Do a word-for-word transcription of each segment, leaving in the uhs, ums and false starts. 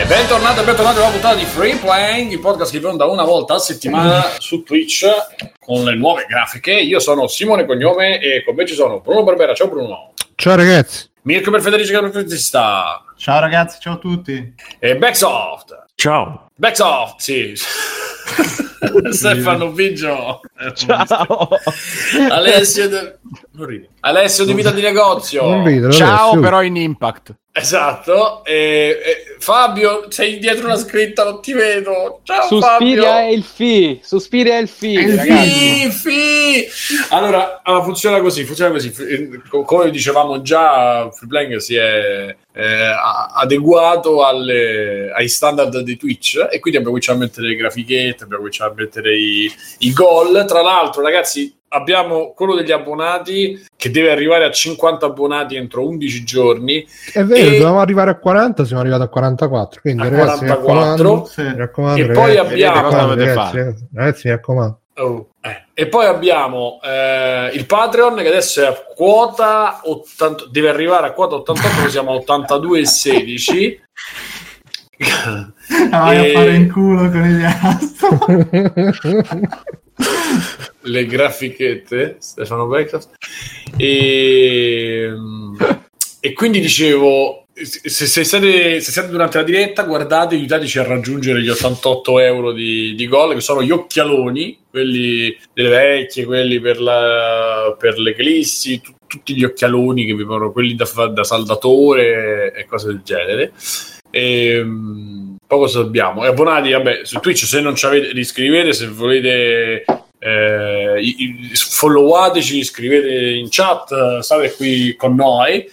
Bentornati e bentornati a una puntata di Free Playing, il podcast che vi onda una volta a settimana su Twitch con le nuove grafiche. Io sono Simone Cognome e con me ci sono Bruno Barbera. Ciao Bruno. Ciao ragazzi. Mirko Perfederici, caporegistrista. Ciao ragazzi, ciao a tutti. E Backsoft. Ciao. Backsoft, sì. Stefano Biggio. Ciao. Alessio de... non ridi. Alessio di Vita di Negozio. Non rido, Ciao, Alessio. però in Impact. Esatto. E, e, Fabio, sei dietro una scritta, non ti vedo. Ciao Suspiria Fabio. è il fi, Suspiria è il fi, Il ragazzi. fi, fi. Allora, allora, funziona così, funziona così. Come dicevamo già, Freeplaying si è eh, adeguato alle, ai standard di Twitch e quindi abbiamo cominciato a mettere le grafichette, abbiamo cominciato a mettere i, i gol. Tra l'altro, ragazzi, abbiamo quello degli abbonati che deve arrivare a cinquanta abbonati entro undici giorni. È vero, e... dovevamo arrivare a quaranta, siamo arrivati a quarantaquattro. Quindi, a ragazzi, quarantaquattro. Mi raccomando, mi raccomando, E ragazzi, poi mi abbiamo- raccomando, Cosa dovete ragazzi, fare? ragazzi, mi raccomando. Oh, eh. E poi abbiamo eh, il Patreon che adesso è a quota ottanta, deve arrivare a quota ottantotto, noi siamo a ottantadue e sedici. Ah, vai E- a fare in culo con gli astro. Le grafichette Stefano Beckhoff e, e quindi dicevo se, se, siete, se siete durante la diretta guardate, aiutateci a raggiungere gli ottantotto euro di, di gol, che sono gli occhialoni, quelli delle vecchie, quelli per, la, per le clissi, tu, tutti gli occhialoni che vi fanno, quelli da, da saldatore e cose del genere. E poi cosa abbiamo? E abbonati, vabbè, su Twitch, se non ci avete, li iscrivete, se volete eh, i- i- followateci, scrivete in chat, state qui con noi.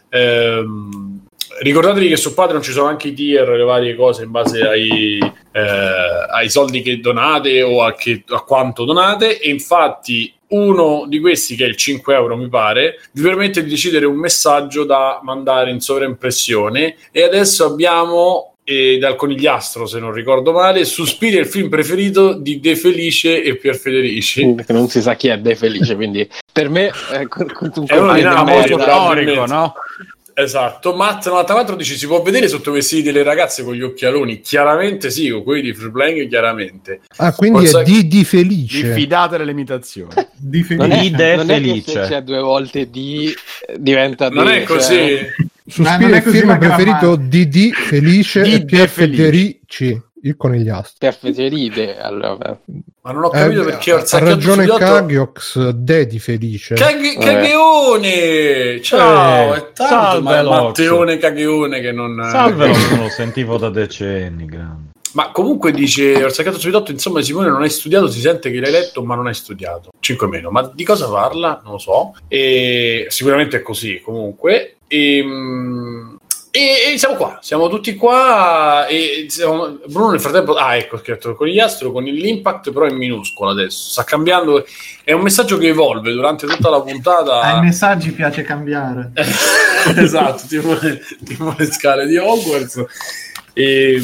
Ehm, ricordatevi che su Patreon ci sono anche i tier, le varie cose in base ai, eh, ai soldi che donate o a, che, a quanto donate, e infatti uno di questi, che è il cinque euro mi pare, vi permette di decidere un messaggio da mandare in sovraimpressione. E adesso abbiamo eh, dal Conigliastro, se non ricordo male, Suspiria è il film preferito di De Felice e Pier Federici. Che non si sa chi è De Felice, quindi per me è un È uno di compagno Napoli, merda. merda. Storico, no? Esatto. Matt novantaquattro dice: si può vedere sotto i vestiti delle ragazze con gli occhialoni? Chiaramente sì, con quelli di Freeplaying chiaramente. Ah, quindi Forse- è di, di Felice. Diffidate delle imitazioni. Di Non è, Felice. non è che Felice. se c'è due volte D eh, diventa Non D, è così. cioè- Suspiria non è è il così film la preferito grammatica. di di Felice Di e De Pier Felice. Federici, il conigliastro. per Feceride, allora. Ma non ho capito Eh, perché ha Orsacchiotto ragione Studiotto- Cagiox, De di Felice. Caghi- Eh. Cagheone! Ciao, Eh, è tanto salve, ma- Lox. Matteone Cagheone che non... Salve, lo sentivo da decenni, grande. Ma comunque dice Orsacchiotto Studiotto, insomma Simone, non hai studiato, si sente che l'hai letto ma non hai studiato. cinque meno, ma di cosa parla? Non lo so. E sicuramente è così comunque. E, mm, e, e siamo qua, siamo tutti qua e siamo... Bruno nel frattempo, ah ecco, scritto con gli astro, con l'impact però in minuscolo adesso, sta cambiando, è un messaggio che evolve durante tutta la puntata. Ai messaggi piace cambiare. Esatto, tipo, tipo le scale di Hogwarts. E,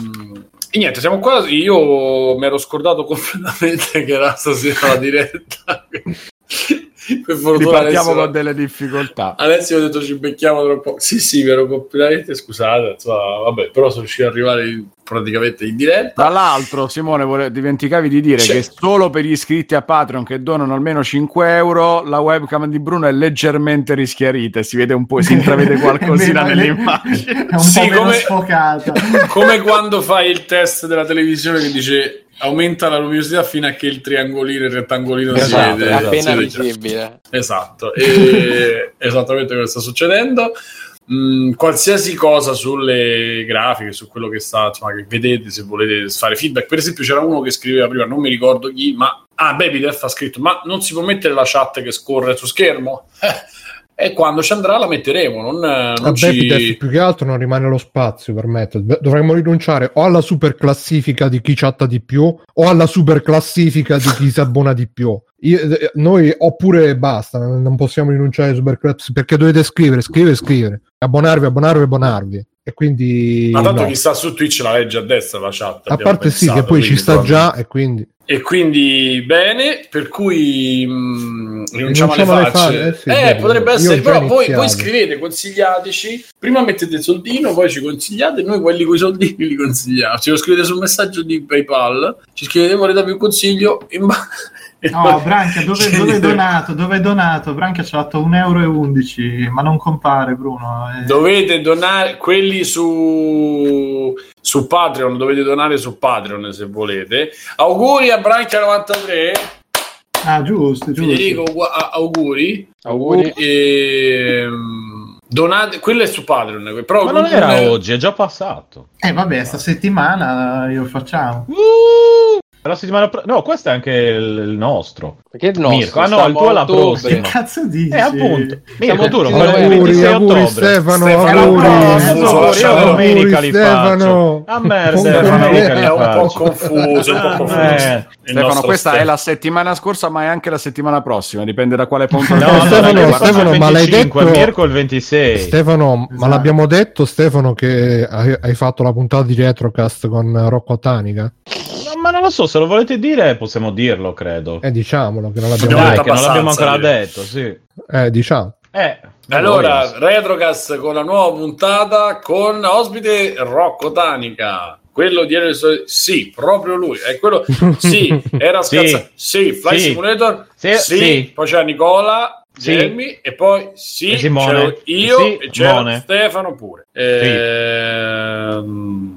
e niente, siamo qua. Io mi ero scordato completamente che era stasera la diretta. Per fortuna Ripartiamo adesso- con delle difficoltà. Adesso ho detto ci becchiamo tra un po'. Sì, sì, mi ero completamente scusate. Insomma, vabbè, però sono riuscito ad arrivare in- praticamente in diretta. Tra l'altro, Simone, vole- dimenticavi di dire C'è- che solo per gli iscritti a Patreon che donano almeno cinque euro la webcam di Bruno è leggermente rischiarita e si vede un po', si intravede qualcosina È meno- nell'immagine. È un Sì, po' meno come- sfocata. Come quando fai il test della televisione che dice aumenta la luminosità fino a che il triangolino e il rettangolino si Esatto, vede. è appena si vede già. visibile. Esatto, e esattamente quello che sta succedendo. Mm, qualsiasi cosa sulle grafiche, su quello che sta, insomma, che vedete, se volete fare feedback. Per esempio c'era uno che scriveva prima, non mi ricordo chi, ma ah, Babydef ha scritto: ma non si può mettere la chat che scorre su schermo? Eh, e quando ci andrà la metteremo, non, non A ci... Babydef più che altro non rimane lo spazio per mettere. Dovremmo rinunciare o alla super classifica di chi chatta di più o alla super classifica di chi si abbona di più. Io, eh, noi oppure basta, non possiamo rinunciare alle super classifiche perché dovete scrivere, scrivere, scrivere, abbonarvi, abbonarvi, abbonarvi. e quindi Ma tanto no. chi sta su Twitch la legge a destra la chat. A abbiamo parte sì, pensato, che poi ci quindi sta proprio- già e quindi E quindi bene, per cui mh, rinunciamo alle Rinunciamo alle facce. fa- eh sì, eh, vedi, potrebbe io ho essere, già però poi, iniziato. poi scrivete, consigliateci. Prima mettete il soldino, poi ci consigliate, e noi quelli con i soldini li consigliamo. Ce lo scrivete sul messaggio di PayPal, ci scrivete volete darvi un consiglio in ba- No, Branchia, dove, Ci dove è dite- donato? Dove è donato? Branchia ci ha dato un euro e undici, ma non compare, Bruno. eh. Dovete donare quelli su su Patreon, dovete donare su Patreon se volete. Auguri a Branchia novantatré. Ah, giusto, giusto. Federico, gu- a- auguri. Auguri. E, mm, donate, quello è su Patreon, però Ma non era oggi, è già passato. Eh, vabbè, sta settimana io facciamo. Uh, la settimana pro- no, questo è anche il, il nostro. Perché il nostro? Mirko, ah no, Stiamo il tuo è a la ottobre. prossima. Che cazzo dici? Eh, appunto. Mirko, Siamo tu lo tutti fai il novembre. auguri, ventisei auguri ottobre. Stefano, Stefano, auguri. no, auguri, io Auguri, domenica li Stefano. faccio. A me Stefano, domenica li è un po' faccio. confuso, un po' confuso. Eh, Il Stefano, nostro questa Stefano. è la settimana scorsa, ma è anche la settimana prossima, dipende da quale punto. No, Eh, no, Stefano, no, Stefano, il ma l'hai venticinque, detto- il Mirko il ventisei. Stefano, ma Esatto. l'abbiamo detto Stefano che hai, hai fatto la puntata di Retrocast con Rocco Tanica? No, ma non lo so, se lo volete dire possiamo dirlo, credo. Eh, diciamolo che non l'abbiamo Abbiamo Dai, detto che non l'abbiamo abbastanza, ancora direi. detto, sì. detto. Eh, diciamo. Eh, Allora, Retrocast con la nuova puntata con ospite Rocco Tanica. Quello di sì, proprio lui, è quello. Sì, era Sì. scazzato. Sì, Fly Sì. Simulator. Sì, Sì, sì. poi c'era Nicola, Sì. Gelmi e poi sì, E Simone. c'ero io Sì, e c'era Simone. Stefano pure. Ehm,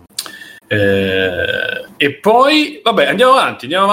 eh, e poi, vabbè, andiamo avanti, andiamo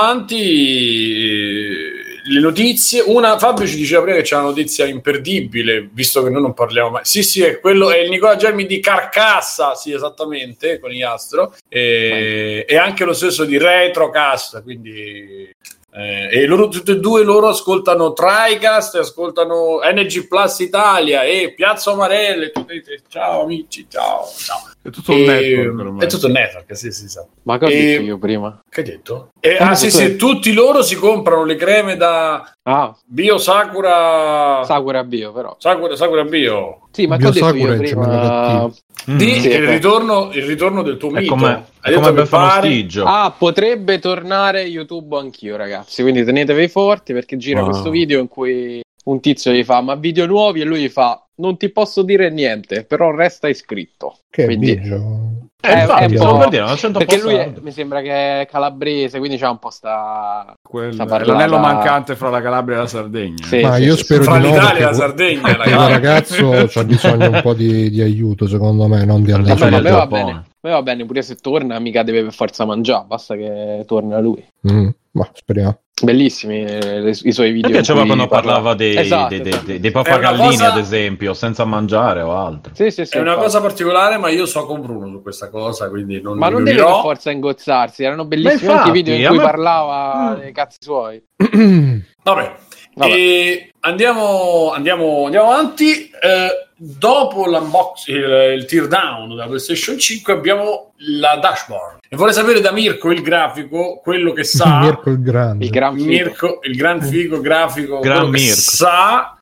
avanti. Le notizie, una Fabio ci diceva prima che c'è una notizia imperdibile, visto che noi non parliamo mai. Sì, sì, è quello, è il Nicola Gelmi di Carcassa, sì, esattamente, con Iastro, e, e anche lo stesso di Retrocast, quindi eh, e loro tutti e due loro ascoltano TriCast, ascoltano N G Plus Italia e Piazza Amarelle. Tutti, ciao amici, ciao, ciao. È tutto un E- network ormai. è tutto un network, sì, sì, sì. Ma che ho E- detto io prima? Che hai detto? Eh, Come ah sì, tu- sì, tutti loro si comprano le creme da Ah, Bio Sakura Sakura Bio, però. Sakura, Sakura Bio. Sì, ma che ho detto Biosakura io è il gemello prima? cattivo. Mm. Di Sì, il, ecco. ritorno, il ritorno del tuo È mito. come, Hai è come detto che Befano pare- Stigio. Ah, potrebbe tornare YouTube anch'io, ragazzi. Quindi tenetevi forti perché gira Wow. questo video in cui un tizio gli fa: ma video nuovi? E lui gli fa: non ti posso dire niente, però resta iscritto. Che Quindi- bigio. Eh, è- infatti, è un stavo po'- per dire, non c'entra Perché un po' lui è- sardo. mi sembra che è calabrese, quindi c'ha un po' sta. Quel- sta è parlata- l'anello mancante fra la Calabria e la Sardegna. Sì, Ma sì, io sì, spero Fra di no, l'Italia e perché la que- Sardegna, quel ragazzi. ragazzo c'ha bisogno un po' di, di aiuto, secondo me, non di Vabbè, Vabbè, andare ma a me va Giappone. bene. A me va bene, pure se torna, mica deve per forza mangiare, basta che torna lui. Mm, ma speriamo. Bellissimi eh, le- i suoi video. Mi piaceva in cui quando parla- parlava dei, Esatto, dei, dei, esatto. dei, dei pappagallini, cosa- ad esempio, senza mangiare o altro. Sì, sì, sì, È una infatti. cosa particolare, ma io so con Bruno su questa cosa, quindi non Ma non mi deve per dirò. forza ingozzarsi, erano bellissimi Ma anche i infatti, video in a cui me- parlava Mm. dei cazzi suoi. Vabbè. Vabbè. E andiamo, andiamo, andiamo avanti. Eh, dopo l'unbox, il, il tear down della PlayStation cinque abbiamo la dashboard. E vorrei sapere da Mirko il grafico, quello che sa. Mirko il Grande. Il gran figo. Mirko, il gran figo grafico, Gran quello che Mirko. sa.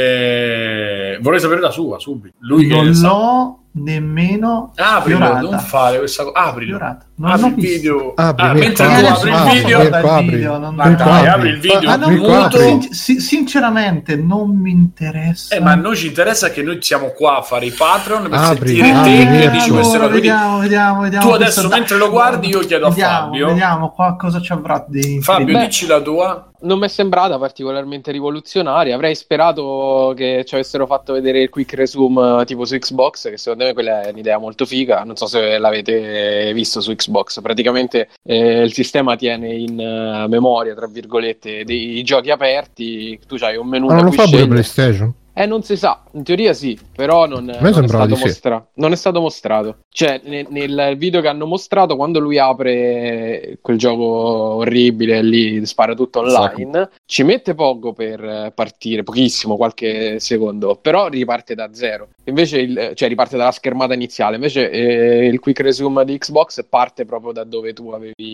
eh, vorrei sapere la sua subito. Lui che Non sa. l'ho nemmeno Aprilo, fiorata. non fare questa cosa. Aprilo. Fiorata. Non Apri l'ho il visto. video. Apri, Ah, Mirko, mentre tu apri. apri il Ah, video. Mirko, Mirko, apri. video, non- Ma Mirko, dai, apri. apri il video. Ah, no, Mirko, muto. apri. sin- sin- sinceramente non mi interessa. Eh, ma a noi ci interessa che noi siamo qua a fare i Patreon per Apri, sentire apri, te che Mirko. dici queste allora, cose. Quindi vediamo, vediamo, vediamo. tu adesso questo- mentre lo guardi io chiedo a vediamo, Fabio. Vediamo qua cosa ci avrà di Fabio, Beh. dici la tua. Non mi è sembrata particolarmente rivoluzionaria. Avrei sperato che ci avessero fatto vedere il quick resume eh, tipo su Xbox, che secondo me quella è un'idea molto figa. Non so se l'avete visto su Xbox. Praticamente eh, il sistema tiene in eh, memoria, tra virgolette, dei giochi aperti. Tu c'hai un menu Ma da non lo cui fa pure scegliere. PlayStation? Eh, non si sa, in teoria sì, però non, non è sembrava stato di sì. mostrato. Non è stato mostrato. Cioè, ne- nel video che hanno mostrato, quando lui apre quel gioco orribile, lì spara tutto online, ci mette poco per eh, partire, pochissimo, qualche secondo, però riparte da zero. Invece, il, cioè riparte dalla schermata iniziale. Invece eh, il quick resume di Xbox parte proprio da dove tu avevi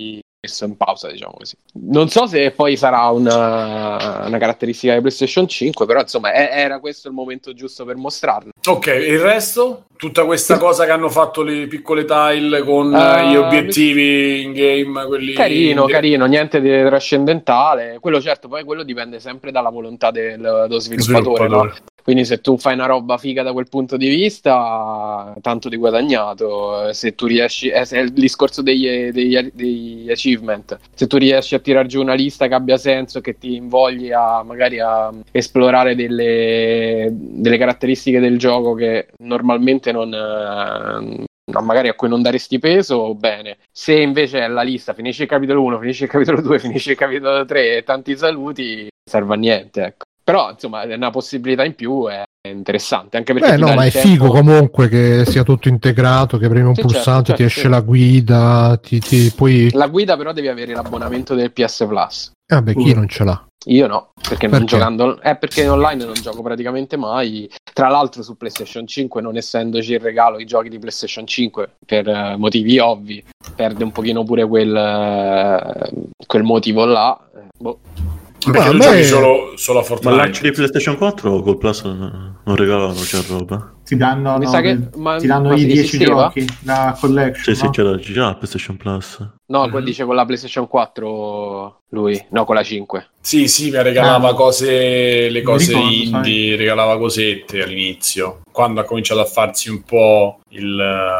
messo in pausa, diciamo così. Non so se poi sarà una, una caratteristica di PlayStation cinque, però insomma è, era questo il momento giusto per mostrarlo. Ok, il resto? Tutta questa cosa che hanno fatto le piccole tile con Uh, gli obiettivi in game, quelli Carino, in... carino, niente di trascendentale. Quello certo, poi quello dipende sempre dalla volontà del, dello sviluppatore, Sviluppatore. no? Quindi se tu fai una roba figa da quel punto di vista, tanto di guadagnato. Se tu riesci, eh, se è il discorso degli, degli, degli achievement, se tu riesci a tirar giù una lista che abbia senso, che ti invogli a magari a esplorare delle, delle caratteristiche del gioco che normalmente non... Eh, magari a cui non daresti peso, bene. Se invece è la lista, finisci il capitolo uno, finisci il capitolo due, finisci il capitolo tre e tanti saluti, serve a niente, ecco. Però insomma è una possibilità in più, è interessante anche perché Beh, no, ma è tempo... figo comunque che sia tutto integrato, che premi un sì, pulsante, certo, ti certo, esce sì. la guida, ti, ti poi... La guida però devi avere l'abbonamento del P S Plus. Ah, beh, chi non ce l'ha? Io no, perché, non Perché? giocando è perché online non gioco praticamente mai. Tra l'altro su PlayStation cinque, non essendoci il regalo i giochi di PlayStation cinque per uh, motivi ovvi, perde un pochino pure quel, uh, quel motivo là. Boh. Perché Ma tu a me- giochi solo, solo a Ma Fortnite. lanci di PlayStation quattro col Plus non, non regalano, c'è roba. Ti danno, Mi no, sa che- del- ma- ti danno ma i se dieci esisteva? giochi, la collection, Sì, sì, no? c'era già PlayStation Plus. No, Mhm. quel dice con la PlayStation quattro lui, no, con la cinque. Sì, sì, mi regalava Ah. cose, le Mi cose ricordo, indie, regalava cosette all'inizio. Quando ha cominciato a farsi un po' il,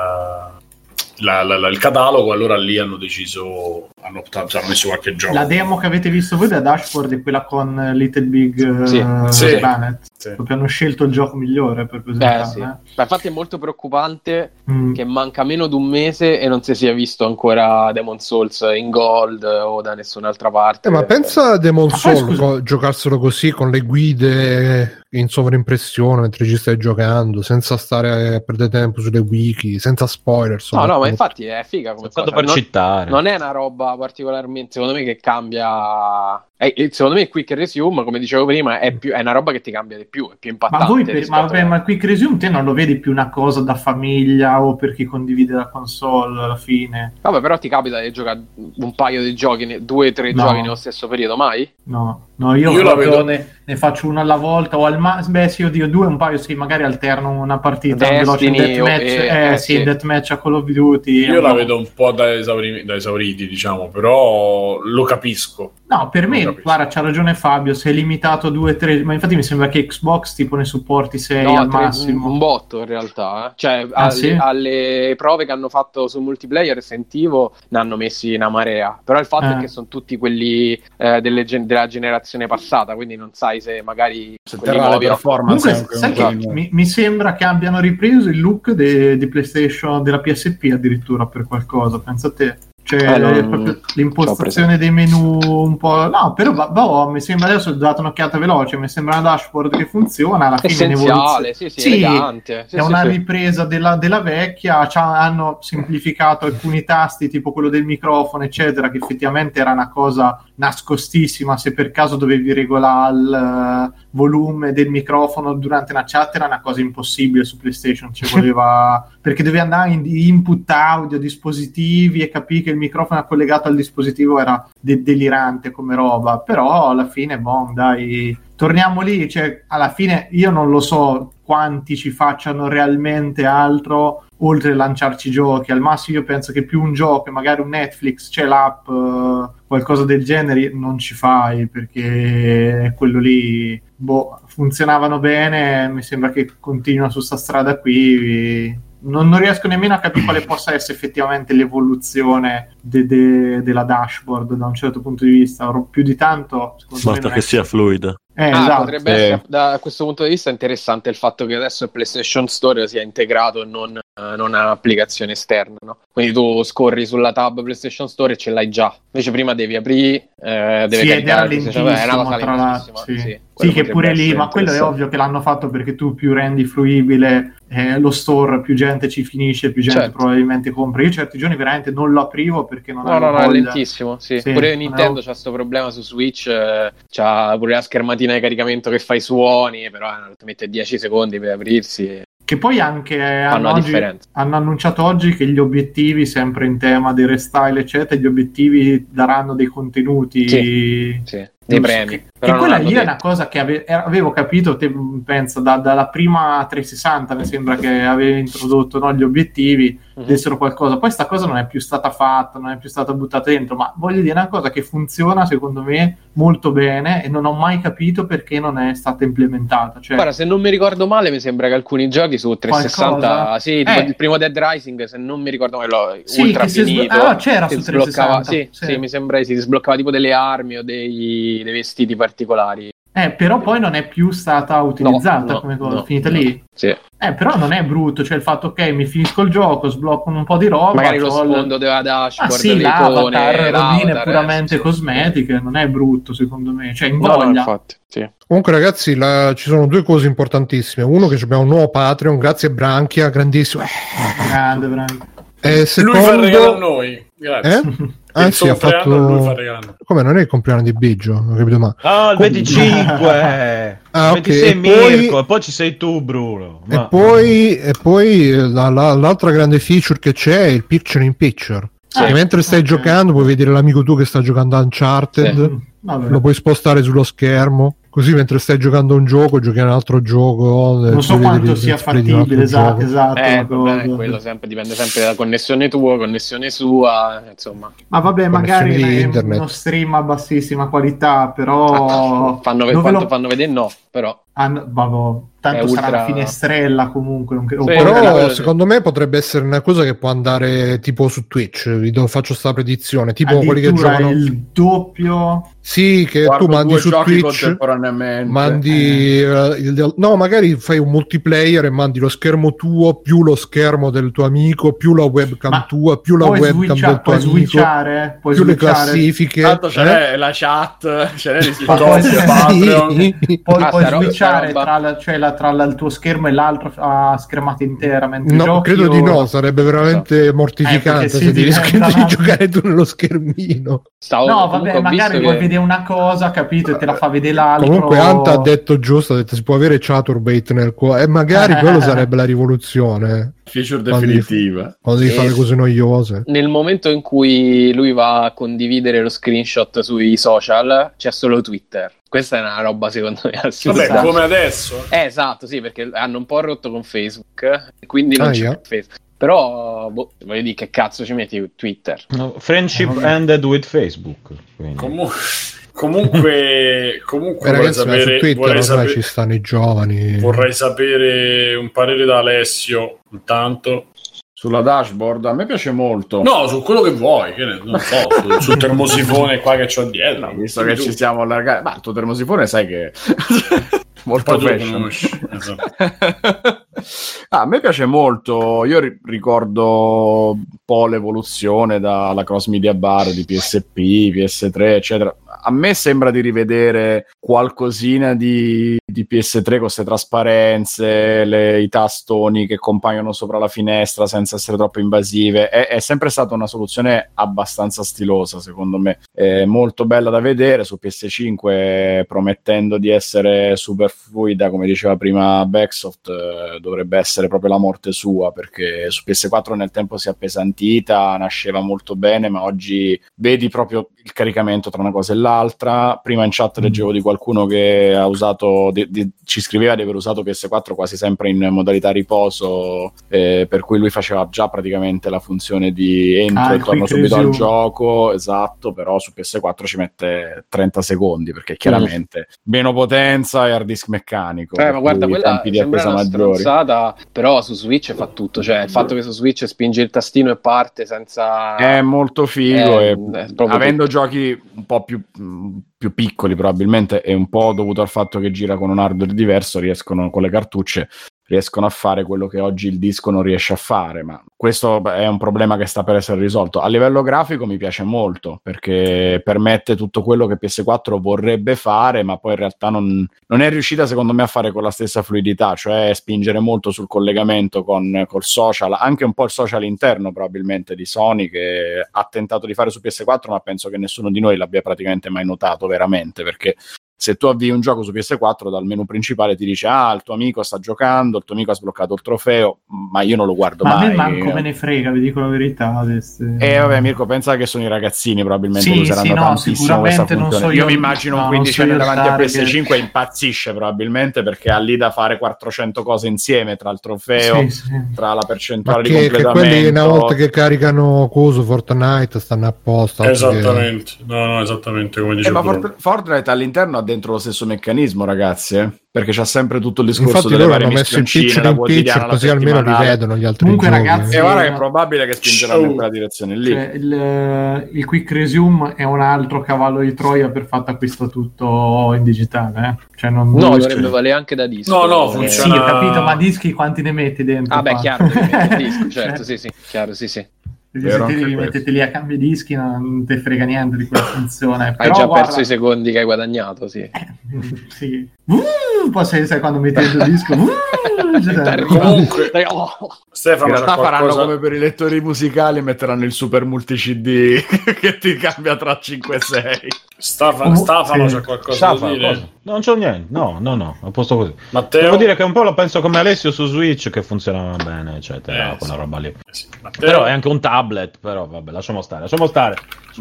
la- la- la- il catalogo, allora lì hanno deciso, hanno optato, cioè hanno messo qualche gioco. La demo che avete visto voi da Dashboard è quella con eh, Little Big eh, Sì, sì. Planet. Sì. Proprio hanno scelto il gioco migliore per Eh presentarlo. sì. eh. Ma infatti è molto preoccupante Mm. che manca meno di un mese e non si sia visto ancora Demon Souls in gold o da nessun'altra parte. Eh, ma pensa a Demon Ma poi, Soul, scusa- co- giocarselo così con le guide in sovraimpressione mentre ci stai giocando, senza stare a perdere tempo sulle wiki, senza spoiler. No, soprattutto. no, ma infatti è figa come Soltanto cosa. per Non, citare. non è una roba particolarmente, secondo me, che cambia. È, è- secondo me il quick resume, come dicevo prima, è, più, è una roba che ti cambia di più, è più impattante. Ma voi, per, ma, rispetto vabbè, a- ma Quick Resume te non lo vedi più una cosa da famiglia o per chi condivide la console alla fine? Vabbè, però ti capita di giocare un paio di giochi, ne- due o tre No. giochi nello stesso periodo, mai? No, no, io, Io la proprio vedo- ne, ne faccio una alla volta o al massimo, beh sì, oddio, due un paio, sì, magari alterno una partita un veloce Destiny deathmatch, o- eh, eh, eh, sì, sì. deathmatch a Call of Duty. Io la no. vedo un po' da, esauri- da esauriti, diciamo, però lo capisco. No, per Non me, capisco. guarda, c'ha ragione Fabio, se è limitato a due tre, ma infatti mi sembra che Xbox tipo ne supporti sei No, al tre- massimo. un botto in realtà, eh. Cioè Ah, alle, sì? alle prove che hanno fatto sul multiplayer sentivo ne hanno messi una marea, però il fatto Eh. è che sono tutti quelli eh, delle gen- della generazione passata, quindi non sai se magari Se quelli terrà le nuovi- performance Comunque, anche sai un che pochino. mi, mi sembra che abbiano ripreso il look de- di PlayStation, della P S P addirittura per qualcosa, pensa a te. Cioè, Eh, non- le- proprio c'ho l'impostazione dei menu un po'... No, però va- boh, mi sembra, adesso ho dato un'occhiata veloce, mi sembra una dashboard che funziona, alla fine è essenziale, un'evoluzione. sì, sì, elegante. Sì, è sì, una sì. ripresa della, della vecchia, c'ha- hanno semplificato alcuni tasti, tipo quello del microfono, eccetera, che effettivamente era una cosa nascostissima. Se per caso dovevi regolare il eh, volume del microfono durante una chat, era una cosa impossibile su PlayStation. Ci voleva perché dovevi andare in di input audio, dispositivi e capire che il microfono collegato al dispositivo era de- delirante come roba. Però alla fine, boh, dai. Torniamo lì, cioè, alla fine io non lo so quanti ci facciano realmente altro oltre a lanciarci giochi. Al massimo io penso che più un gioco, magari un Netflix, c'è l'app, eh, qualcosa del genere, non ci fai, perché quello lì, boh, funzionavano bene, mi sembra che continuino su sta strada qui. Non, non riesco nemmeno a capire quale possa essere effettivamente l'evoluzione de- de- della dashboard da un certo punto di vista. Or- più di tanto, secondo me, Basta non che è- sia fluida. Eh, Ah, esatto. potrebbe Sì. essere, da questo punto di vista è interessante il fatto che adesso il PlayStation Store sia integrato e non, eh, non ha applicazione esterna, no? Quindi tu scorri sulla tab PlayStation Store e ce l'hai già. Invece prima devi aprire, eh, deve Sì, ed era caricare il PlayStation- lentissimo, è una cosa tra l'altro, lentissima, sì. sì. Sì, Quello che potrebbe pure lì, essere ma quello è interessante. ovvio che l'hanno fatto perché tu più rendi fruibile eh, lo store, più gente ci finisce, più gente Certo. probabilmente compra. Io certi giorni veramente non lo aprivo perché non No, no, avevo no, è voglia. lentissimo, sì. Sì, Pure non Nintendo avevo- c'ha questo problema su Switch, eh, c'ha pure la schermatina di caricamento che fa i suoni, però eh, ti mette dieci secondi per aprirsi. e- Che poi anche Fanno hanno, la oggi, differenza. hanno annunciato oggi che gli obiettivi, sempre in tema di restyle eccetera, gli obiettivi daranno dei contenuti, Sì, sì, dei premi. Che, Però che non quella hanno lì è detto. una cosa che ave- avevo capito, te, penso, da- dalla prima trecentosessanta mi sembra che aveva introdotto, no, gli obiettivi, Mhm. dessero qualcosa. Poi sta cosa non è più stata fatta, non è più stata buttata dentro, ma voglio dire, è una cosa che funziona secondo me molto bene e non ho mai capito perché non è stata implementata. Cioè, Guarda, se non mi ricordo male, mi sembra che alcuni giochi su trecentosessanta, Qualcosa? sì, tipo Eh. il primo Dead Rising, se non mi ricordo male, l'ho Sì, ultra che si è sblo- finito, ah, c'era si su sbloccava, trecentosessanta, sì, sì. sì, mi sembra che si sbloccava tipo delle armi o dei, dei vestiti particolari. Eh, però poi non è più stata utilizzata no, come cosa, no, finita no. lì. Sì. Eh, però non è brutto, cioè il fatto che mi finisco il gioco, sblocco un po' di roba, Magari lo c'ho il- sfondo della dashboard, Ah sì, le l'avatar, icone, rovine l'avatar, puramente eh, sì. cosmetiche, non è brutto secondo me, cioè in No, no, voglia. infatti, sì. Comunque ragazzi, la- ci sono due cose importantissime. Uno, che abbiamo un nuovo Patreon, grazie Branchia, grandissimo. Grande, veramente. E Lui fa il regalo a secondo... noi, grazie. Eh? Ah Il sì, ha compleanno lui fa il fatto... regalo. Come, non è il compleanno di Biggio? Non ho capito mai. Ah, il Com- venticinque! Ah, il ok, ventisei e poi- Mirko, e poi ci sei tu, Bruno. E Ma- poi, e poi la- la- l'altra grande feature che c'è è il picture in picture. Sì. Che mentre stai Ok. giocando puoi vedere l'amico tuo che sta giocando a Uncharted, Mm, vabbè. lo puoi spostare sullo schermo, così mentre stai giocando a un gioco giochi a un altro gioco. Non so quanto sia fattibile, esatto, esatto. Eh, la il problema è cosa. quello, sempre, dipende sempre dalla connessione tua, connessione sua, insomma. Ma vabbè, magari Connessione di è internet. uno stream a bassissima qualità, però Fanno, dove quanto lo- fanno vedere no, però. Ah, no, vabbè, tanto È sarà ultra- una finestrella comunque. Non... Sì, o però- poi- Però quello sì. secondo me potrebbe essere una cosa che può andare tipo su Twitch, vi do- faccio sta predizione, tipo quelli che addirittura giocano... il doppio. Sì, che Guardo tu mandi due su giochi Twitch, contemporaneamente. mandi eh, il- no, magari fai un multiplayer e mandi lo schermo tuo più lo schermo del tuo amico più la webcam Ma tua più la puoi webcam switcha- del tuo puoi amico switchare, puoi più le switchare. classifiche. Tanto ce eh? n'è la chat, ce n'è il Ma sito poi- Patreon. Sì. Poi Ah, puoi sta ro- switchare sta roba. tra, la, cioè la, tra la- il tuo schermo e l'altro a schermata intera mentre No, giochi credo di o- no, sarebbe veramente mortificante Eh, perché se si devi diventa devi una- giocare tu nello schermino. Stavo, No, comunque vabbè, ho magari visto vuoi che- vedere una cosa, capito, e te la fa vedere l'altro. Comunque Anta ha detto giusto, ha detto si può avere Chaturbate nel cuore e magari quello sarebbe la rivoluzione Feature Quando devi- definitiva. quando devi Sì. fare cose noiose. Nel momento in cui lui va a condividere lo screenshot sui social, c'è solo Twitter. Questa è una roba secondo me assurda. Vabbè, come adesso. Eh, esatto, sì, perché hanno un po' rotto con Facebook, e quindi non Ah, c'è yeah. più Facebook. Però, boh, voglio dire, che cazzo ci metti Twitter? No, friendship Eh, vabbè. ended with Facebook. quindi. Comu- comunque, comunque Eh, vorrei ragazzi, ma su sapere, Twitter vorrei, ormai sapere ci stanno i giovani. vorrei sapere un parere da Alessio intanto. Sulla dashboard a me piace molto. No, su quello che vuoi, che ne- non so, sul, sul termosifone qua che c'ho dietro. No, visto che ci stiamo allargando, ma il tuo termosifone sai che molto Poi tu lo fashion. conosci. Esatto. Ah, a me piace molto. Io ri- ricordo un po' l'evoluzione dalla cross media bar di P S P, P S tre, eccetera. A me sembra di rivedere qualcosina di, di P S tre con queste trasparenze, le- i tastoni che compaiono sopra la finestra senza essere troppo invasive. È, è sempre stata una soluzione abbastanza stilosa, secondo me. È molto bella da vedere. Su P S cinque, promettendo di essere super fluida, come diceva prima Backsoft, eh, dovrebbe essere proprio la morte sua, perché su P S quattro nel tempo si è appesantita, nasceva molto bene, ma oggi vedi proprio il caricamento tra una cosa e l'altra. Prima in chat leggevo di qualcuno che ha usato di, di, ci scriveva di aver usato P S quattro quasi sempre in modalità riposo, eh, per cui lui faceva già praticamente la funzione di entro Ah, e il torno quick subito al resume. gioco, esatto, però su P S quattro ci mette trenta secondi, perché chiaramente meno potenza e hard disk meccanico, Eh, per ma guarda, cui quella tempi di sembra attesa una maggiori. stronzata, però su Switch fa tutto, cioè il fatto che su Switch spingi il tastino e parte senza... È molto figo, Eh, e è proprio avendo tutto. giochi un po' più, mh, più piccoli probabilmente, e un po' dovuto al fatto che gira con un hardware diverso, riescono con le cartucce riescono a fare quello che oggi il disco non riesce a fare, ma questo è un problema che sta per essere risolto. A livello grafico mi piace molto, perché permette tutto quello che P S quattro vorrebbe fare, ma poi in realtà non, non è riuscita secondo me a fare con la stessa fluidità, cioè spingere molto sul collegamento con col social, anche un po' il social interno probabilmente di Sony, che ha tentato di fare su P S quattro, ma penso che nessuno di noi l'abbia praticamente mai notato veramente, perché se tu avvii un gioco su P S quattro dal menu principale ti dice ah il tuo amico sta giocando, il tuo amico ha sbloccato il trofeo, ma io non lo guardo ma mai. Ma a me manco me ne frega, vi dico la verità. Queste... E eh, vabbè Mirko, pensa che sono i ragazzini probabilmente sì, useranno sì, no, tantissimo questa funzione. Non so io, io mi immagino no, un quindicenne so davanti a P S cinque che... impazzisce probabilmente perché ha lì da fare quattrocento cose insieme tra il trofeo, sì, sì. tra la percentuale ma di che, completamento. Che quelli una volta che caricano coso Fortnite stanno apposta. Esattamente, che... no, no, esattamente come dicevo. Eh, ma Fort- Fortnite all'interno ha dentro lo stesso meccanismo, ragazzi, eh? Perché c'ha sempre tutto il discorso. Infatti delle loro varie hanno messo il missioncine, pitcher in pitcher così almeno li vedono gli altri comunque giochi. Ragazzi, e guarda che è probabile che spingeranno show. in quella direzione lì. Cioè, il, il quick resume è un altro cavallo di Troia per fatto acquisto tutto in digitale, eh? Cioè non no, dovrebbe cioè... valere anche da disco. No, no, funziona. Sì, ho capito, ma dischi quanti ne metti dentro? Ah, beh, chiaro, disco, certo, sì, sì, chiaro, sì, sì. Perché se te li mettete lì a cambio dischi non ti frega niente di quella funzione. Hai però, già guarda... perso i secondi che hai guadagnato, sì. Eh, sì. Uh, poi sai, sai quando metti il disco uh, cioè, comunque oh. Stefano in realtà qualcosa... faranno come per i lettori musicali, metteranno il super multi C D che ti cambia tra cinque e sei. Stefano, uh, Stefano sì. C'è qualcosa Stefano, da dire? Cosa? No, non c'ho niente, no, no, no, a posto così. Matteo? Devo dire che un po' lo penso come Alessio su Switch, che funzionava bene, eccetera, eh, quella sì. roba lì. Eh, sì. Però è anche un tablet, però vabbè, lasciamo stare, lasciamo stare.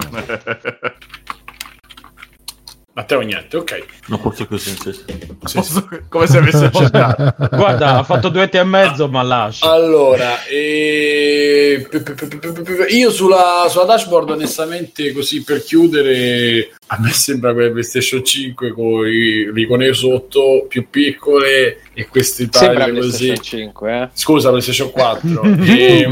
Matteo niente, ok. Non posso così sì, sì, sì. Come se avesse accettato. Guarda, ha fatto due etti e mezzo, ma lascia. Allora, e... io sulla, sulla dashboard onestamente, così per chiudere, a me sembra quelle PlayStation cinque con i riconei sotto più piccole e queste taglie così. cinque, eh? Scusa, PlayStation quattro. e,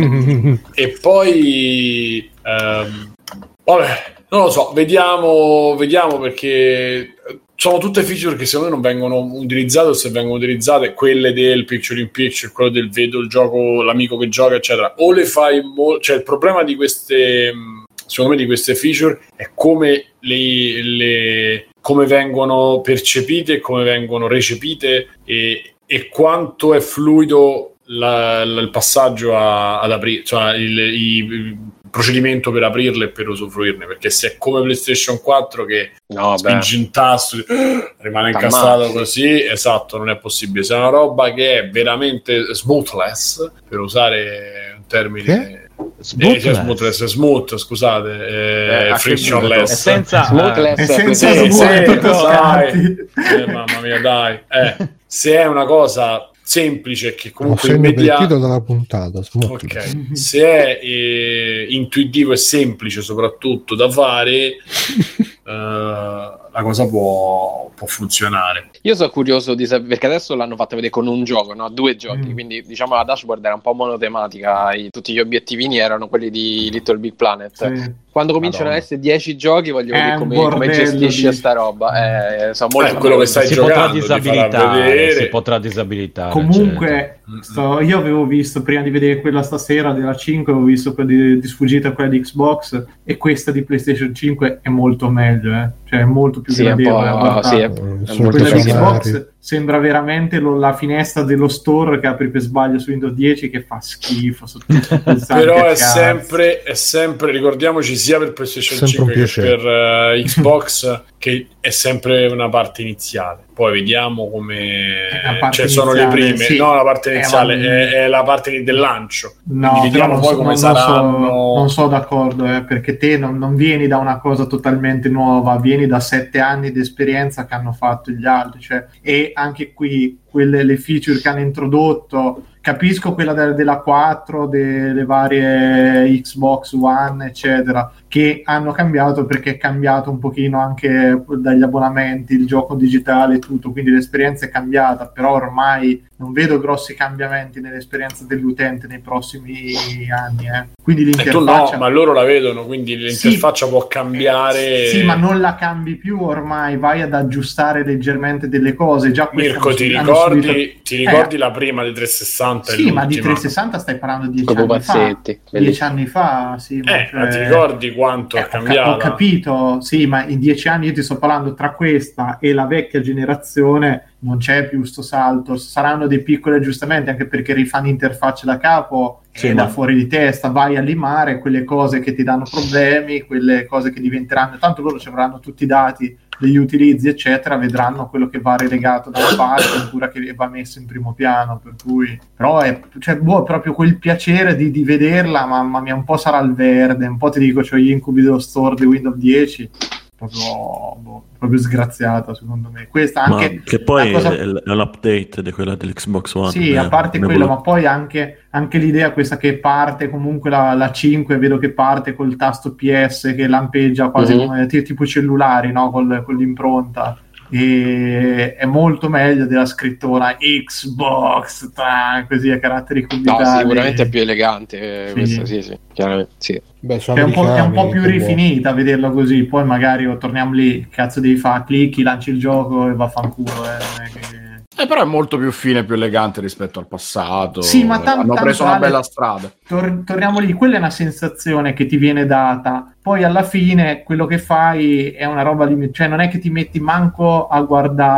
e poi um, vabbè, non lo so, vediamo, vediamo perché sono tutte feature che secondo me non vengono utilizzate, o se vengono utilizzate quelle del picture in picture, quello del vedo il gioco, l'amico che gioca eccetera, o le fai mo- cioè il problema di queste, secondo me, di queste feature è come le, le come vengono percepite e come vengono recepite e, e quanto è fluido la, la, il passaggio a, ad aprire, cioè il, il procedimento per aprirle e per usufruirne, perché se è come PlayStation quattro che no, spingi un tasto rimane T'ammazzi. incastrato così, esatto, non è possibile. Se è una roba che è veramente smoothless, per usare un termine Smoothless, eh, smoothless, smooth, scusate, eh, eh, frictionless, è senza smoothless, è senza sì, smooth, sì, dai. Eh, mamma mia, dai, eh, se è una cosa semplice che comunque immediato il titolo della puntata, ok, se è eh, intuitivo e semplice soprattutto da fare, uh, la cosa può, può funzionare. Io sono curioso di sapere, perché adesso l'hanno fatto vedere con un gioco, no? Due giochi, mm. quindi diciamo la dashboard era un po' monotematica, i, tutti gli obiettivini erano quelli di Little Big Planet. Sì. Quando cominciano ad essere dieci giochi voglio è vedere come, come gestisci di... sta roba. Eh, so molto eh, quello che stai si giocando potrà disabilitare, si potrà disabilitare. Comunque sto, io avevo visto prima di vedere quella stasera della cinque, avevo visto quella di, di sfuggita, quella di Xbox, e questa di PlayStation cinque è molto meglio, eh? Cioè è molto più sì, gradevole. Sì, è, è quella di Xbox sembra veramente lo, la finestra dello store che apri per sbaglio su Windows dieci, che fa schifo però è sempre, è sempre, ricordiamoci, sia per PlayStation cinque che per uh, Xbox che è sempre una parte iniziale, poi vediamo come cioè sono le prime, sì. No, la parte iniziale è, è, è la parte del lancio, no, vediamo non poi so, come non saranno. So, non sono d'accordo, eh, perché te non, non vieni da una cosa totalmente nuova, vieni da sette anni di esperienza che hanno fatto gli altri, cioè, e anche qui quelle le feature che hanno introdotto, capisco quella de- della quattro, delle varie Xbox One eccetera, che hanno cambiato perché è cambiato un pochino anche dagli abbonamenti, il gioco digitale e tutto, quindi l'esperienza è cambiata, però ormai non vedo grossi cambiamenti nell'esperienza dell'utente nei prossimi anni, eh. Quindi l'interfaccia... E tu no, ma loro la vedono, quindi l'interfaccia sì, può cambiare. Sì, ma non la cambi più ormai, vai ad aggiustare leggermente delle cose. Già Mirko, ti ricordi, subito... ti ricordi eh. la prima di trecentosessanta? Sì, ma di trecentosessanta stai parlando dieci Come anni pazzetti, fa. Dieci anni fa, sì. Ma, eh, cioè... ma ti ricordi quanto eh, è cambiato? Ho capito, sì, ma in dieci anni io ti sto parlando tra questa e la vecchia generazione. Non c'è più sto salto, saranno dei piccoli aggiustamenti, anche perché rifanno interfacce da capo, sì, è ma... da fuori di testa, vai a limare quelle cose che ti danno problemi, quelle cose che diventeranno, tanto loro ci avranno tutti i dati degli utilizzi eccetera, vedranno quello che va relegato da una parte oppure che va messo in primo piano, per cui però è, cioè, boh, proprio quel piacere di, di vederla, mamma mia, un po' sarà il verde, un po' ti dico, cioè gli incubi dello store di Windows dieci, proprio, boh, proprio sgraziata secondo me. Questa anche ma che poi cosa... è, l- è l'update di quella dell'Xbox One. Sì, eh, a parte ne quello, vol- ma poi anche, anche l'idea questa che parte comunque la, la cinque, vedo che parte col tasto P S che lampeggia quasi Mhm. come t- tipo i cellulari, no? Col, con l'impronta, e è molto meglio della scrittona Xbox, ta, così a caratteri No, cubitali. sicuramente è più elegante, eh, Sì. questa sì, sì, chiaramente, sì. Beh, È sono un, po', è un po' americani, più che rifinita vederlo così, poi magari oh, torniamo lì, cazzo devi fare, clicchi, lanci il gioco e vaffanculo, eh, non è che... Eh, però è molto più fine e più elegante rispetto al passato. Sì, ma tam- hanno tanto preso una Ale- bella strada. Tor- torniamo lì, quella è una sensazione che ti viene data, poi alla fine quello che fai è una roba limit- cioè non è che ti metti manco a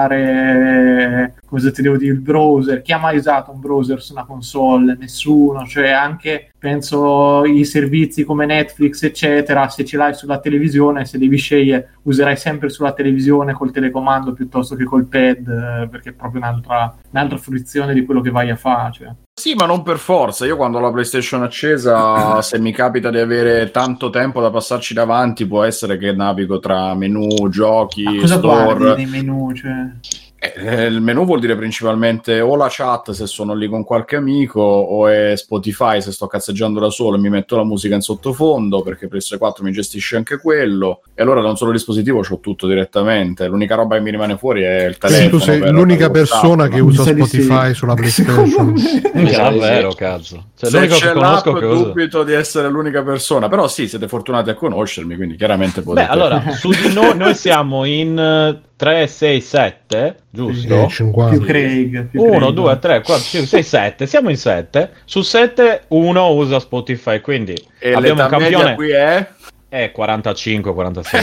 guardare, cosa ti devo dire, il browser. Chi ha mai usato un browser su una console? Nessuno, cioè anche penso i servizi come Netflix eccetera, se ce l'hai sulla televisione, se devi scegliere userai sempre sulla televisione col telecomando piuttosto che col pad, eh, perché è proprio un'altra, un'altra fruizione di quello che vai a fare, cioè. Sì, ma non per forza. Io quando ho la PlayStation accesa, se mi capita di avere tanto tempo da passarci davanti, può essere che navigo tra menu, giochi, Ma cosa store. guardi nei menu, cioè? Eh, il menu vuol dire principalmente o la chat se sono lì con qualche amico, o è Spotify se sto cazzeggiando da solo e mi metto la musica in sottofondo, perché P S quattro mi gestisce anche quello, e allora da un solo dispositivo c'ho tutto direttamente. L'unica roba che mi rimane fuori è il Sì, telefono. tu sei per- l'unica per persona WhatsApp, che no? usa Mi sa di Spotify sì. sulla Secondo PlayStation. me. Mica Sì, sì. davvero, cazzo. Cioè, Se l'unico c'è che conosco l'app che usa... dubito di essere l'unica persona, però sì, siete fortunati a conoscermi, quindi chiaramente potete... Beh, allora, su di noi, noi siamo in tre, sei, sette, giusto? Eh, cinquanta. Più Craig. Più uno, Craig. due, tre, quattro, cinque, sei, sette. Siamo in sette. Su sette, uno usa Spotify, quindi e abbiamo un l'età media campione... qui è... Eh, quarantacinque quarantasei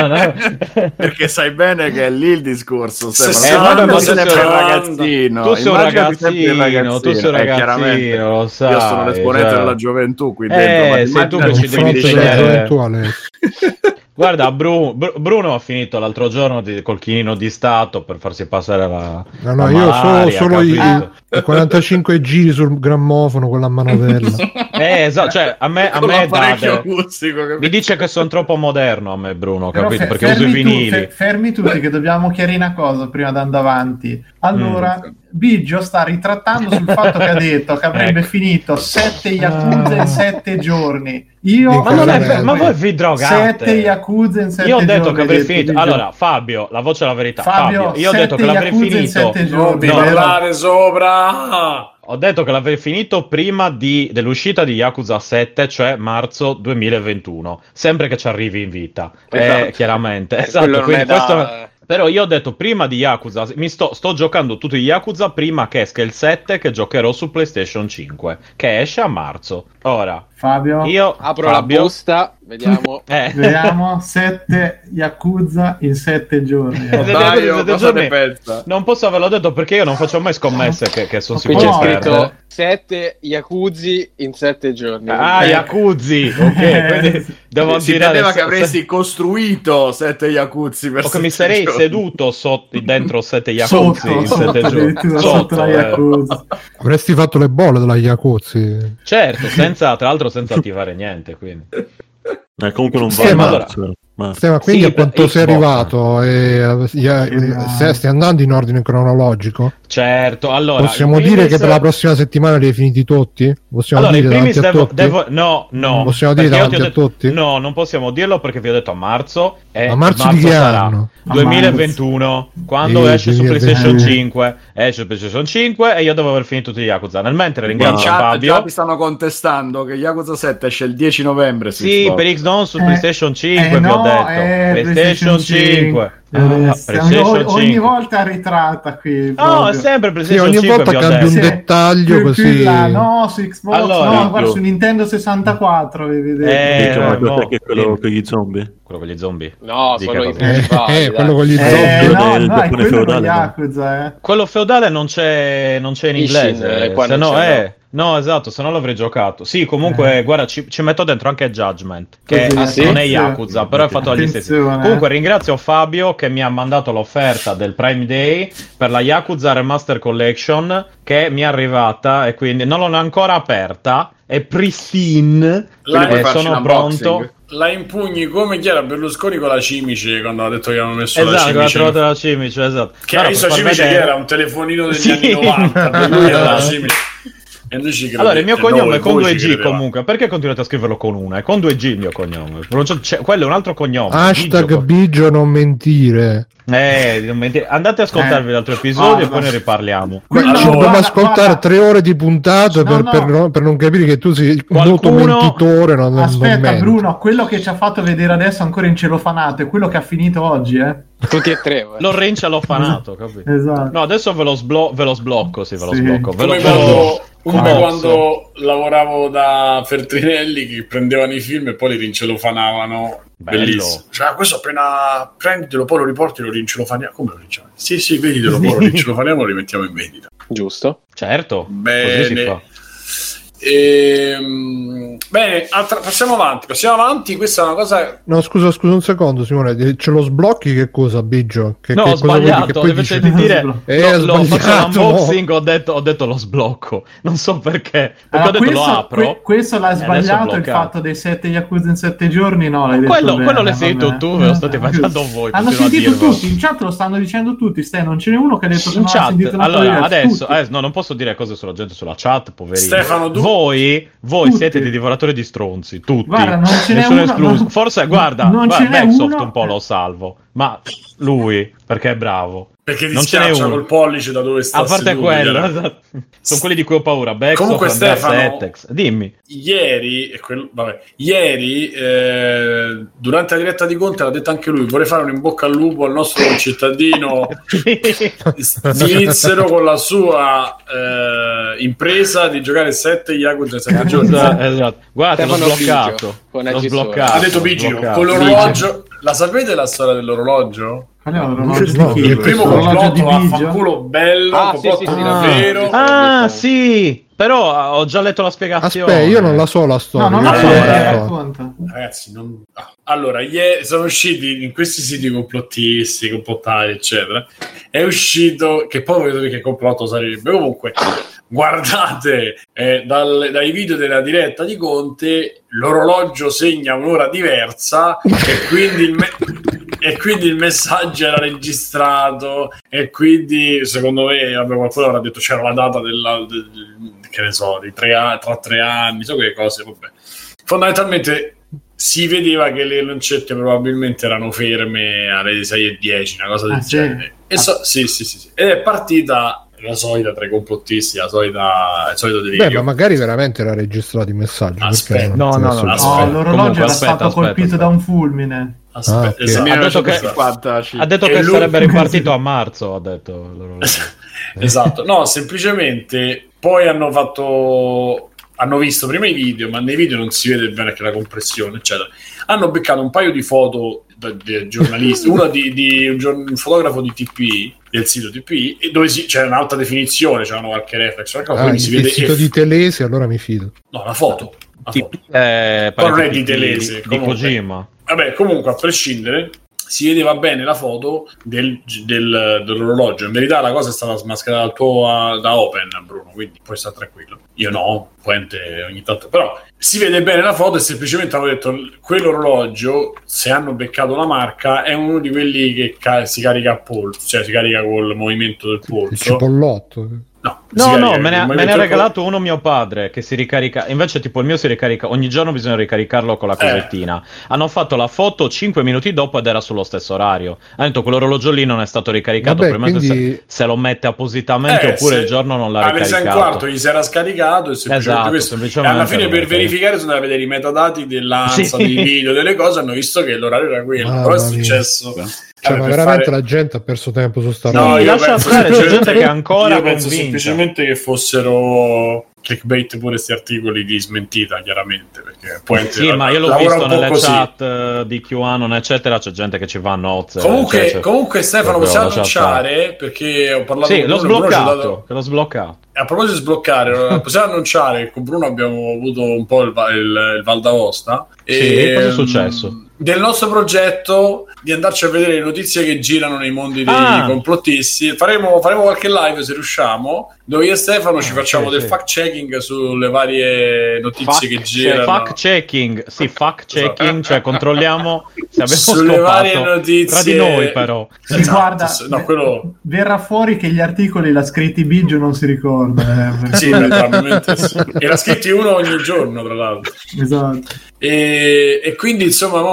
Perché sai bene che è lì il discorso. Sembra Se- Eh, vabbè, ma tu sempre sei- il ragazzino. tu sei un Immaginati sempre il ragazzino, tu sei un Eh, chiaramente. ragazzino, lo sai. Io sono l'esponente cioè. della gioventù qui Eh, dentro. ma sei tu che immaginati ci Il devi fronte dire- della scegliere- gioventù, Alex. Guarda, Bru- Bru- Bruno ha finito l'altro giorno di- col chinino di Stato per farsi passare la. No, no, la io solo, malaria, solo i, capito? i quarantacinque giri sul grammofono con la manovella. Eh, esatto, cioè a me, a Con me l'apparecchio date- acustico, capito? mi dice che sono troppo moderno a me, Bruno, Però capito? fe- Perché uso i fermi tu- vinili. fe- fermi tutti che dobbiamo chiarire una cosa prima di andare avanti. Allora, Mm. Biggio sta ritrattando sul fatto che ha detto che avrebbe Ecco. finito sette Yakuza in sette giorni. Io Ma non è vero, ma voi vi drogate. sette Yakuza in sette Io ho giorni. detto che avrei hai detto, finito. Biggio. Allora, Fabio, la voce è la verità. Fabio, Fabio, io ho detto sette che l'avrei Yakuza in finito. sette Non giorni. vi vero? parlare sopra. Ho detto che l'avrei finito prima di- dell'uscita di Yakuza sette, cioè marzo duemilaventuno, sempre che ci arrivi in vita, Esatto. eh, chiaramente. Quello Esatto, non quindi è da- questo... Però io ho detto prima di Yakuza, mi sto, sto giocando tutti gli Yakuza prima che esca il sette, che giocherò su PlayStation cinque, che esce a marzo. Ora, Fabio, io Apro Fabio, la busta, vediamo. eh, vediamo sette Yakuza in sette giorni. eh. Sette Dai, Yakuza in io, sette cosa giorni. ne pensa? non posso averlo detto perché io non faccio mai scommesse che, che sono Qui sicuro c'è No, di scritto perdere. sette Yakuzi in sette giorni. Ah, Eh. Yakuzi, ok, quindi devo si tirare vedeva se- che avresti costruito sette Yakuzi per o che mi sette sarei giorni. seduto sotto, dentro sette Yakuzi Sotto, in sotto, sette giorni. addirittura Sotto, sotto la eh. Yakuza. Avresti fatto le bolle della Yakuzi. Certo, senza, tra l'altro senza attivare niente, quindi. Eh, comunque non Sì, va ma- marzo, ma- Sì, ma quindi Sì, a quanto per sei Xbox. arrivato? E, eh, se stai andando in ordine cronologico? Certo, allora Possiamo in dire primis- che per la prossima settimana li hai finiti tutti? Possiamo Allora, in dire primis davanti a devo, tutti? devo- no, no. Possiamo dire perché io ti davanti ho a detto- tutti? No, non possiamo dirlo perché vi ho detto a marzo. E A marzo di che sarà anno? A duemilaventuno, quando Sì, esce su duemilaventuno. PlayStation cinque. Esce su PlayStation cinque e io devo aver finito tutti gli Yakuza. Nel mentre In ringrazio chat Fabio. già ti stanno contestando che Yakuza sette esce il dieci novembre su Sì, Xbox. per Xbox su Eh, PlayStation cinque eh vi ho no, detto. eh, PlayStation cinque. Eh, Ah, stiamo- PlayStation ogni, ogni cinque. volta ritratta qui. No, proprio. è sempre Sì, PlayStation ogni cinque volta vi ho cambia un detto. Sì. dettaglio Più- più così. in là, no, su Xbox, Allora, no, guarda, io- su Nintendo sessantaquattro avevi detto. Eh, Dice, ma mo, cos'è che è quello dimmi. con gli zombie? Quello con gli zombie. No, Dica sono i cosa. Eh, principali. eh, dai. quello con gli Eh, zombie. no, del no, è Giappone quello con feudale, no? Yakuza, eh. Quello feudale non c'è, non c'è in Ishin, inglese, eh, qua se non no c'è, è... No, esatto, se no l'avrei giocato. Sì, comunque, Eh. guarda, ci, ci metto dentro anche Judgment, che Così, Ah, sì? non è Yakuza, però è fatto dagli stessi. Attenzione, Comunque eh. ringrazio Fabio che mi ha mandato l'offerta del Prime Day per la Yakuza Remaster Collection, che mi è arrivata e quindi non l'ho ancora aperta, è pristine, La- e puoi farci sono un unboxing? pronto. La impugni come Chiara Berlusconi con la cimice quando ha detto che avevano messo la Esatto, la cimice. trovata la cimice, esatto. Che No, no, hai visto per la far cimice che vedere- era un telefonino degli Sì. anni novanta, per lui era la Esatto. cimice. E noi ci Allora, il mio credete- cognome no, è con voi due ci G credevate. comunque. Perché continuate a scriverlo con una? È con due G il mio cognome. Non c'è- c'è- quello è un altro cognome. Hashtag Biggio. Biggio non mentire. Eh, non mente- andate a ascoltarvi Eh. l'altro episodio Guarda. e poi ne riparliamo. Quello- Ci Allora, dobbiamo guarda, ascoltare guarda. tre ore di puntate No, per, no. per non, per non capire che tu sei un Qualcuno- noto mentitore. Non, non Aspetta, menti. Bruno, quello che ci ha fatto vedere adesso ancora in celofanato è quello che ha finito oggi, eh? Tutti e tre. eh. L'ho reincialofanato, capito? Esatto. No, adesso ve lo, sblo- ve lo sblocco, sì, ve lo Sì. sblocco. Ve lo, Come ve lo- quando, come unboxo. quando lavoravo da Feltrinelli che prendevano i film e poi li rincelofanavano. Bello. Bellissimo. Cioè, questo appena prenditelo, poi lo riporti e lo rincelofaniamo. Come lo rincelofaniamo? Sì, sì, veditelo, poi lo rincelofaniamo e lo rimettiamo in vendita. Giusto. Certo, così si Bene. fa. Ehm, bene, altra- passiamo avanti. Passiamo avanti. Questa è una cosa. No, scusa, scusa un secondo, Simone. Ce lo sblocchi che cosa, Biggio? Che, No, che ho cosa vuoi dire? Che sbagliato, poi invece dici- di dire Eh, no, hai lo faccio sbagliato, l'unboxing, ho detto, ho detto lo sblocco. Non so perché. Perché Allora, ho detto questo, lo apro. que- questo l'ha e adesso è sbagliato, il bloccato. fatto dei sette Yakuza in sette giorni, no, l'hai detto Quello, bene, quello l'hai sentito vabbè. tu, ve lo state Eh, facendo voi. Hanno continuo a sentito dirvelo. tutti, in chat lo stanno dicendo tutti, Stai, non ce n'è uno che ha detto che In non ha chat, sentito una allora cosa, adesso, tutti. eh, no, non posso dire cose sulla gente sulla chat, poverino. Stefano, tu- voi, voi Tutti. siete dei divoratori di stronzi, tutti. Guarda, non ce n'è Nessuno uno- escluso. no. Forse, guarda, Non guarda ce n'è Backsoft uno- un po' lo salvo, ma lui, perché è bravo. Perché ti Non ce n'è schiaccia uno. col pollice da dove sta A parte seduto, quello, Chiara. esatto. Sono quelli di cui ho paura. Backsoft, Comunque, Andrea Stefano- Settex. Dimmi. Ieri, e quello- vabbè, ieri eh, durante la diretta di Conte l'ha detto anche lui, vorrei fare un in bocca al lupo al nostro cittadino svizzero con la sua eh, impresa di giocare sette Yakuza in sette giorni. Esatto, esatto. Guarda, l'ho Stefano sbloccato. Biggio, con L'ho Agissore. sbloccato. Ha detto l'ho Biggio, sbloccato. con l'orologio. La sapete la storia dell'orologio? Qual è l'orologio No, di chi? il Il primo L'orologio di complotto Biggio? vaffanculo bello, Ah, un sì, complotto sì, sì, davvero. Ah, sì, però ho già letto la spiegazione. Aspetta, io non la so la storia. No, non la io so, non Allora, la eh, so. racconta. Ragazzi, non... ah, allora, ieri sono usciti in questi siti complottisti, complottari, eccetera. È uscito, che poi vedo che complotto sarebbe. Comunque, guardate eh, dal- dai video della diretta di Conte, l'orologio segna un'ora diversa e quindi il, me- e quindi il messaggio era registrato e quindi secondo me vabbè, qualcuno avrà detto c'era la data della, del- che ne so, di tre a- tra tre anni, so quelle cose, vabbè. Fondamentalmente si vedeva che le lancette probabilmente erano ferme alle sei e dieci, una cosa del Ah, sì? genere. E so- sì, sì, sì, sì. Ed è partita la solita tra i complottisti, la solita, il solito delirio. Beh, ma magari veramente era registrato il messaggio. Aspetta. perché No, non no, ti no, no. adesso- No, Aspetta. l'orologio Comunque, era aspetta, stato aspetta, colpito aspetta. da un fulmine. Aspetta, Ah, ok. esatto. Ha detto che- cinquantacinque. Ha detto E che lui- sarebbe ripartito a marzo, ha detto. l'orologio. Esatto, no, semplicemente poi hanno fatto hanno visto prima i video, ma nei video non si vede bene che la compressione, eccetera. Hanno beccato un paio di foto da- dei giornalisti, una di, di un, gior- un fotografo di T P I, del sito T P I, e dove si, c'è un'alta definizione, c'erano qualche reflex, qualche cosa, Ah, quindi il, si il vede sito F- di Telesi, allora mi fido. no, la foto, la foto. Eh, Però non è parenti di Telese, di, di comunque. Kojima. Vabbè, comunque, a prescindere, si vedeva bene la foto del, del- dell'orologio. In verità la cosa è stata smascherata dal tuo, da Open, Bruno, quindi puoi stare tranquillo. Io no, Puente ogni tanto. Però si vede bene la foto e semplicemente hanno detto quell'orologio, se hanno beccato la marca, è uno di quelli che ca- si carica a polso, cioè si carica col movimento del Il polso. cipollotto. No, si No, carica no, col me ne, ha- me movimento ne ha del polso. regalato uno mio padre che si ricarica. Invece, tipo, il mio si ricarica ogni giorno, bisogna ricaricarlo con la cosettina. Hanno fatto la foto cinque minuti dopo ed era sullo stesso orario. Ha detto quell'orologio lì non è stato ricaricato. Vabbè, probabilmente quindi- se, se lo mette appositamente Eh, oppure se- il giorno non l'ha alle sei e un ricaricato. quarto gli si era scaricato e semplicemente Esatto, questo. E semplicemente alla fine non per lo ricarica. verificare sono andati a vedere i metadati dell'ANSA, Sì. dei video, delle cose, hanno visto che l'orario era quello. Mamma Però è mia. successo. Cioè, Vabbè, ma per veramente fare- la gente ha perso tempo su sta No, roba. Sì, io lascia penso stare, c'è semplicemente- gente che è ancora io penso convinta. semplicemente che fossero clickbait pure questi articoli di smentita, chiaramente, perché poi sì, ma io l'ho visto nelle così. chat di QAnon eccetera, c'è gente che ci va a nozze. Comunque, cioè, comunque Stefano, possiamo annunciare, perché ho parlato sì, con l'ho Bruno, sbloccato, dato... l'ho sbloccato. A proposito di sbloccare, possiamo annunciare che con Bruno abbiamo avuto un po' il, il, il Val d'Aosta. Sì, e, cosa è successo? Del nostro progetto di andarci a vedere le notizie che girano nei mondi dei ah. complottisti. Faremo, faremo qualche live se riusciamo, dove io e Stefano ci facciamo sì, del sì. fact checking sulle varie notizie fact che girano. Fact checking, sì, fact checking, esatto. Cioè controlliamo se abbiamo sulle varie notizie tra di noi, però. Esatto. Guarda, no, quello... verrà fuori che gli articoli l'ha scritti Biggio, non si ricorda. Eh. Sì, probabilmente sì. E l'ha scritti uno ogni giorno, tra l'altro. Esatto. E, e quindi insomma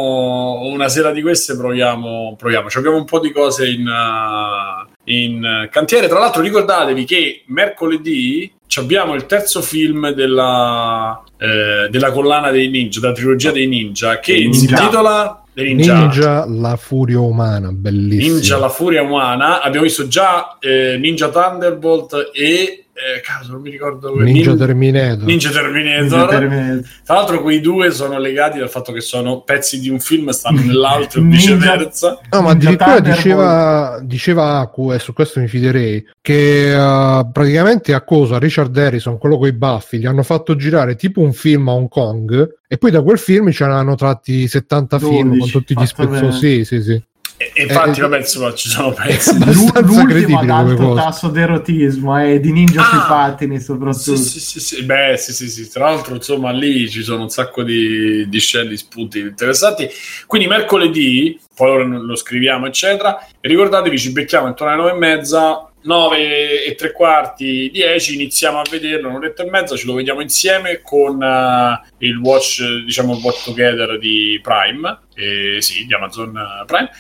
mo, una sera di queste proviamo, proviamo. Ci abbiamo un po' di cose in, uh, in cantiere. Tra l'altro ricordatevi che mercoledì abbiamo il terzo film della, eh, della collana dei ninja, della trilogia dei ninja, che ninja. si intitola Ninja. Ninja la furia umana, bellissimo. Ninja la furia umana. Abbiamo visto già eh, Ninja Thunderbolt e eh, caso non mi ricordo Ninja Nin- Terminator. Ninja Terminator. Ninja Terminator. Tra l'altro quei due sono legati dal fatto che sono pezzi di un film, stanno nell'altro e viceversa. No, ma addirittura diceva diceva Aku, e su questo mi fiderei, che uh, praticamente a cosa Richard Harrison, quello coi baffi, gli hanno fatto girare tipo un film a Hong Kong e poi da quel film ce l'hanno tratti settanta dodici film con tutti gli spezzosi, sì, sì. E, e infatti, eh, vabbè, insomma, ci sono pezzi. L'ultimo ad alto tasso di erotismo è eh, di Ninja ah, sui pattini, soprattutto. Sì, sì, sì, sì. Beh, sì, sì, sì. Tra l'altro, insomma, lì ci sono un sacco di, di scene, di spunti interessanti. Quindi, mercoledì, poi ora lo scriviamo, eccetera. E ricordatevi, ci becchiamo intorno alle nove e mezza. nove e tre quarti, dieci, iniziamo a vederlo, un'oretta e mezza, ce lo vediamo insieme con uh, il watch, diciamo il watch together di Prime, eh, sì, di Amazon Prime.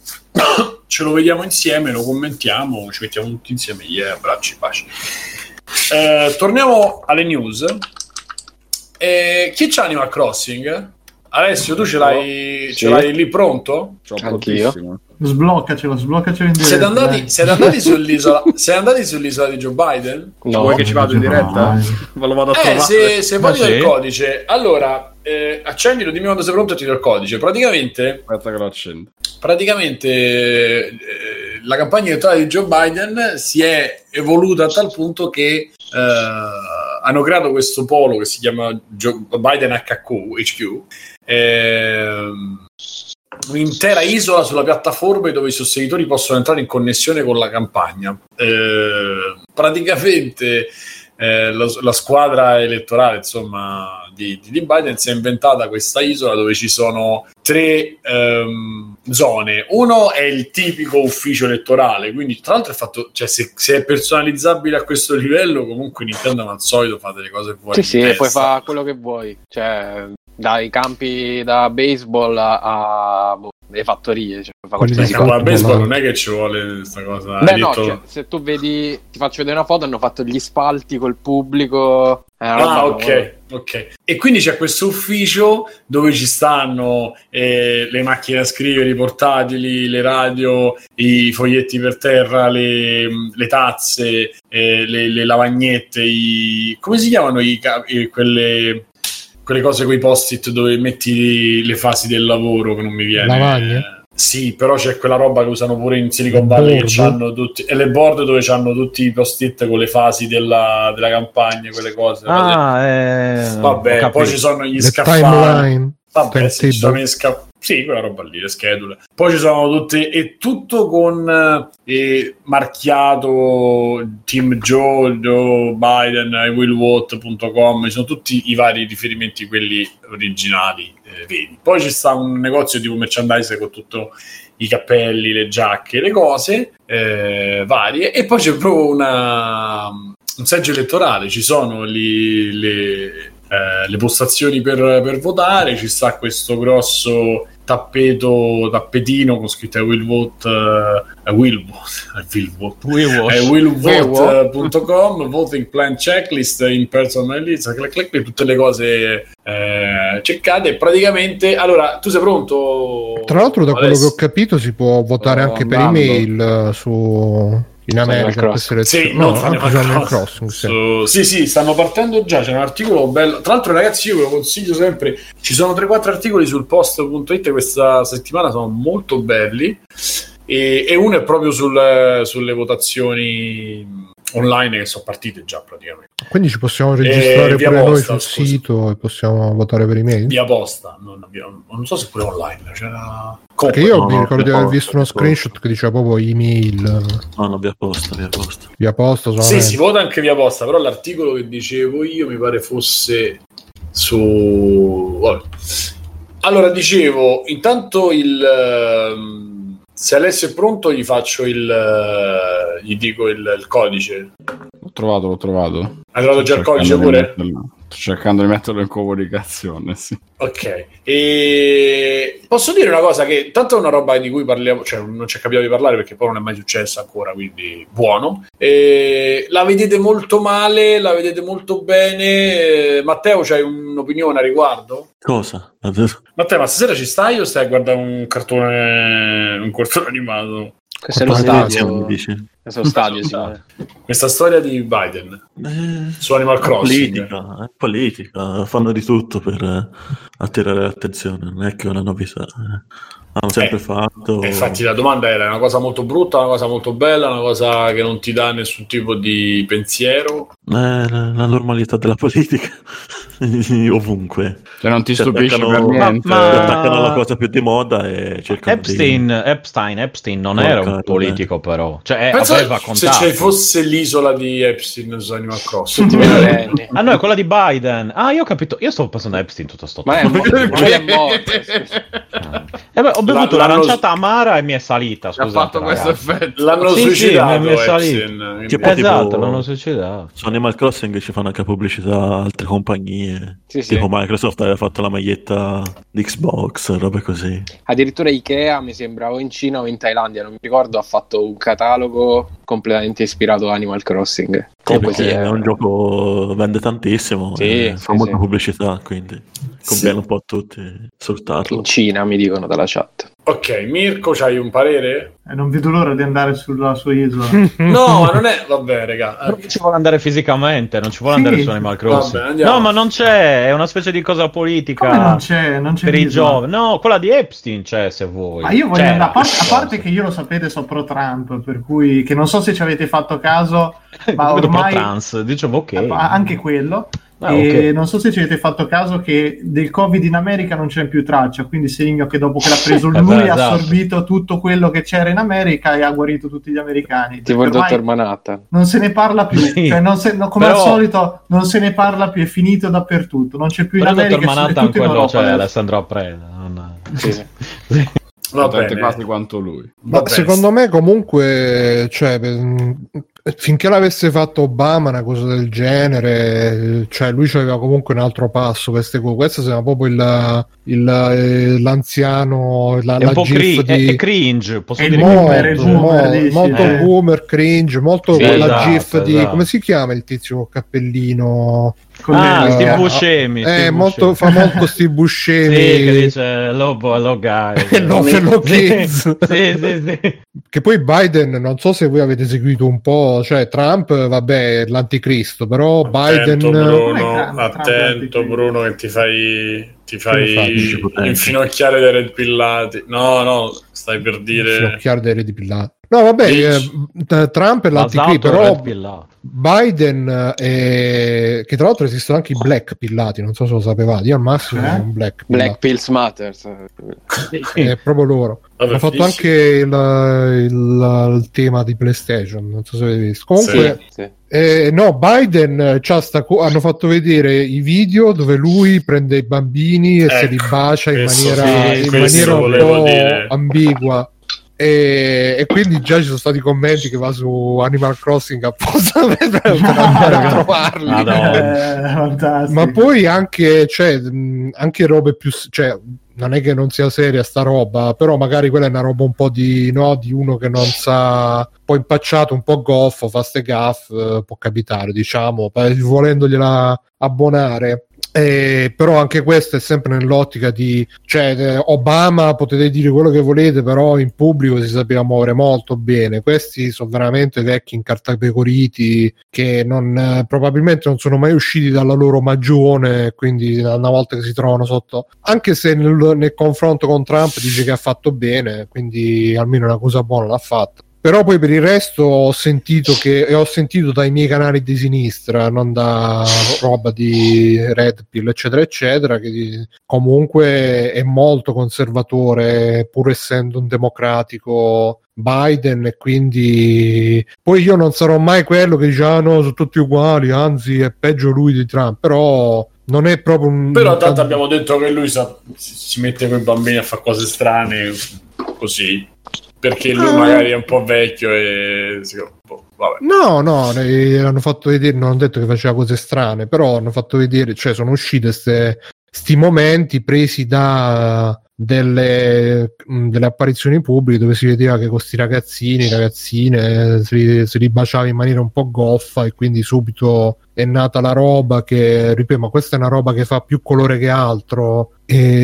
Ce lo vediamo insieme, lo commentiamo, ci mettiamo tutti insieme, yeah, abbracci, baci. Eh, torniamo alle news. Eh, chi c'ha Animal Crossing? Alessio, tu ce l'hai, sì. ce l'hai lì pronto? Anch'io. Sbloccacelo, sbloccacelo in diretta. Siete andati, siete andati sull'isola siete andati sull'isola di Joe Biden? No. Vuoi che ci vado in diretta? Ve lo vado a trovare. Eh, se, se poi ti do il codice, allora eh, accendilo, dimmi quando sei pronto e ti do il codice. Praticamente aspetta che lo accendo. Praticamente eh, la campagna elettorale di Joe Biden si è evoluta a tal punto che eh, hanno creato questo polo che si chiama Joe Biden H Q, H Q eh, un'intera isola sulla piattaforma dove i sostenitori possono entrare in connessione con la campagna. Eh, praticamente eh, la, la squadra elettorale, insomma, di, di Biden si è inventata questa isola dove ci sono tre ehm, zone. Uno è il tipico ufficio elettorale, quindi tra l'altro è fatto, cioè se, se è personalizzabile a questo livello, comunque Nintendo al solito fate le cose fuori. Sì, sì, puoi fare quello che vuoi, cioè dai campi da baseball a, a boh, le fattorie, cioè, fa ma a baseball non è che ci vuole questa cosa. Beh, no, cioè, se tu vedi, ti faccio vedere una foto, hanno fatto gli spalti col pubblico. Ah, ok, ok. E quindi c'è questo ufficio dove ci stanno eh, le macchine da scrivere, i portatili, le radio, i foglietti per terra, le, le tazze, eh, le, le lavagnette, i, come si chiamano i, i quelle quelle cose con i post-it dove metti le fasi del lavoro, che non mi viene. Lavagne? Sì, però c'è quella roba che usano pure in Silicon Valley, che c'hanno tutti, e le board dove c'hanno tutti i post-it con le fasi della, della campagna, quelle cose. Ah, eh, vabbè, poi ci sono gli scaffali. Vabbè, sì, ci sono gli scaffali. Sì, quella roba lì, le schedule. Poi ci sono tutte, e tutto con eh, marchiato Team Joe, Joe Biden, I will vote punto com, ci sono tutti i vari riferimenti, quelli originali, eh, vedi. Poi ci sta un negozio tipo merchandise con tutto i cappelli, le giacche, le cose eh, varie, e poi c'è proprio una, un seggio elettorale, ci sono lì, le... Eh, le postazioni per, per votare, ci sta questo grosso tappeto tappetino con scritto I will vote uh, will vote will vote will vote punto com voting plan checklist in person list, click, click, tutte le cose eh, ceccate praticamente. Allora, tu sei pronto? Tra l'altro, da quello che ho capito si può votare oh, anche per email su in America queste elezioni. Sì, no, non anche Animal Animal Crossing, Crossing, sì. Su... sì sì stanno partendo già, c'è un articolo bello, tra l'altro ragazzi io ve lo consiglio sempre, ci sono tre quattro articoli sul post punto it questa settimana, sono molto belli e, e uno è proprio sul, sulle votazioni online che sono partite già praticamente. Quindi ci possiamo registrare eh, pure posta, noi sul scusa. sito e possiamo votare per email? Via posta, non, abbiamo, non so se pure online c'era... Perché Comunque, io no, mi no, ricordo di via aver posta, visto uno via screenshot che diceva proprio email No, no, via posta, via posta. via posta sì, solamente. si vota anche via posta, però l'articolo che dicevo io mi pare fosse su... Vabbè. Allora, dicevo, intanto il... ehm, se Alessio è pronto gli faccio il... eh, gli dico il, il codice. L'ho trovato, l'ho trovato. Hai trovato già il codice pure? Sto cercando di metterlo in comunicazione, sì. Ok, e posso dire una cosa che tanto è una roba di cui parliamo, cioè non ci è capitato di parlare perché poi non è mai successo ancora, quindi buono. E la vedete molto male, la vedete molto bene. Matteo, c'hai un'opinione a riguardo? Cosa? Matteo, ma stasera ci stai o stai a guardare un cartone, un cartone animato? Questo è lo Quanto stadio. dici? Questo è lo stadio, sì. Questa storia di Biden Eh, su Animal è Crossing. politica, è politica, fanno di tutto per eh, attirare l'attenzione, non è che è una novità. eh. Hanno sempre Eh, fatto... E infatti la domanda era: è una cosa molto brutta, una cosa molto bella, una cosa che non ti dà nessun tipo di pensiero? Eh, la, la normalità della politica ovunque. Cioè non ti Si stupisce per attaccano- niente. Ma- si attaccano alla cosa più di moda e cercano Epstein, di... Epstein, Epstein non Porca era un roba. politico, però. Cioè, eh, Pensa aveva se contatti. ci fosse l'isola di Epstein su Animal Crossing. Tutti minorenni. Ah, no, è quella di Biden. Ah, io ho capito. Io stavo pensando a Epstein tutto sto Ma è tempo. morto, ma è morto. scusa. Ah. Eh beh, ho bevuto L'hanno- l'aranciata amara e mi è salita. Ha Scusate, fatto questo ragazzi. effetto. L'hanno Sì, sì, suicidato mi è salito. Epstein. Che poi Esatto, tipo- l'hanno suicidato. Su Animal Crossing ci fanno anche pubblicità altre compagnie, Sì, sì. tipo Microsoft aveva fatto la maglietta di Xbox, robe così. Addirittura Ikea, mi sembra, o in Cina o in Thailandia, non mi ricordo, ha fatto un catalogo completamente ispirato a Animal Crossing. Comunque sì, Perché è è un gioco vende tantissimo, Sì, e fa sì, molta sì. pubblicità, quindi conviene un po' a tutti sfruttarlo. in Cina, mi dicono dalla chat. Ok, Mirko, c'hai un parere? E non vedo l'ora di andare sulla sua isola. No, ma non è... Vabbè, raga. Però ci vuole andare fisicamente, non ci vuole Sì. andare su Animal Crossing. Vabbè, andiamo. No, ma non c'è, è una specie di cosa politica. Come non c'è? Non c'è per i l'isola? giovani. No, quella di Epstein c'è, se vuoi. Ma io voglio C'era, andare, a parte, a questa parte cosa. che io lo sapete, so pro Trump, per cui che non so se ci avete fatto caso, ma Vedo pro ormai trans, dicevo ok. eh, anche quello. Ah, e ok. non so se ci avete fatto caso che del Covid in America non c'è più traccia, quindi segno che dopo che l'ha preso lui ha Esatto. assorbito tutto quello che c'era in America e ha guarito tutti gli americani. Tipo il Ormai dottor Manhattan. non se ne parla più, Sì. cioè non se- no, come Però- al solito non se ne parla più, è finito dappertutto, non c'è più in Però America, dottor è Manhattan tutto in quello Europa c'è adesso. Alessandro Preda. Non... Sì, sì. Va Tante bene. quasi quanto lui. Ma Va bene. secondo me comunque, cioè, per- finché l'avesse fatto Obama una cosa del genere, cioè lui aveva comunque un altro passo. Queste cose. Questo sembra proprio il, il- eh, l'anziano, la, È la un po' gif cri- di... è, è cringe, posso È il dire boomer, che è il molto. boomer, mo- dici, molto eh. boomer, cringe, molto Sì, la esatto, gif di... esatto. come si chiama il tizio col cappellino? Con Ah, le- Steve eh, Buscemi. Eh, Steve molto, Buscemi. fa molto Steve Buscemi. Sì, che dice hello, boy, hello guys. Hello, fellow kids. Sì, sì, sì. Che poi Biden, non so se voi avete seguito un po', cioè Trump, vabbè, l'anticristo, però Attento, Biden... Come Bruno, Trump, attento Trump, Bruno che ti fai ti Che fai infinocchiare dai red pillati. No, no, stai per dire Finocchiare dei reti pillati. No, vabbè, Dici. eh, Trump è l'anticristo, Basato però red pillato. Biden, è... che tra l'altro esistono anche i black pillati, non so se lo sapevate, io al massimo Eh? sono un black Black pillato. Pills Matters. È proprio loro. Vabbè, Hanno fatto finisci. anche il, il- il tema di PlayStation, non so se avete visto. Comunque, Sì, sì. Eh, no, Biden eh, c'ha sta co- hanno fatto vedere i video dove lui prende i bambini e se li Ecco, bacia in questo maniera, sì, in questo maniera un volevo po' dire. ambigua. E, e quindi già ci sono stati commenti che va su Animal Crossing apposta per, per andare a trovarli. Madonna. Eh, fantastico. Ma poi anche, cioè, mh, anche robe più, cioè, non è che non sia seria sta roba, però magari quella è una roba un po' di, no, di uno che non sa, un po' impacciato, un po' goffo, fa ste gaff, eh, può capitare, diciamo, per- volendogliela abbonare. Eh, però anche questo è sempre nell'ottica di, cioè, eh, Obama potete dire quello che volete, però in pubblico si sapeva muovere molto bene. Questi sono veramente vecchi incartapecoriti che non, eh, probabilmente non sono mai usciti dalla loro magione, quindi una volta che si trovano sotto, anche se nel, nel confronto con Trump dice che ha fatto bene, quindi almeno una cosa buona l'ha fatta. Però poi per il resto ho sentito che e ho sentito dai miei canali di sinistra, non da roba di Red Pill eccetera eccetera, che comunque è molto conservatore pur essendo un democratico Biden, e quindi poi io non sarò mai quello che dice ah no, sono tutti uguali, anzi è peggio lui di Trump, però non è proprio un... Però tanto abbiamo detto che lui sa, si, si mette con i bambini a fare cose strane così, perché lui magari è un po' vecchio e boh, vabbè. no no eh, hanno fatto vedere, non hanno detto che faceva cose strane, però hanno fatto vedere, cioè sono uscite ste, sti momenti presi da delle, delle apparizioni pubbliche dove si vedeva che con questi ragazzini ragazzine se li, se li baciava in maniera un po' goffa, e quindi subito è nata la roba che, ripeto, ma questa è una roba che fa più colore che altro,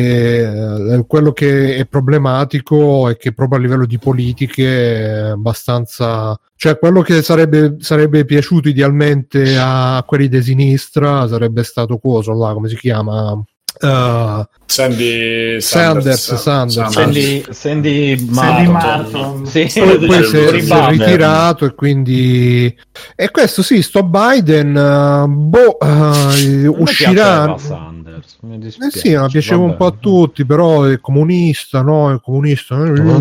e quello che è problematico è che proprio a livello di politiche è abbastanza, cioè quello che sarebbe, sarebbe piaciuto idealmente a quelli di sinistra sarebbe stato coso là, come si chiama? Uh, Sandy Sanders, Sanders, Sandy, Sandy Sandy Martin. Martin. Sì, poi, poi si, è, si si è ritirato, e quindi e questo sì, sto Biden uh, boh, uh, uscirà. Sanders, mi eh dispiace. sì, ma piaceva un po' a tutti, però è comunista, no? È comunista,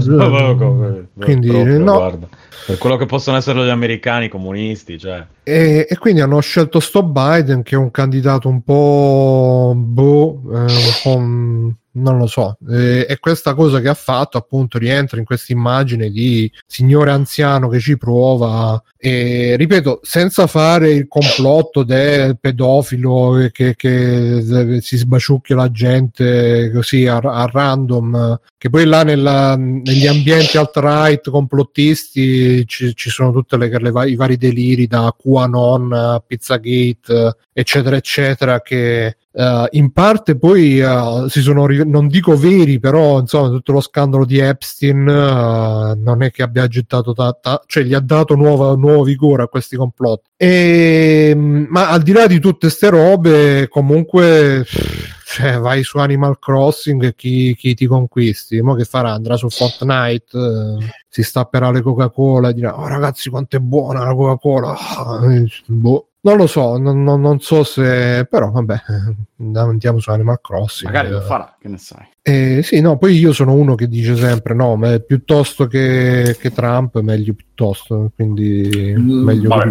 quindi proprio, no. Guarda, per quello che possono essere gli americani comunisti, cioè. E, e quindi hanno scelto sto Biden, che è un candidato un po' boh, eh, un po' non lo so, e, e questa cosa che ha fatto appunto rientra in questa immagine di signore anziano che ci prova, e ripeto, senza fare il complotto del pedofilo che, che si sbaciucchia la gente così a, a random, che poi là nella, negli ambienti alt-right complottisti ci, ci sono tutte le, le, i vari deliri da QAnon, Pizzagate eccetera eccetera, che Uh, in parte poi uh, si sono ri- non dico veri, però insomma tutto lo scandalo di Epstein uh, non è che abbia gettato ta- ta- cioè gli ha dato nuova, nuovo vigore a questi complotti, e, ma al di là di tutte ste robe comunque cioè, vai su Animal Crossing e chi, chi ti conquisti? Mo che farà? Andrà su Fortnite, uh, si stapperà le Coca-Cola e dirà oh ragazzi quanto è buona la Coca-Cola, boh. Non lo so, non, non, non so se, però vabbè, andiamo su Animal Crossing. Magari lo farà, che ne sai. Eh, sì, no, poi io sono uno che dice sempre no, ma piuttosto che, che Trump, meglio piuttosto, quindi mm, meglio vabbè.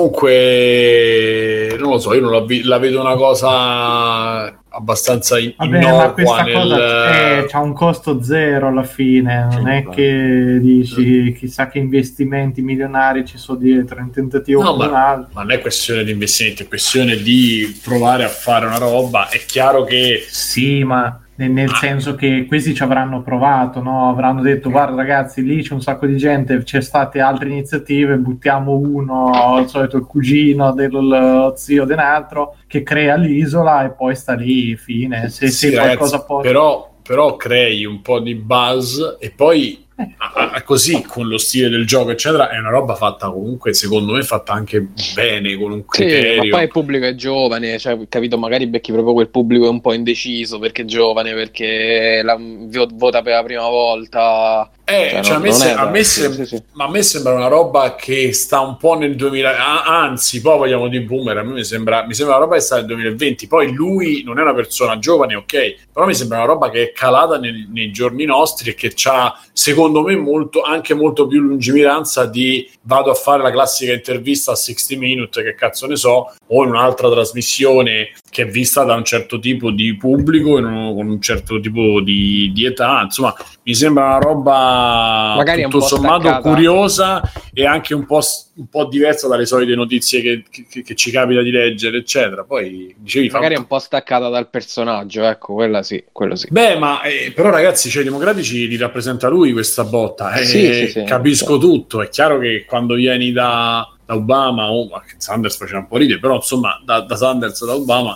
Comunque, non lo so, io non la, vi- la vedo una cosa abbastanza in- Vabbè, innocua ma questa nel... cosa eh, c'ha un costo zero alla fine, non sì, è beh. che dici chissà che investimenti milionari ci sono dietro, in tentativo no, ma, ma non è questione di investimenti, è questione di provare a fare una roba. È chiaro che sì, ma nel, nel senso che questi ci avranno provato, no? Avranno detto guarda ragazzi, lì c'è un sacco di gente, c'è state altre iniziative, buttiamo uno, al solito il cugino dello zio di un altro che crea l'isola e poi sta lì, fine. Se, sì, se ragazzi, qualcosa può... però, però crei un po' di buzz e poi a, a, così con lo stile del gioco eccetera è una roba fatta comunque secondo me fatta anche bene, con un criterio. Sì, ma poi il pubblico è giovane, cioè, capito, magari becchi proprio quel pubblico è un po' indeciso perché è giovane, perché la, vota per la prima volta. Eh, cioè, cioè, non, a me non se- è a da- me sì, sem- sì, sì. ma a me sembra una roba che sta un po' nel duemila, a- anzi poi vogliamo di boomer, a me mi sembra, mi sembra una roba che sta nel duemilaventi, poi lui non è una persona giovane, ok, però mi sembra una roba che è calata nel- nei giorni nostri e che c'ha secondo me molto, anche molto più lungimiranza di vado a fare la classica intervista a sessanta Minutes, che cazzo ne so, o in un'altra trasmissione che è vista da un certo tipo di pubblico in un- con un certo tipo di, di età, insomma mi sembra una roba Magari è un tutto po' sommato staccata. curiosa e anche un po', un po' diversa dalle solite notizie che, che, che ci capita di leggere eccetera. Poi dicevi Magari è fa... un po' staccata dal personaggio, ecco, quella sì, quello sì. Beh, ma eh, però ragazzi, cioè, i democratici li rappresenta lui questa botta, eh, Sì, sì, sì, capisco tutto, è chiaro che quando vieni da, da Obama o oh, Sanders faceva un po' ridere, però insomma da, da Sanders da Obama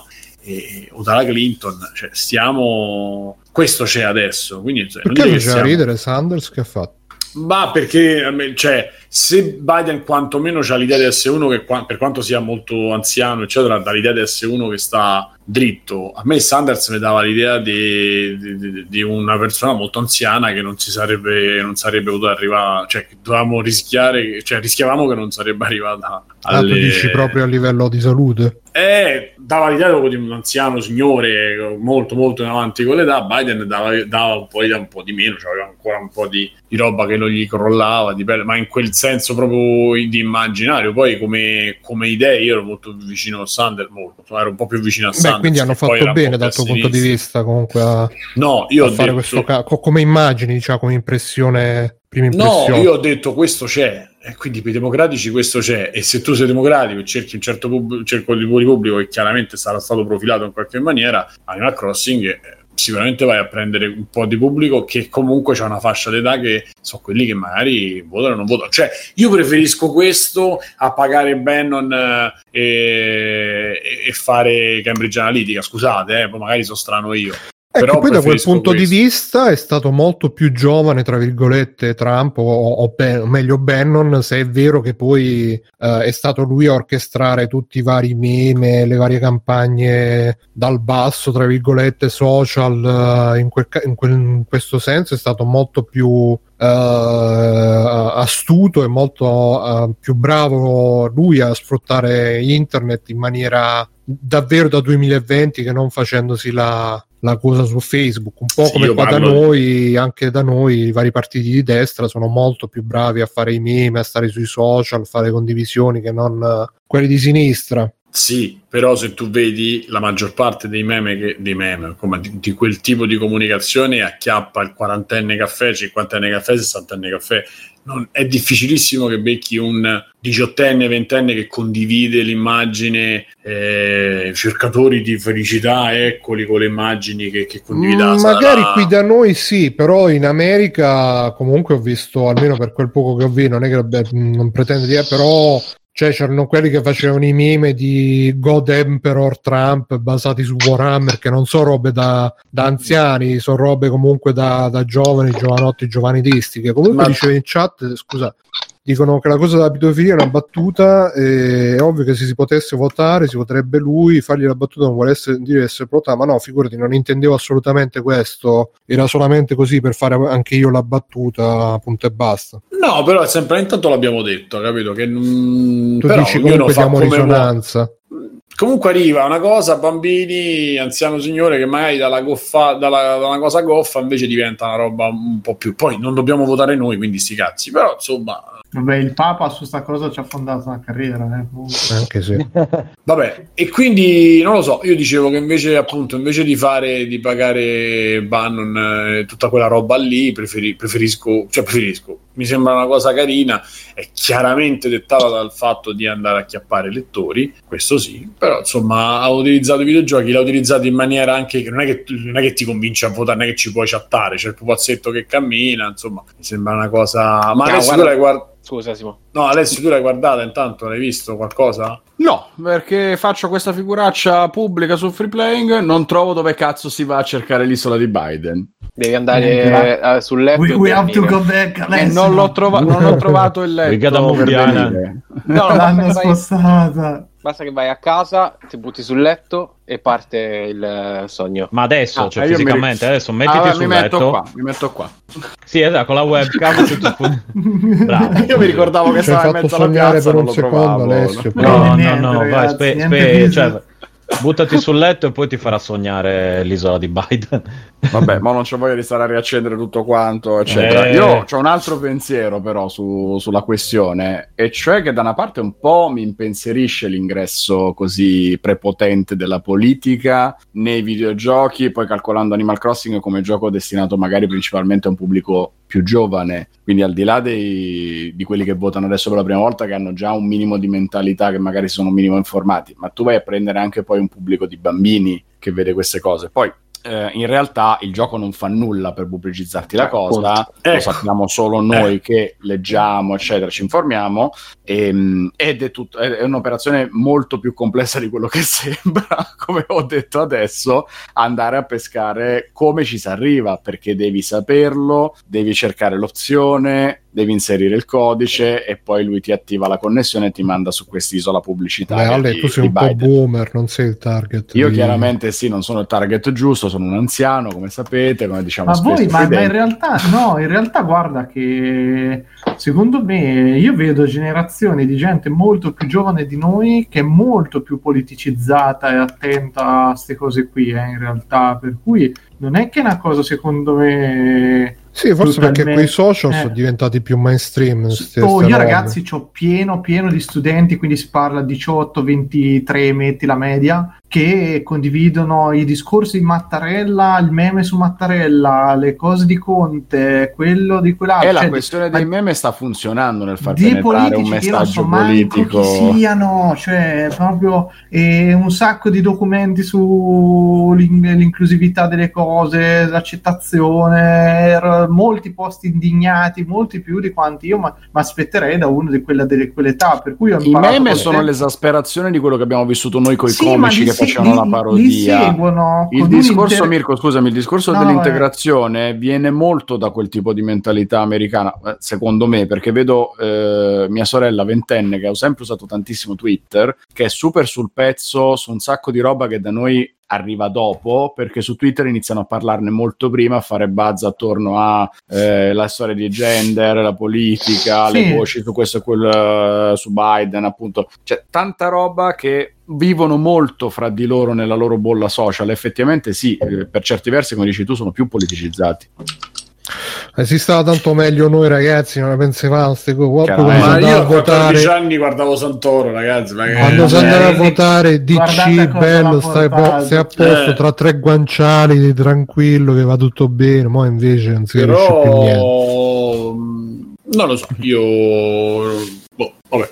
e, o dalla Clinton, cioè stiamo, questo c'è adesso, quindi cioè, perché non faceva siamo... ridere Sanders che ha fatto? Ma perché, cioè, se Biden quantomeno c'ha l'idea di essere uno che, per quanto sia molto anziano, eccetera, dà l'idea di essere uno che sta dritto, a me Sanders mi dava l'idea di, di, di una persona molto anziana che non si sarebbe, non sarebbe potuta arrivare, cioè che dovevamo rischiare, cioè rischiavamo che non sarebbe arrivata alle... Ah, tu dici proprio a livello di salute? Eh, dava l'idea di un anziano signore molto molto in avanti con l'età. Biden dava, dava un, po', un po' di meno, cioè aveva ancora un po' di, di roba che non gli crollava di pelle, ma in quel senso proprio di immaginario. Poi come, come idee io ero molto più vicino a Sanders, molto, ero un po' più vicino a Sanders. Beh, quindi hanno fatto bene dal tuo punto di vista comunque a, no, io a ho fare detto... questo ca- come immagini, diciamo, come impressione, prima impressione. No, io ho detto questo c'è, e quindi per i democratici questo c'è, e se tu sei democratico e cerchi un certo pub- cerco di pubblico che chiaramente sarà stato profilato in qualche maniera, Animal Crossing eh, sicuramente vai a prendere un po' di pubblico che comunque c'ha una fascia d'età che sono quelli che magari votano o non votano. Cioè io preferisco questo a pagare Bannon eh, e, e fare Cambridge Analytica, scusate, eh, poi magari sono strano io. Ecco, Però poi da quel punto questo. di vista è stato molto più giovane, tra virgolette, Trump o, o, ben, o meglio Bannon, se è vero che poi uh, è stato lui a orchestrare tutti i vari meme, le varie campagne dal basso, tra virgolette, social, uh, in, quel, in, quel, in questo senso è stato molto più uh, astuto e molto uh, più bravo lui a sfruttare internet in maniera davvero da duemilaventi che non facendosi la la cosa su Facebook, un po' sì, come qua da noi, di... anche da noi i vari partiti di destra sono molto più bravi a fare i meme, a stare sui social, fare condivisioni che non uh, quelli di sinistra. Sì, però se tu vedi la maggior parte dei meme, che, dei meme come di, di quel tipo di comunicazione acchiappa il quarantenne caffè, cinquantenne caffè, sessantenne caffè. Non, è difficilissimo che becchi un diciottenne, ventenne che condivide l'immagine, eh, cercatori di felicità, eccoli con le immagini che, che condivida. Mm, magari qui da noi sì, però in America comunque ho visto, almeno per quel poco che ho visto, non è che beh, non pretendo di, però cioè c'erano quelli che facevano i meme di God Emperor Trump basati su Warhammer, che non sono robe da, da anziani, sono robe comunque da, da giovani, giovanotti, giovanidisti, che comunque Ma... diceva in chat, scusa, dicono che la cosa della pedofilia è una battuta, e è ovvio che se si potesse votare si potrebbe lui fargli la battuta, non vuole essere, dire essere protagonista, ma no, figurati, non intendevo assolutamente questo, era solamente così per fare anche io la battuta, punto e basta. No, però sempre intanto l'abbiamo detto, capito? Che mm, tu però dici comunque diamo risonanza. Comunque arriva una cosa, bambini, anziano signore che magari dalla, goffa, dalla, da una cosa goffa invece diventa una roba un po' più, poi non dobbiamo votare noi, quindi sti cazzi, però insomma. Vabbè, il Papa su sta cosa ci ha fondato una carriera, eh? Anche sì. Vabbè, e quindi non lo so, io dicevo che invece appunto invece di fare di pagare Bannon eh, tutta quella roba lì, preferi, preferisco, cioè preferisco, mi sembra una cosa carina, è chiaramente dettata dal fatto di andare a chiappare lettori, questo sì, però insomma ha utilizzato i videogiochi, l'ha utilizzato in maniera anche che non è che, non è che ti convince a votare, non è che ci puoi chattare, c'è il pupazzetto che cammina, insomma, mi sembra una cosa. Ma no, adesso guarda... tu l'hai guardato. Scusa Simo. No, Alessio, tu l'hai guardata intanto? L'hai visto qualcosa? No, perché faccio questa figuraccia pubblica su Free Playing, non trovo dove cazzo si va a cercare l'isola di Biden. Devi andare eh, sul letto. We, we have to go back, eh, non, l'ho trova- non ho trovato il letto per venire. No, l'hanno spostata. Basta che vai a casa, ti butti sul letto e parte il sogno. Ma adesso, ah, cioè fisicamente, mi... adesso mettiti ah, sul mi metto letto. Qua, mi metto qua. Sì, esatto, con la webcam. Bravo. Io mi ricordavo che stava in mezzo alla piazza, per non un lo secondo, trovavo. Alessio. No, no, niente, no, no, vai, spe- spe- cioè, buttati sul letto e poi ti farà sognare l'isola di Biden. Vabbè, ma non c'ho voglia di stare a riaccendere tutto quanto, eccetera. Eh. Io ho un altro pensiero però su, sulla questione, e cioè che da una parte un po' mi impensierisce l'ingresso così prepotente della politica nei videogiochi, poi calcolando Animal Crossing come gioco destinato magari principalmente a un pubblico più giovane, quindi al di là dei, di quelli che votano adesso per la prima volta, che hanno già un minimo di mentalità, che magari sono un minimo informati, ma tu vai a prendere anche poi un pubblico di bambini che vede queste cose. Poi eh, in realtà il gioco non fa nulla per pubblicizzarti la cosa, ecco. lo sappiamo solo noi eh. che leggiamo, eccetera, ci informiamo, e, ed è, tutto, è, è un'operazione molto più complessa di quello che sembra, come ho detto adesso, andare a pescare come ci si arriva, perché devi saperlo, devi cercare l'opzione, devi inserire il codice e poi lui ti attiva la connessione e ti manda su quest'isola pubblicitaria. Beh, Ale, di, tu sei di un Biden. po' boomer, non sei il target. Io di... chiaramente sì, non sono il target giusto, sono un anziano, come sapete, come diciamo Ma spesso. voi, ma, qui ma in dentro. realtà no, in realtà guarda che secondo me io vedo generazioni di gente molto più giovane di noi che è molto più politicizzata e attenta a queste cose qui, eh, in realtà, per cui non è che è una cosa secondo me... Sì, forse perché totalmente- quei social eh. sono diventati più mainstream. ste- Oh, ste io robe. ragazzi c'ho pieno pieno di studenti, quindi si parla diciotto ventitré, metti la media, che condividono i discorsi di Mattarella, il meme su Mattarella, le cose di Conte, quello di quell'altro. E la Cioè, questione ma- dei meme sta funzionando nel far di penetrare un politici che io non so messaggio manco politico. chi siano, cioè proprio eh, un sacco di documenti sull'inclusività delle cose, l'accettazione, er- molti posti indignati, molti più di quanti io mi aspetterei da uno di quella delle quell'età, per cui ho I imparato meme col sono tempo- l'esasperazione di quello che abbiamo vissuto noi coi Sì, ma comici li che se- facevano li- la li parodia. seguono Il con un discorso, inter- Mirko, scusami, il discorso No, dell'integrazione viene molto da quel tipo di mentalità americana, eh, secondo me, perché vedo eh, mia sorella ventenne che ha sempre usato tantissimo Twitter, che è super sul pezzo su un sacco di roba che da noi arriva dopo, perché su Twitter iniziano a parlarne molto prima, a fare buzz attorno a eh, la storia di gender, la politica, Sì. le voci su questo e quel eh, su Biden, appunto. C'è tanta roba che vivono molto fra di loro nella loro bolla social. Effettivamente sì, eh, per certi versi, come dici tu, sono più politicizzati. Eh, si stava tanto meglio noi ragazzi, non ne pensavamo ste cose. Poi Chiaramente. quando si Ma andava io a a quattordici votare, anni guardavo Santoro, ragazzi. Ma che- quando si Eh, andava a eh, votare guardate D C, cosa bello, l'ha stai, po- portato. stai a posto Eh. tra tre guanciali, tranquillo, che va tutto bene. Mo' invece non si capisce più niente. Però mh, non lo so, io boh, vabbè.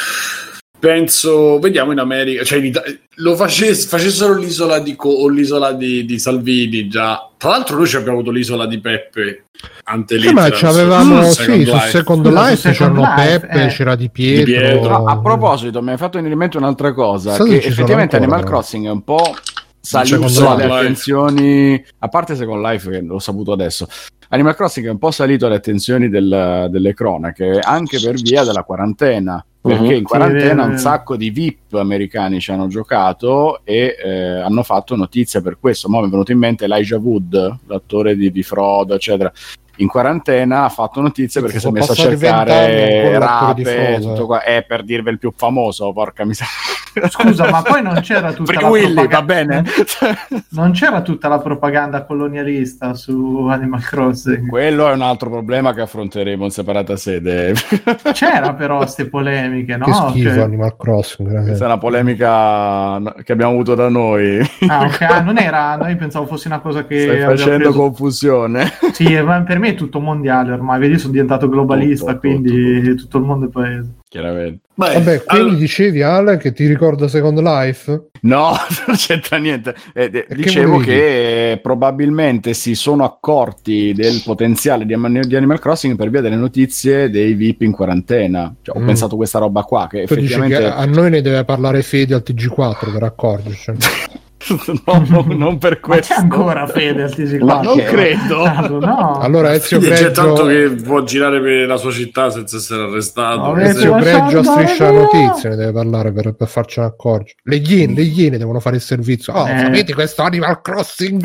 Penso, vediamo in America, cioè in Ita- lo facess- facessero l'isola di Co- o l'isola di, di Salvini già. Tra l'altro noi ci abbiamo avuto l'isola di Peppe ante Eh, ma litteram c'avevamo, su sì, Second su Life. Second Scusa, su Life Second c'erano Life, Peppe, eh. c'era Di Pietro. Di Pietro. No, a proposito, mi hai fatto venire in mente un'altra cosa, Sai che che ci sono effettivamente ancora, Animal però. Crossing è un po' salito Second alle Life. attenzioni, a parte Second Life che l'ho saputo adesso, Animal Crossing è un po' salito alle attenzioni del- delle cronache, anche per via della quarantena, perché Mhm. in Sì, quarantena è un vero. sacco di V I P americani ci hanno giocato e eh, hanno fatto notizia per questo. Mo' mi è venuto in mente Elijah Wood, l'attore di, di Frodo, eccetera. In quarantena ha fatto notizia perché si è Sono messo a passati vent'anni cercare ancora l'attore di rape, Frodo, tutto eh. qua. È per dirvi il più famoso, porca miseria. Scusa, ma poi non c'era tutta Free la Willy, propaganda, va bene? non c'era tutta la propaganda colonialista su Animal Crossing. Quello è un altro problema che affronteremo in separata sede. C'era però ste polemiche, no? Che schifo Cioè- Animal Crossing, veramente. Questa è una polemica che abbiamo avuto da noi. Ah, ok, ah, non era, noi pensavo fosse una cosa che Stai aveva facendo preso- confusione. Sì, ma per me è tutto mondiale ormai, vedi, io sono diventato globalista, Tutto, quindi tutto, tutto il mondo è paese. Chiaramente. Beh, Vabbè, quindi allora- dicevi Ale che ti ricorda Second Life? No, non c'entra niente. Eh, de- E che dicevo volevi che probabilmente si sono accorti del potenziale di, Am- di Animal Crossing per via delle notizie dei V I P in quarantena. Cioè, ho Mm. pensato questa roba qua che Tu dici effettivamente che a noi ne deve parlare Fede al T G quattro per accorgerci. no, no, non per Ma questo. c'è ancora Fede al T G Ma quattro? non credo. No. Allora Ezio Quindi c'è Greggio, tanto che può girare per la sua città senza essere arrestato. No, Per Ezio lasciato Greggio a andare Striscia via. Notizie ne deve parlare per, per farcene accorgere. Le iene, le iene devono fare il servizio. Oh, Eh. sapete questo Animal Crossing?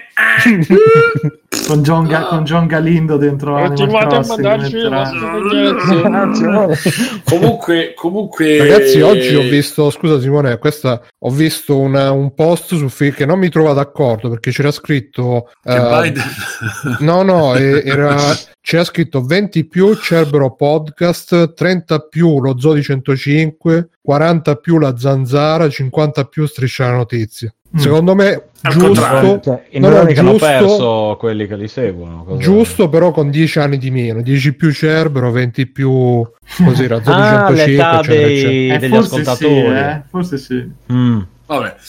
con, John Ga- con John Galindo dentro Animal Crossing metterà- comunque, comunque Ragazzi, oggi ho visto, scusa Simone, questa, ho visto una- un post su Facebook che non mi trovo d'accordo perché c'era scritto che eh, Biden... no no e- era, c'era scritto venti più Cerbero Podcast, trenta più lo Zoo di centocinque, quaranta più la Zanzara, cinquanta più Striscia la Notizia. Mm. Secondo me Al giusto, contrario. Cioè, in no, no, pratica hanno giusto- perso quelli che li seguono. Cosa- giusto però con dieci anni di meno, dieci più Cerbero, venti più così era Zoo di Ah, centocinque, l'età eccetera, dei- eccetera. Eh, degli forse ascoltatori. sì, eh, forse sì. Mm. Vabbè.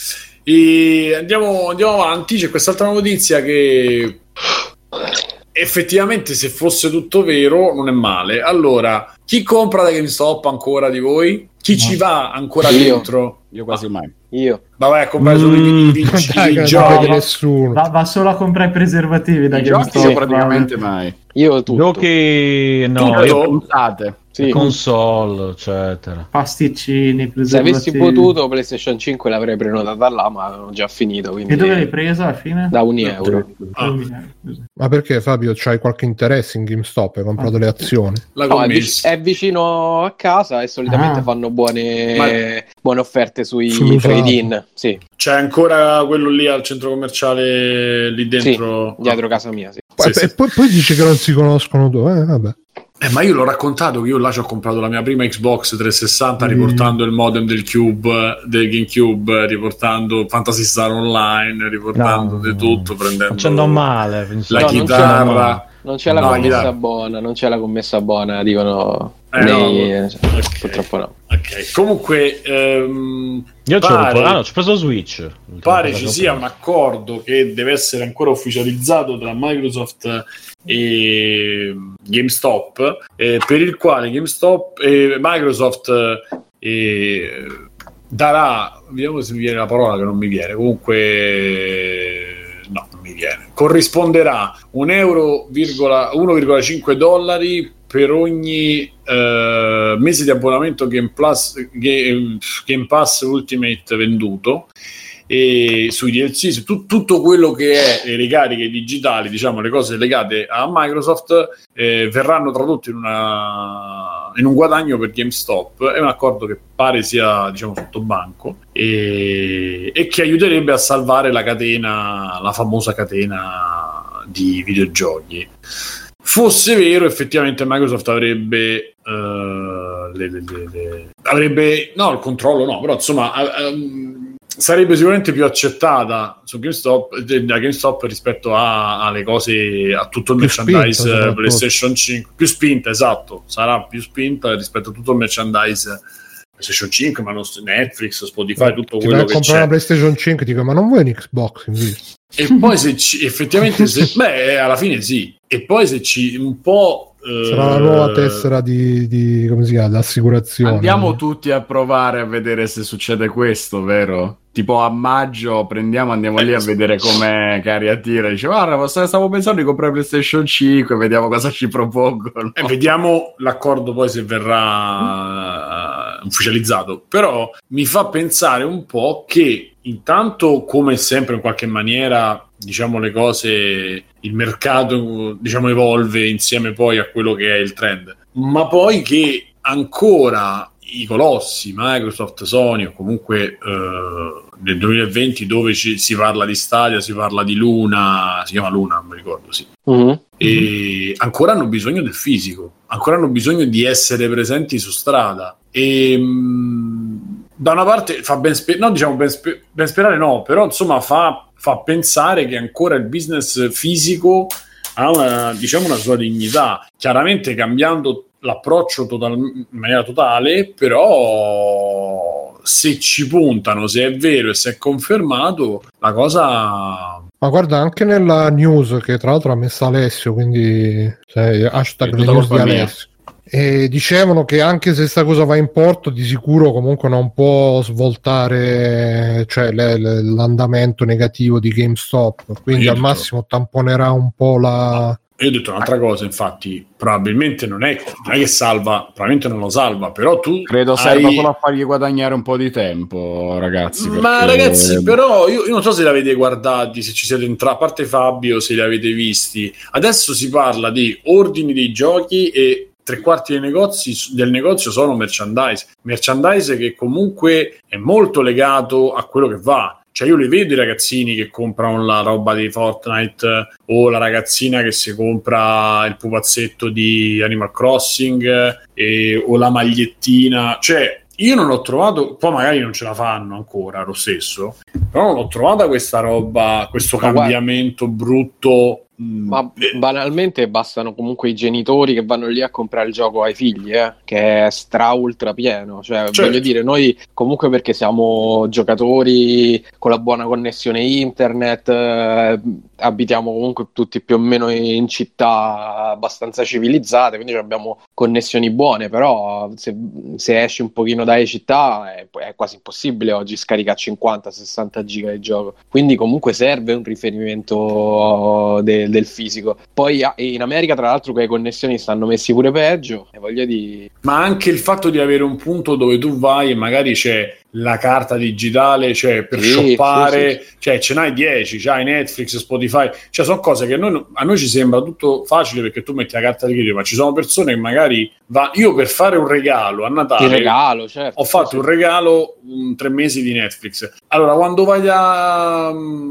E andiamo, andiamo avanti. C'è quest'altra notizia che effettivamente, se fosse tutto vero, non è male. Allora, chi compra da GameStop ancora di voi? Chi no. ci va ancora Io. dentro? Io quasi mai. Io. Ma vai a comprare solo Mm, i, i, i, dai, i no, giochi. nessuno. Va, va solo a comprare i preservativi da I giochi GameStop. io praticamente mai. Io tutto. Giochi no, Tutto? io Puntate. Sì. console, eccetera. Pasticcini, Se preservativi. avessi potuto PlayStation cinque l'avrei prenotata là, ma ho già finito. Quindi... E dove l'hai presa alla fine? Da un euro. Ah. Ma perché, Fabio, c'hai qualche interesse in GameStop? Hai comprato le azioni? La No, è, commessa. vic- è vicino a casa e solitamente Ah. fanno buone, Ma- buone offerte sui Sull'usato. trade-in. Sì, C'è ancora quello lì al centro commerciale lì dentro? sì, dietro casa mia. Sì. Sì, E sì. poi, poi dice che non si conoscono due. Eh, vabbè. Eh, ma io l'ho raccontato che io là ci ho comprato la mia prima Xbox trecentosessanta Mm. riportando il modem del Cube, del GameCube, riportando Phantasy Star Online, riportando No, di tutto, prendendo Facendo male. la No, non chitarra. Non c'è la No, commessa chiaro. buona, non c'è la commessa buona, dicono. Eh, nei- no, cioè, ok. Purtroppo no. Ok, comunque ehm, Io c'ho pare, ah, no, ci ho preso Switch. pare L'ultima ci cosa sia che ho un accordo che deve essere ancora ufficializzato tra Microsoft e GameStop, eh, per il quale GameStop e Microsoft eh, darà, vediamo se mi viene la parola che non mi viene, comunque no, non mi viene, corrisponderà un euro virgola uno virgola cinque dollari per ogni eh, mese di abbonamento Game Plus, Game, Game Pass Ultimate venduto, e sui D L C, su tu, tutto quello che è le ricariche digitali, diciamo le cose legate a Microsoft, eh, verranno tradotte in, una, in un guadagno per GameStop. È un accordo che pare sia, diciamo, sotto banco e, e che aiuterebbe a salvare la catena, la famosa catena di videogiochi. Fosse vero, effettivamente Microsoft avrebbe uh, le, le, le, le, avrebbe no il controllo no, però insomma um, sarebbe sicuramente più accettata su GameStop, da GameStop rispetto a, alle cose, a tutto il Più merchandise spinta, PlayStation cinque, più spinta, esatto, sarà più spinta rispetto a tutto il merchandise PlayStation cinque, ma non Netflix, Spotify, tutto Ti quello vai a che comprare c'è. una PlayStation cinque, dico, ma non vuoi un Xbox invece? E poi se ci, effettivamente se, beh alla fine sì, e poi se ci un po' eh, Sarà la nuova tessera di, di come si chiama, l'assicurazione. Andiamo tutti a provare a vedere se succede questo, vero? Tipo a maggio prendiamo, andiamo lì a vedere com'è Caria tira. Dice, guarda, stavo pensando di comprare PlayStation cinque, vediamo cosa ci propongono. E vediamo l'accordo poi se verrà uh, ufficializzato. Però mi fa pensare un po' che intanto, come sempre in qualche maniera, diciamo le cose, il mercato, diciamo, evolve insieme poi a quello che è il trend, ma poi che ancora i colossi Microsoft, Sony o comunque eh, nel duemilaventi, dove ci, si parla di Stadia, si parla di Luna, si chiama Luna, non mi ricordo, sì. Mm-hmm. E ancora hanno bisogno del fisico, ancora hanno bisogno di essere presenti su strada e mh, da una parte fa ben sperare, no, diciamo ben, sper- ben sperare no, però insomma fa, fa pensare che ancora il business fisico ha una, diciamo, una sua dignità, chiaramente cambiando l'approccio total- in maniera totale, però se ci puntano, se è vero e se è confermato, la cosa... Ma guarda, anche nella news che tra l'altro ha messo Alessio, quindi cioè, hashtag È le tutta news di colpa mia. Alessio. E dicevano che anche se sta cosa va in porto, di sicuro comunque non può svoltare, cioè, le, le, l'andamento negativo di GameStop, quindi Io al detto- massimo tamponerà un po' la... Io ho detto un'altra cosa, infatti, probabilmente non è, non è che salva, probabilmente non lo salva, però tu Credo serva hai... solo a fargli guadagnare un po' di tempo, ragazzi. Ma perché- ragazzi, però io, io non so se li avete guardati, se ci siete entrati, a parte Fabio, se li avete visti. Adesso si parla di ordini dei giochi e tre quarti dei negozi, del negozio sono merchandise. Merchandise che comunque è molto legato a quello che va. Cioè io li vedo i ragazzini che comprano la roba di Fortnite o la ragazzina che si compra il pupazzetto di Animal Crossing e, o la magliettina. Cioè io non ho trovato, poi magari non ce la fanno ancora lo stesso, però non ho trovata questa roba, questo Ma cambiamento brutto Ma banalmente bastano comunque i genitori che vanno lì a comprare il gioco ai figli, eh, che è stra ultra pieno. Cioè, certo. voglio dire, noi comunque perché siamo giocatori con la buona connessione internet, eh, abitiamo comunque tutti più o meno in città abbastanza civilizzate, quindi abbiamo connessioni buone, però se, se esci un pochino dalle città è, è quasi impossibile oggi scaricare cinquanta sessanta giga di gioco, quindi comunque serve un riferimento de, del fisico. Poi in America tra l'altro quelle connessioni stanno messi pure peggio, e voglio dire... Ma anche il fatto di avere un punto dove tu vai e magari c'è la carta digitale, cioè per sì, shoppare, sì, sì. Cioè ce n'hai dieci, c'hai Netflix, Spotify, cioè sono cose che a noi, a noi ci sembra tutto facile perché tu metti la carta di credito, ma ci sono persone che magari va, io per fare un regalo a Natale, Ti regalo, certo, ho fatto sì, un sì. regalo um, tre mesi di Netflix. Allora quando vai da,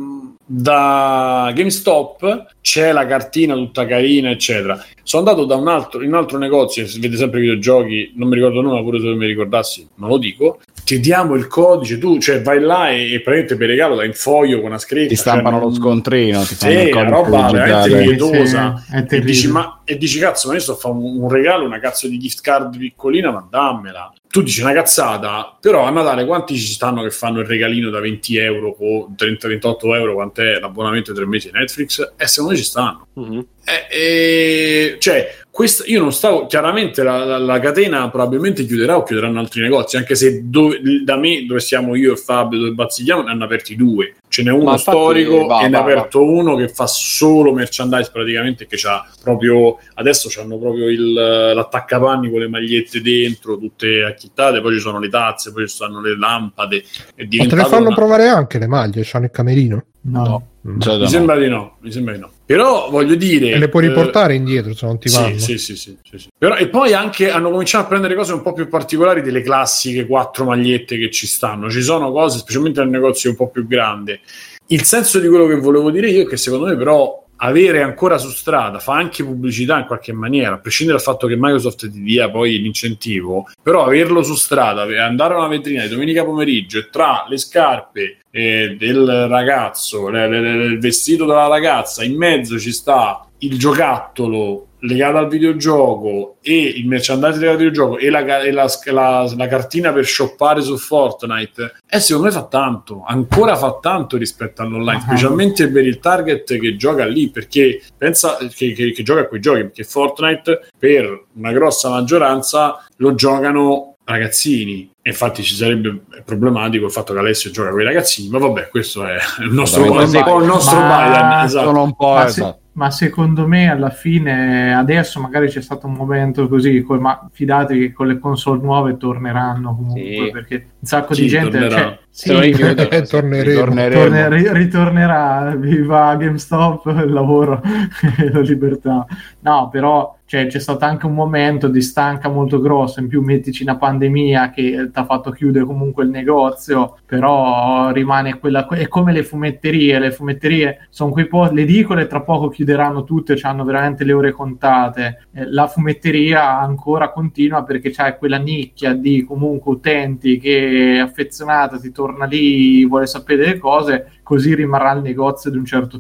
da GameStop c'è la cartina tutta carina eccetera. Sono andato da un altro, in un altro negozio, si vede sempre videogiochi, non mi ricordo il nome, pure se mi ricordassi non lo dico, ti diamo il codice, tu cioè vai là e, e praticamente per regalo dai in foglio con una scritta, Ti stampano cioè, lo scontrino, ti fanno sì, il una codice roba veramente digitale. pietosa, Sì, sì, è e, terribile. dici, ma, e dici cazzo, ma io sto a fare un, un regalo, una cazzo di gift card piccolina, ma dammela. Tu dici una cazzata, però a Natale quanti ci stanno che fanno il regalino da venti euro o trenta ventotto euro, quant'è l'abbonamento di tre mesi di Netflix? E secondo me ci stanno. Mm-hmm. Eh, eh, cioè, questa, io non stavo, chiaramente la, la, la catena probabilmente chiuderà o chiuderanno altri negozi, anche se dove, da me, dove siamo io e Fabio, dove bazzichiamo, ne hanno aperti due. Ce n'è uno Ma infatti, storico va, e ne ha va, aperto va. uno che fa solo merchandise praticamente, che c'ha proprio adesso c'hanno proprio il, l'attaccapanni con le magliette dentro tutte acchittate, poi ci sono le tazze, poi ci stanno le lampade, è Ma te le fanno una... provare anche le maglie, c'hanno il camerino? No. Mm. Cioè, mi no. sembra di no, mi sembra di no. Però voglio dire, E le puoi eh, riportare indietro se non ti vanno. Sì, sì, sì, sì, sì. Però, e poi anche hanno cominciato a prendere cose un po' più particolari delle classiche quattro magliette che ci stanno. Ci sono cose, specialmente nel negozio un po' più grande. Il senso di quello che volevo dire io è che secondo me però avere ancora su strada fa anche pubblicità in qualche maniera, a prescindere dal fatto che Microsoft ti dia poi l'incentivo, però averlo su strada, andare a una vetrina di domenica pomeriggio e tra le scarpe eh, del ragazzo, le, le, le, il vestito della ragazza, in mezzo ci sta il giocattolo legato al videogioco e il merchandise legato al videogioco e la, e la, la, la cartina per shoppare su Fortnite, e eh, secondo me fa tanto, ancora fa tanto rispetto all'online, uh-huh. specialmente per il target che gioca lì, perché pensa che, che, che gioca a quei giochi, perché Fortnite per una grossa maggioranza lo giocano ragazzini, e infatti ci sarebbe problematico il fatto che Alessio gioca con i ragazzini, ma vabbè, questo è il nostro, un po' il nostro ma... Biden, esatto. Sono un po' ma, esatto. se, ma secondo me alla fine adesso magari c'è stato un momento così, col, ma fidatevi che con le console nuove torneranno comunque, sì. perché un sacco Sì, di gente tornerà. cioè, Se lo richiudono, Eh, torneremo. Ritorneremo. torne- ri- ritornerà, viva GameStop, il lavoro e la libertà. No, però cioè, c'è stato anche un momento di stanca molto grossa, in più mettici una pandemia che ti ha fatto chiudere comunque il negozio, però rimane quella, è come le fumetterie, le fumetterie sono quei po', le edicole tra poco chiuderanno tutte, hanno veramente le ore contate, eh, la fumetteria ancora continua perché c'è quella nicchia di comunque utenti che è affezionata, si torna lì, vuole sapere delle cose, così rimarrà il negozio di un certo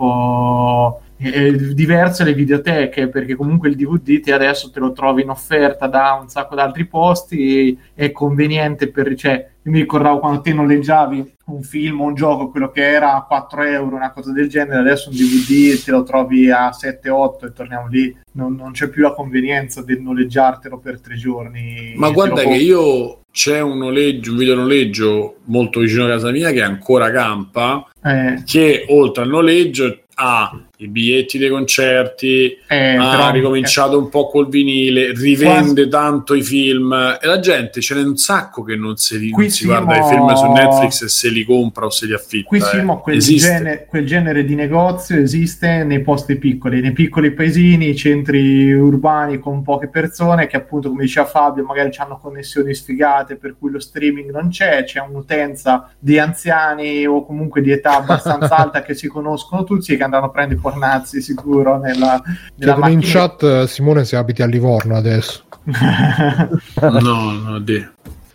tipo. È diverse le videoteche, perché comunque il D V D te adesso te lo trovi in offerta da un sacco di altri posti, è conveniente per, cioè, io mi ricordavo quando te noleggiavi un film o un gioco, quello che era a quattro euro, una cosa del genere, adesso un D V D te lo trovi a sette otto e torniamo lì, non, non c'è più la convenienza del noleggiartelo per tre giorni. Ma guarda lo... che io c'è un noleggio, un videonoleggio molto vicino a casa mia che ancora campa, eh. che oltre al noleggio ha i biglietti dei concerti, Eh, ha però- ricominciato un po' col vinile, rivende Quasi- tanto i film, e la gente ce n'è un sacco che non si, Qui non si Simo- guarda i film su Netflix e se li compra o se li affitta. Qui eh. Simo, quel, Esiste. gene- quel genere di negozio esiste nei posti piccoli, nei piccoli paesini, centri urbani con poche persone che appunto, come diceva Fabio, magari hanno connessioni sfigate per cui lo streaming non c'è, c'è un'utenza di anziani o comunque di età abbastanza alta che si conoscono tutti e che andranno a prendere i pornazzi sicuro nella, nella Chiedono in macchina. chat, eh, Simone, se abiti a Livorno adesso. No, no, de. De-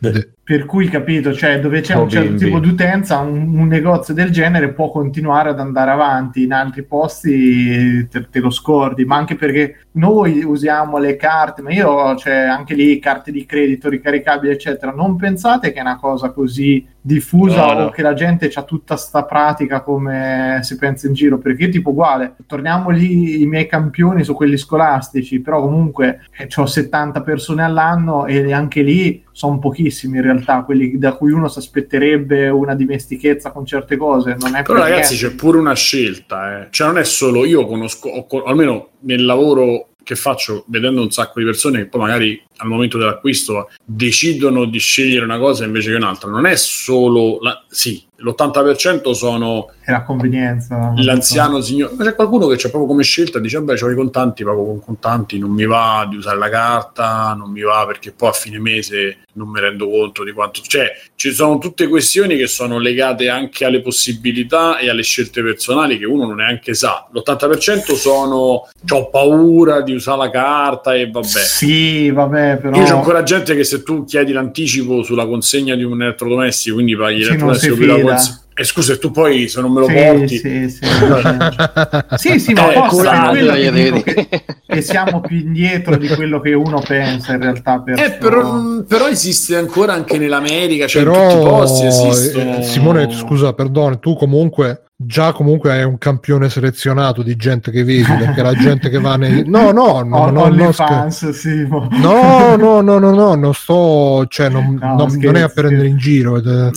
per cui, capito, cioè dove c'è Oh, un certo bimbi. tipo di utenza, un, un negozio del genere può continuare ad andare avanti, in altri posti te, te lo scordi, ma anche perché noi usiamo le carte, ma io, cioè anche lì carte di credito ricaricabili eccetera, non pensate che è una cosa così diffusa No, no. o che la gente c'ha tutta sta pratica come si pensa in giro, perché io tipo uguale, torniamo lì, i miei campioni su quelli scolastici, però comunque eh, c'ho settanta persone all'anno e anche lì sono pochissimi in realtà quelli da cui uno si aspetterebbe una dimestichezza con certe cose, non è Però per ragazzi niente. c'è pure una scelta, eh. Cioè non è solo io conosco, ho co- almeno nel lavoro che faccio, vedendo un sacco di persone che poi magari al momento dell'acquisto decidono di scegliere una cosa invece che un'altra, non è solo la, sì, l'ottanta per cento sono È la convenienza. l'anziano signore, ma c'è qualcuno che c'è proprio come scelta, dice vabbè c'ho i contanti, pago con contanti, non mi va di usare la carta, non mi va perché poi a fine mese non mi rendo conto di quanto, cioè ci sono tutte questioni che sono legate anche alle possibilità e alle scelte personali che uno non neanche sa. L'ottanta per cento sono c'ho paura di usare la carta e vabbè. Sì, vabbè, però Io c'ho ancora gente che se tu chiedi l'anticipo sulla consegna di un elettrodomestico, quindi paghi Sì, non si l'elettrodomestico più la fida. cons- e scusa, e tu poi se non me lo sì, porti sì, sì, sì, sì, ma Eh, forse quello- è quello io che, devo dico dire. che, che siamo più indietro di quello che uno pensa in realtà. Perso... Eh, però, però esiste ancora anche nell'America, cioè in Però, tutti i posti esistono. eh, Simone, scusa, perdono, tu comunque già comunque hai un campione selezionato di gente che vedi, perché la gente che va nei... No, no, no, On- no, only no, fans, sì, mo- no, no, no, no, no, non sto, cioè, non, No, non- scherzo, non è a prendere scherzo. in giro. ed-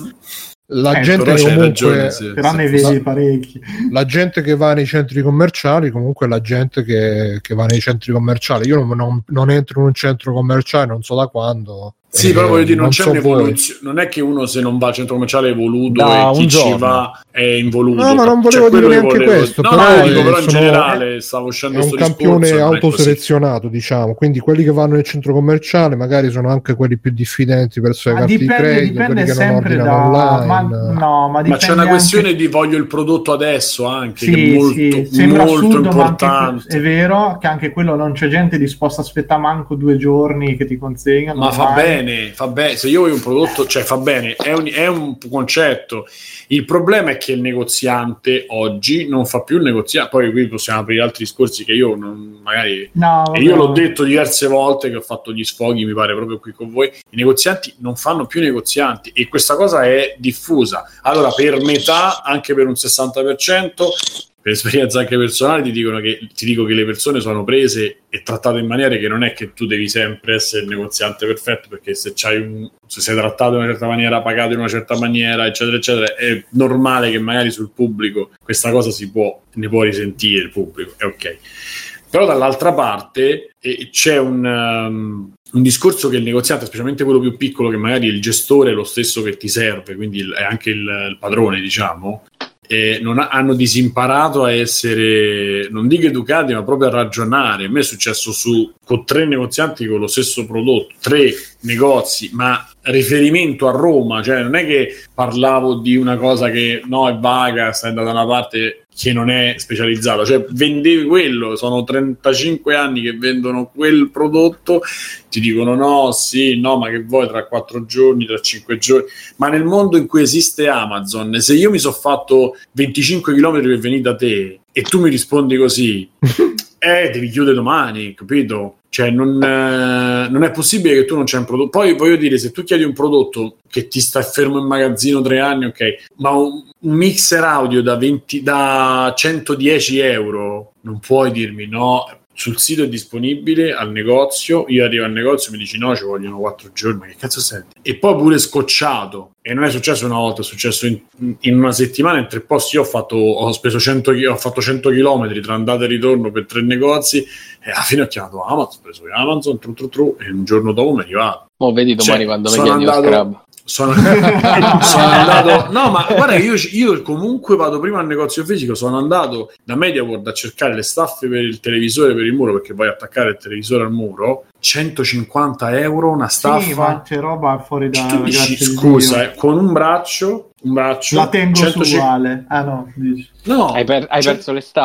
La Eh, gente però che c'hai comunque, ragione, sì. però ne sì, vedi sì. parecchi. la gente che va nei centri commerciali, comunque è la gente che, che va nei centri commerciali. Io non, non- non entro in un centro commerciale, non so da quando. Sì, eh, però voglio dire, non, c'è so voi. un'evoluzione. Non è che uno se non va al centro commerciale è evoluto Da e chi un ci giorno. va è involuto. No, ma non Cioè, volevo dire quello che neanche volevo- questo, No, però, no, io dico eh, però in sono- generale stavo uscendo È un sto campione discorso, non è così. autoselezionato, diciamo, quindi quelli che vanno nel centro commerciale magari sono anche quelli più diffidenti verso le Ma carte di dipende, credito, dipende quelli che non sempre ordinano da... online. Ma, no, ma, Ma c'è una dipende questione anche... di voglio il prodotto adesso anche, Sì, che è molto, sì, sembra molto assurdo, ma anche importante. que- è vero che anche quello non c'è gente disposta a aspettare manco due giorni che ti consegnano. Ma fa ormai. bene, fa bene. Se io voglio un prodotto, cioè fa bene, è un, è un concetto. Il problema è che il negoziante oggi non fa più il negoziante. Poi qui possiamo aprire altri discorsi che io non, magari. No, E io vabbè. l'ho detto diverse volte che ho fatto gli sfoghi, mi pare proprio qui con voi. I negozianti non fanno più negozianti e questa cosa è diffusa. Allora, per metà, anche per un sessanta per cento. Per esperienza anche personale ti dicono che ti dico che le persone sono prese e trattate in maniere che non è che tu devi sempre essere il negoziante perfetto, perché se c'hai un se sei trattato in una certa maniera, pagato in una certa maniera, eccetera eccetera, è normale che magari sul pubblico questa cosa si può ne può risentire il pubblico, è ok. Però dall'altra parte eh, c'è un um, un discorso che il negoziante, specialmente quello più piccolo, che magari il gestore è lo stesso che ti serve, quindi il, è anche il, il padrone, diciamo, e non ha, hanno disimparato a essere, non dico educati, ma proprio a ragionare. A me è successo su con tre negozianti con lo stesso prodotto, tre negozi, ma riferimento a Roma, cioè non è che parlavo di una cosa che no è vaga, stai da una parte che non è specializzato, cioè vendevi quello, sono trentacinque anni che vendono quel prodotto, ti dicono no, sì, no, ma che vuoi tra quattro giorni, tra cinque giorni, ma nel mondo in cui esiste Amazon, se io mi sono fatto venticinque chilometri per venire da te e tu mi rispondi così, eh, devi chiudere domani, capito? Cioè non, eh, non è possibile che tu non c'hai un prodotto. Poi voglio dire, se tu chiedi un prodotto che ti sta fermo in magazzino tre anni, ok, ma un, un mixer audio da, venti, da centodieci euro non puoi dirmi no. Sul sito è disponibile al negozio, io arrivo al negozio e mi dici no, ci vogliono quattro giorni, ma che cazzo senti? E poi pure scocciato, e non è successo una volta, è successo in, in una settimana in tre posti. Io ho fatto ho speso cento, ho fatto cento chilometri tra andata e ritorno per tre negozi e alla fine ho chiamato Amazon, ho preso Amazon, tru, tru, tru, e un giorno dopo mi è arrivato. Oh, vedi domani Cioè, quando mi sono chiedi lo andato- scrub. Sono, sono andato no ma guarda che io, io comunque vado prima al negozio fisico, sono andato da MediaWorld a cercare le staffe per il televisore per il muro, perché vuoi attaccare il televisore al muro, centocinquanta euro una staffa. Sì, ma c'è roba fuori da... Tu dici, grazie di scusa, Dio. eh, con un braccio un braccio La tengo centocinquanta su uguale. Ah no, dici. no, Hai, per- hai cioè- perso le staffe.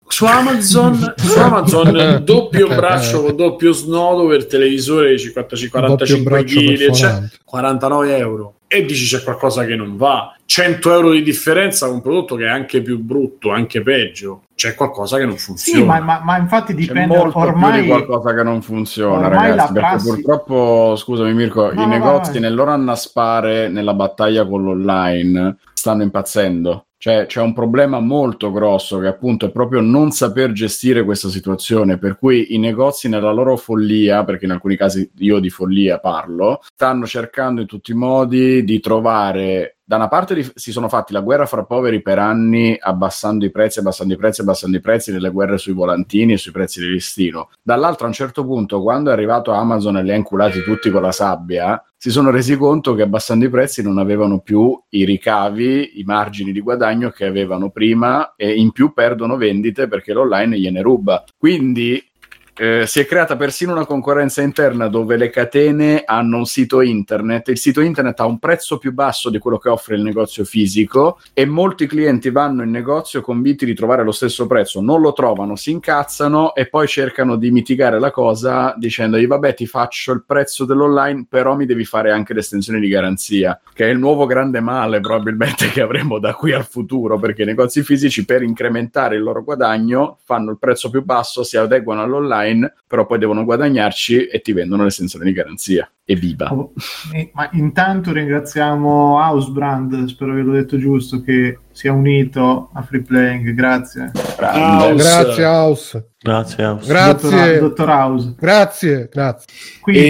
Su Amazon, su Amazon doppio braccio con doppio snodo per televisore cinquantacinque quarantacinque chili, cioè quarantanove euro. E dici c'è qualcosa che non va. cento euro di differenza con un prodotto che è anche più brutto, anche peggio. C'è qualcosa che non funziona. Sì, ma, ma, ma infatti dipende. C'è molto ormai più di qualcosa che non funziona, ormai ragazzi. la prassi... Perché purtroppo, scusami Mirko, no, i no, negozi vai. nel loro annaspare nella battaglia con l'online stanno impazzendo. Cioè c'è un problema molto grosso che appunto è proprio non saper gestire questa situazione, per cui i negozi nella loro follia, perché in alcuni casi io di follia parlo, stanno cercando in tutti i modi di trovare. Da una parte si sono fatti la guerra fra poveri per anni, abbassando i prezzi, abbassando i prezzi, abbassando i prezzi nelle guerre sui volantini e sui prezzi di listino. Dall'altro, a un certo punto, quando è arrivato Amazon e li ha inculati tutti con la sabbia, si sono resi conto che abbassando i prezzi non avevano più i ricavi, i margini di guadagno che avevano prima, e in più perdono vendite perché l'online gliene ruba. Quindi Eh, si è creata persino una concorrenza interna dove le catene hanno un sito internet, il sito internet ha un prezzo più basso di quello che offre il negozio fisico e molti clienti vanno in negozio convinti di trovare lo stesso prezzo, non lo trovano, si incazzano e poi cercano di mitigare la cosa dicendogli vabbè ti faccio il prezzo dell'online però mi devi fare anche l'estensione di garanzia, che è il nuovo grande male probabilmente che avremo da qui al futuro, perché i negozi fisici per incrementare il loro guadagno fanno il prezzo più basso, si adeguano all'online, però poi devono guadagnarci e ti vendono l'estensione di garanzia. E viva! Oh, eh, ma intanto ringraziamo Housebrand, spero che l'ho detto giusto, che si è unito a Free Playing. Grazie. House. Grazie House. Grazie, House. Grazie. Dottor, dottor House. Grazie, grazie. Quindi,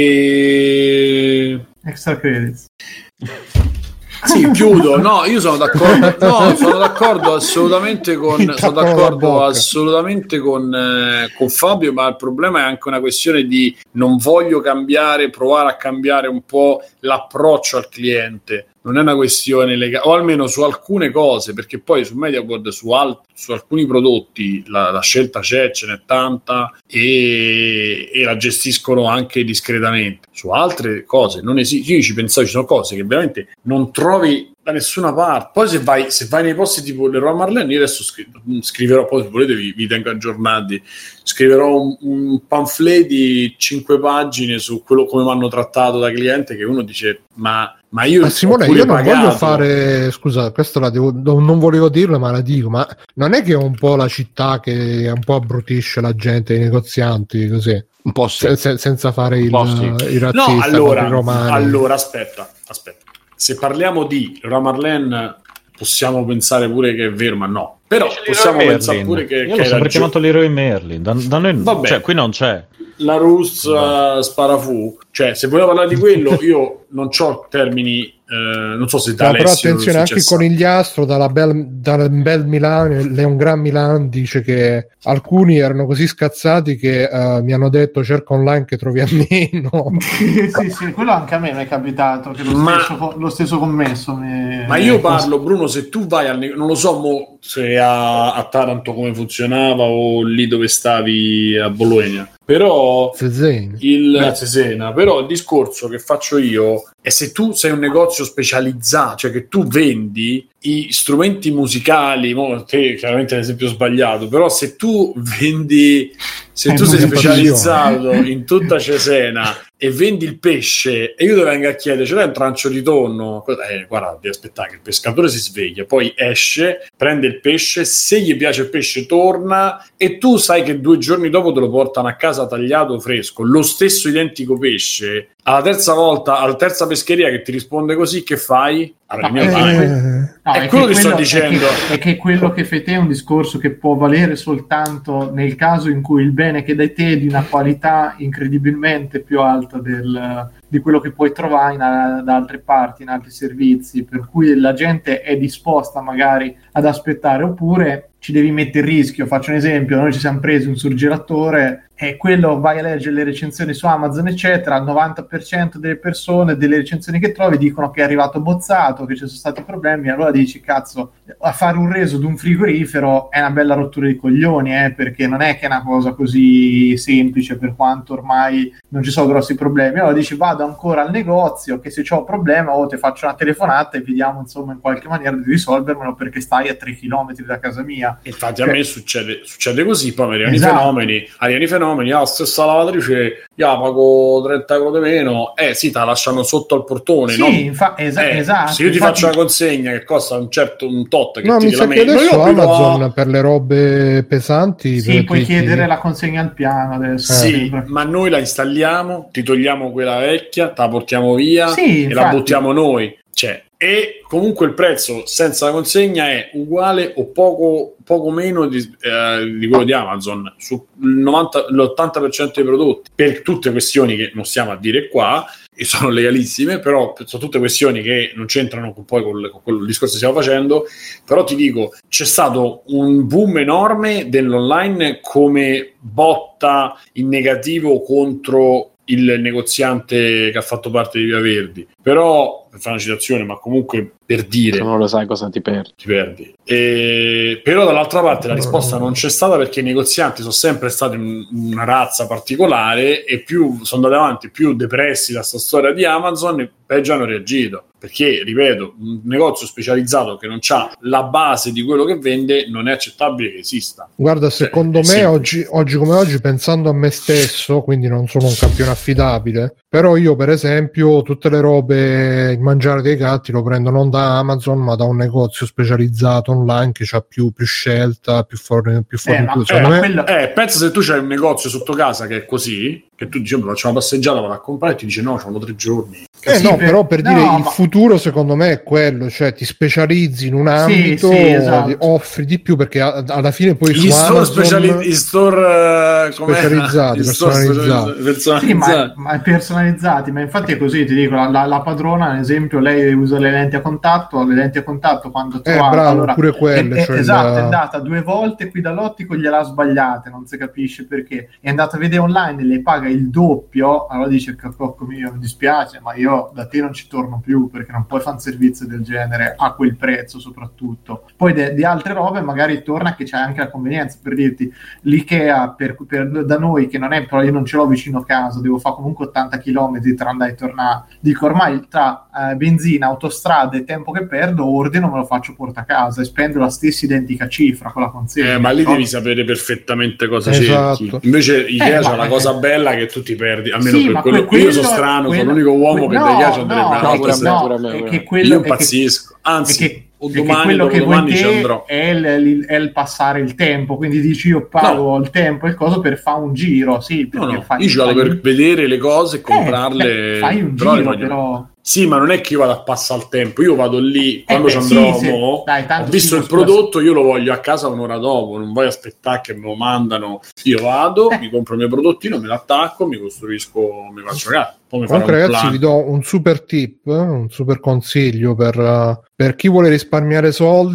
E... extra credits. Sì, chiudo. No, io sono d'accordo. No, sono d'accordo assolutamente con. Sono Tappano la d'accordo bocca. assolutamente con, eh, con Fabio. Ma il problema è anche una questione di non voglio cambiare, provare a cambiare un po' l'approccio al cliente. Non è una questione legata, o almeno su alcune cose, perché poi su MediaWorld, su, alt- su alcuni prodotti la, la scelta c'è, ce n'è tanta e, e la gestiscono anche discretamente. Su altre cose non esiste. Io ci pensavo, ci sono cose che veramente non trovi da nessuna parte. Poi se vai, se vai nei posti tipo Leroy Merlin, io adesso scri- scriverò, poi se volete vi, vi tengo aggiornati, scriverò un, un pamphlet di cinque pagine su quello come mi hanno trattato da cliente, che uno dice ma Ma io Ma Simone, io non voglio fare, scusa, questo la devo, non volevo dirlo, ma la dico, ma non è che è un po' la città che un po' abbrutisce la gente, i negozianti, così, un po' sì. se, se, senza fare il, sì. il razzista, no, allora, i romani. allora aspetta, aspetta. Se parliamo di Leroy Merlin possiamo pensare pure che è vero, ma no. Però possiamo Merlin. pensare pure che, io che l'ho sempre ragione. chiamato Leroy Merlin. Da, da noi, Vabbè. cioè, qui non c'è. La Russia sparafu, cioè se vogliamo parlare di quello io non c'ho termini, eh, non so se da No, però Alessio attenzione, anche il conigliastro dalla bel, dal bel Milan, Leon Gran Milan dice che alcuni erano così scazzati che uh, mi hanno detto cerca online che trovi a meno. sì, sì, quello anche a me mi è capitato, che lo, Ma- stesso, lo stesso commesso mi... Ma io parlo, Bruno, se tu vai al nego- non lo so mo se a, a Taranto come funzionava o lì dove stavi a Bologna, però Cesena. il Cesena, però il discorso che faccio io è se tu sei un negozio specializzato, cioè che tu vendi i strumenti musicali, mo, te chiaramente è l'esempio sbagliato, però se tu vendi, se Eh, tu non sei mi specializzato in tutta Cesena e vendi il pesce e io devo venga a chiedere ce l'hai un trancio di tonno, eh, guarda, devi aspettare che il pescatore si sveglia, poi esce, prende il pesce, se gli piace il pesce torna e tu sai che due giorni dopo te lo portano a casa tagliato fresco, lo stesso identico pesce. Alla terza volta, alla terza pescheria che ti risponde così, che fai? Allora, No, mio eh, male. No, È è quello che che sto quello- dicendo. È che, è che quello che fai te è un discorso che può valere soltanto nel caso in cui il bene che dai te è di una qualità incredibilmente più alta del, di quello che puoi trovare in, da altre parti, in altri servizi, per cui la gente è disposta magari ad aspettare, oppure ci devi mettere il rischio. Faccio un esempio: noi ci siamo presi un surgelatore e quello, vai a leggere le recensioni su Amazon eccetera, il novanta per cento delle persone, delle recensioni che trovi dicono che è arrivato bozzato, che ci sono stati problemi. Allora dici cazzo, a fare un reso di un frigorifero è una bella rottura di coglioni, eh, perché non è che è una cosa così semplice, per quanto ormai non ci sono grossi problemi. Allora dici vado ancora al negozio, che se c'ho un problema o ti faccio una telefonata e vediamo insomma in qualche maniera di risolvermelo, perché stai a tre chilometri da casa mia. Infatti cioè, a me succede, succede così, poi mi arrivano esatto. i fenomeni, arrivano i fenomeni, ah, stessa lavatrice, io pago trenta euro di meno, eh sì, te la lasciano sotto al portone, sì, no? infa- esa- eh, esatto. Se io ti infatti... faccio una consegna che costa un certo un tot, che no, ti mi sa la che adesso Amazon a... per le robe pesanti sì, puoi ti, chiedere ti... la consegna al piano adesso. Sì, eh. ma noi la installiamo, ti togliamo quella vecchia, te la portiamo via sì, e infatti. la buttiamo noi, cioè, e comunque il prezzo senza la consegna è uguale o poco, poco meno di, eh, di quello di Amazon sul novanta, l'ottanta per cento dei prodotti, per tutte questioni che non stiamo a dire qua e sono legalissime, però sono tutte questioni che non c'entrano con, poi con, con quello, il discorso che stiamo facendo. Però ti dico, c'è stato un boom enorme dell'online come botta in negativo contro il negoziante che ha fatto parte di Via Verdi, però per fare una citazione, ma comunque per dire, se non lo sai cosa ti perdi, ti perdi. E, però dall'altra parte la risposta non c'è stata, perché i negozianti sono sempre stati un, una razza particolare e più sono andati avanti, più depressi da sta storia di Amazon e peggio hanno reagito, perché ripeto, un negozio specializzato che non ha la base di quello che vende non è accettabile che esista. Guarda, secondo cioè, me oggi, oggi come oggi, pensando a me stesso, quindi non sono un campione affidabile, però io per esempio tutte le robe, il mangiare dei gatti lo prendo non da Amazon ma da un negozio specializzato online che ha più, più scelta, più forni, più forniture. Eh, eh, me... quello... eh, pensa se tu c'hai un negozio sotto casa che è così, che tu dici faccio una passeggiata, vado a comprare e ti dice no, c'hanno tre giorni. Eh, sì, no, per... però per no, dire ma... il futuro secondo me è quello, cioè ti specializzi in un ambito, sì, sì, esatto. offri di più, perché a, alla fine poi gli su store, Amazon speciali- gli store uh, specializzati, personalizzati, personalizzati. Sì, ma, ma personalizzati, ma infatti è così, ti dico, la, la, la padrona ad esempio, lei usa le lenti a contatto, le lenti a contatto quando tu eh, vai, bravo, allora, pure quelle, è, cioè esatto, la... è andata due volte qui dall'ottico, gliela ha sbagliate, non si capisce perché, è andata a vedere online e le paga il doppio, allora dice cocco mio, mi dispiace, ma io da te non ci torno più, perché non puoi fare un servizio del genere a quel prezzo soprattutto. Poi de, di altre robe magari torna che c'è anche la convenienza, per dirti l'Ikea per, per, da noi, che non è, però io non ce l'ho vicino a casa, devo fare comunque ottanta chilometri tra andare e tornare, dico ormai tra eh, benzina, autostrade e tempo che perdo, ordino, me lo faccio porta a casa e spendo la stessa identica cifra con la consegna. Eh, ma lì no? devi sapere perfettamente cosa esatto. cerchi. Invece Ikea Eh, c'ha ma... la cosa bella che tu ti perdi, almeno sì, per ma quello, quello, io sono strano, quello, sono l'unico uomo que- che no, da Ikea ci andrebbe no, una no, volta a settimana. no, è che quello, io impazzisco, anzi è che, o è che domani quello che vuoi dopodomani ci te andrò. è il, il, è il passare il tempo, quindi dici io pago no. il tempo e il coso per fare un giro, sì, perché no, no. fai, io ci vado fai... per vedere le cose e comprarle. Eh, beh, fai un però giro però. Sì, ma non è che io vado a passare il tempo, io vado lì, quando eh ci beh, andrò, sì, mo, sì. Dai, ho visto il prodotto, io lo voglio a casa un'ora dopo, non voglio aspettare che me lo mandano, io vado, eh. mi compro il mio prodottino, me l'attacco, mi costruisco, mi faccio casa. Comunque ragazzi vi do un super tip, un super consiglio per, uh, per chi vuole risparmiare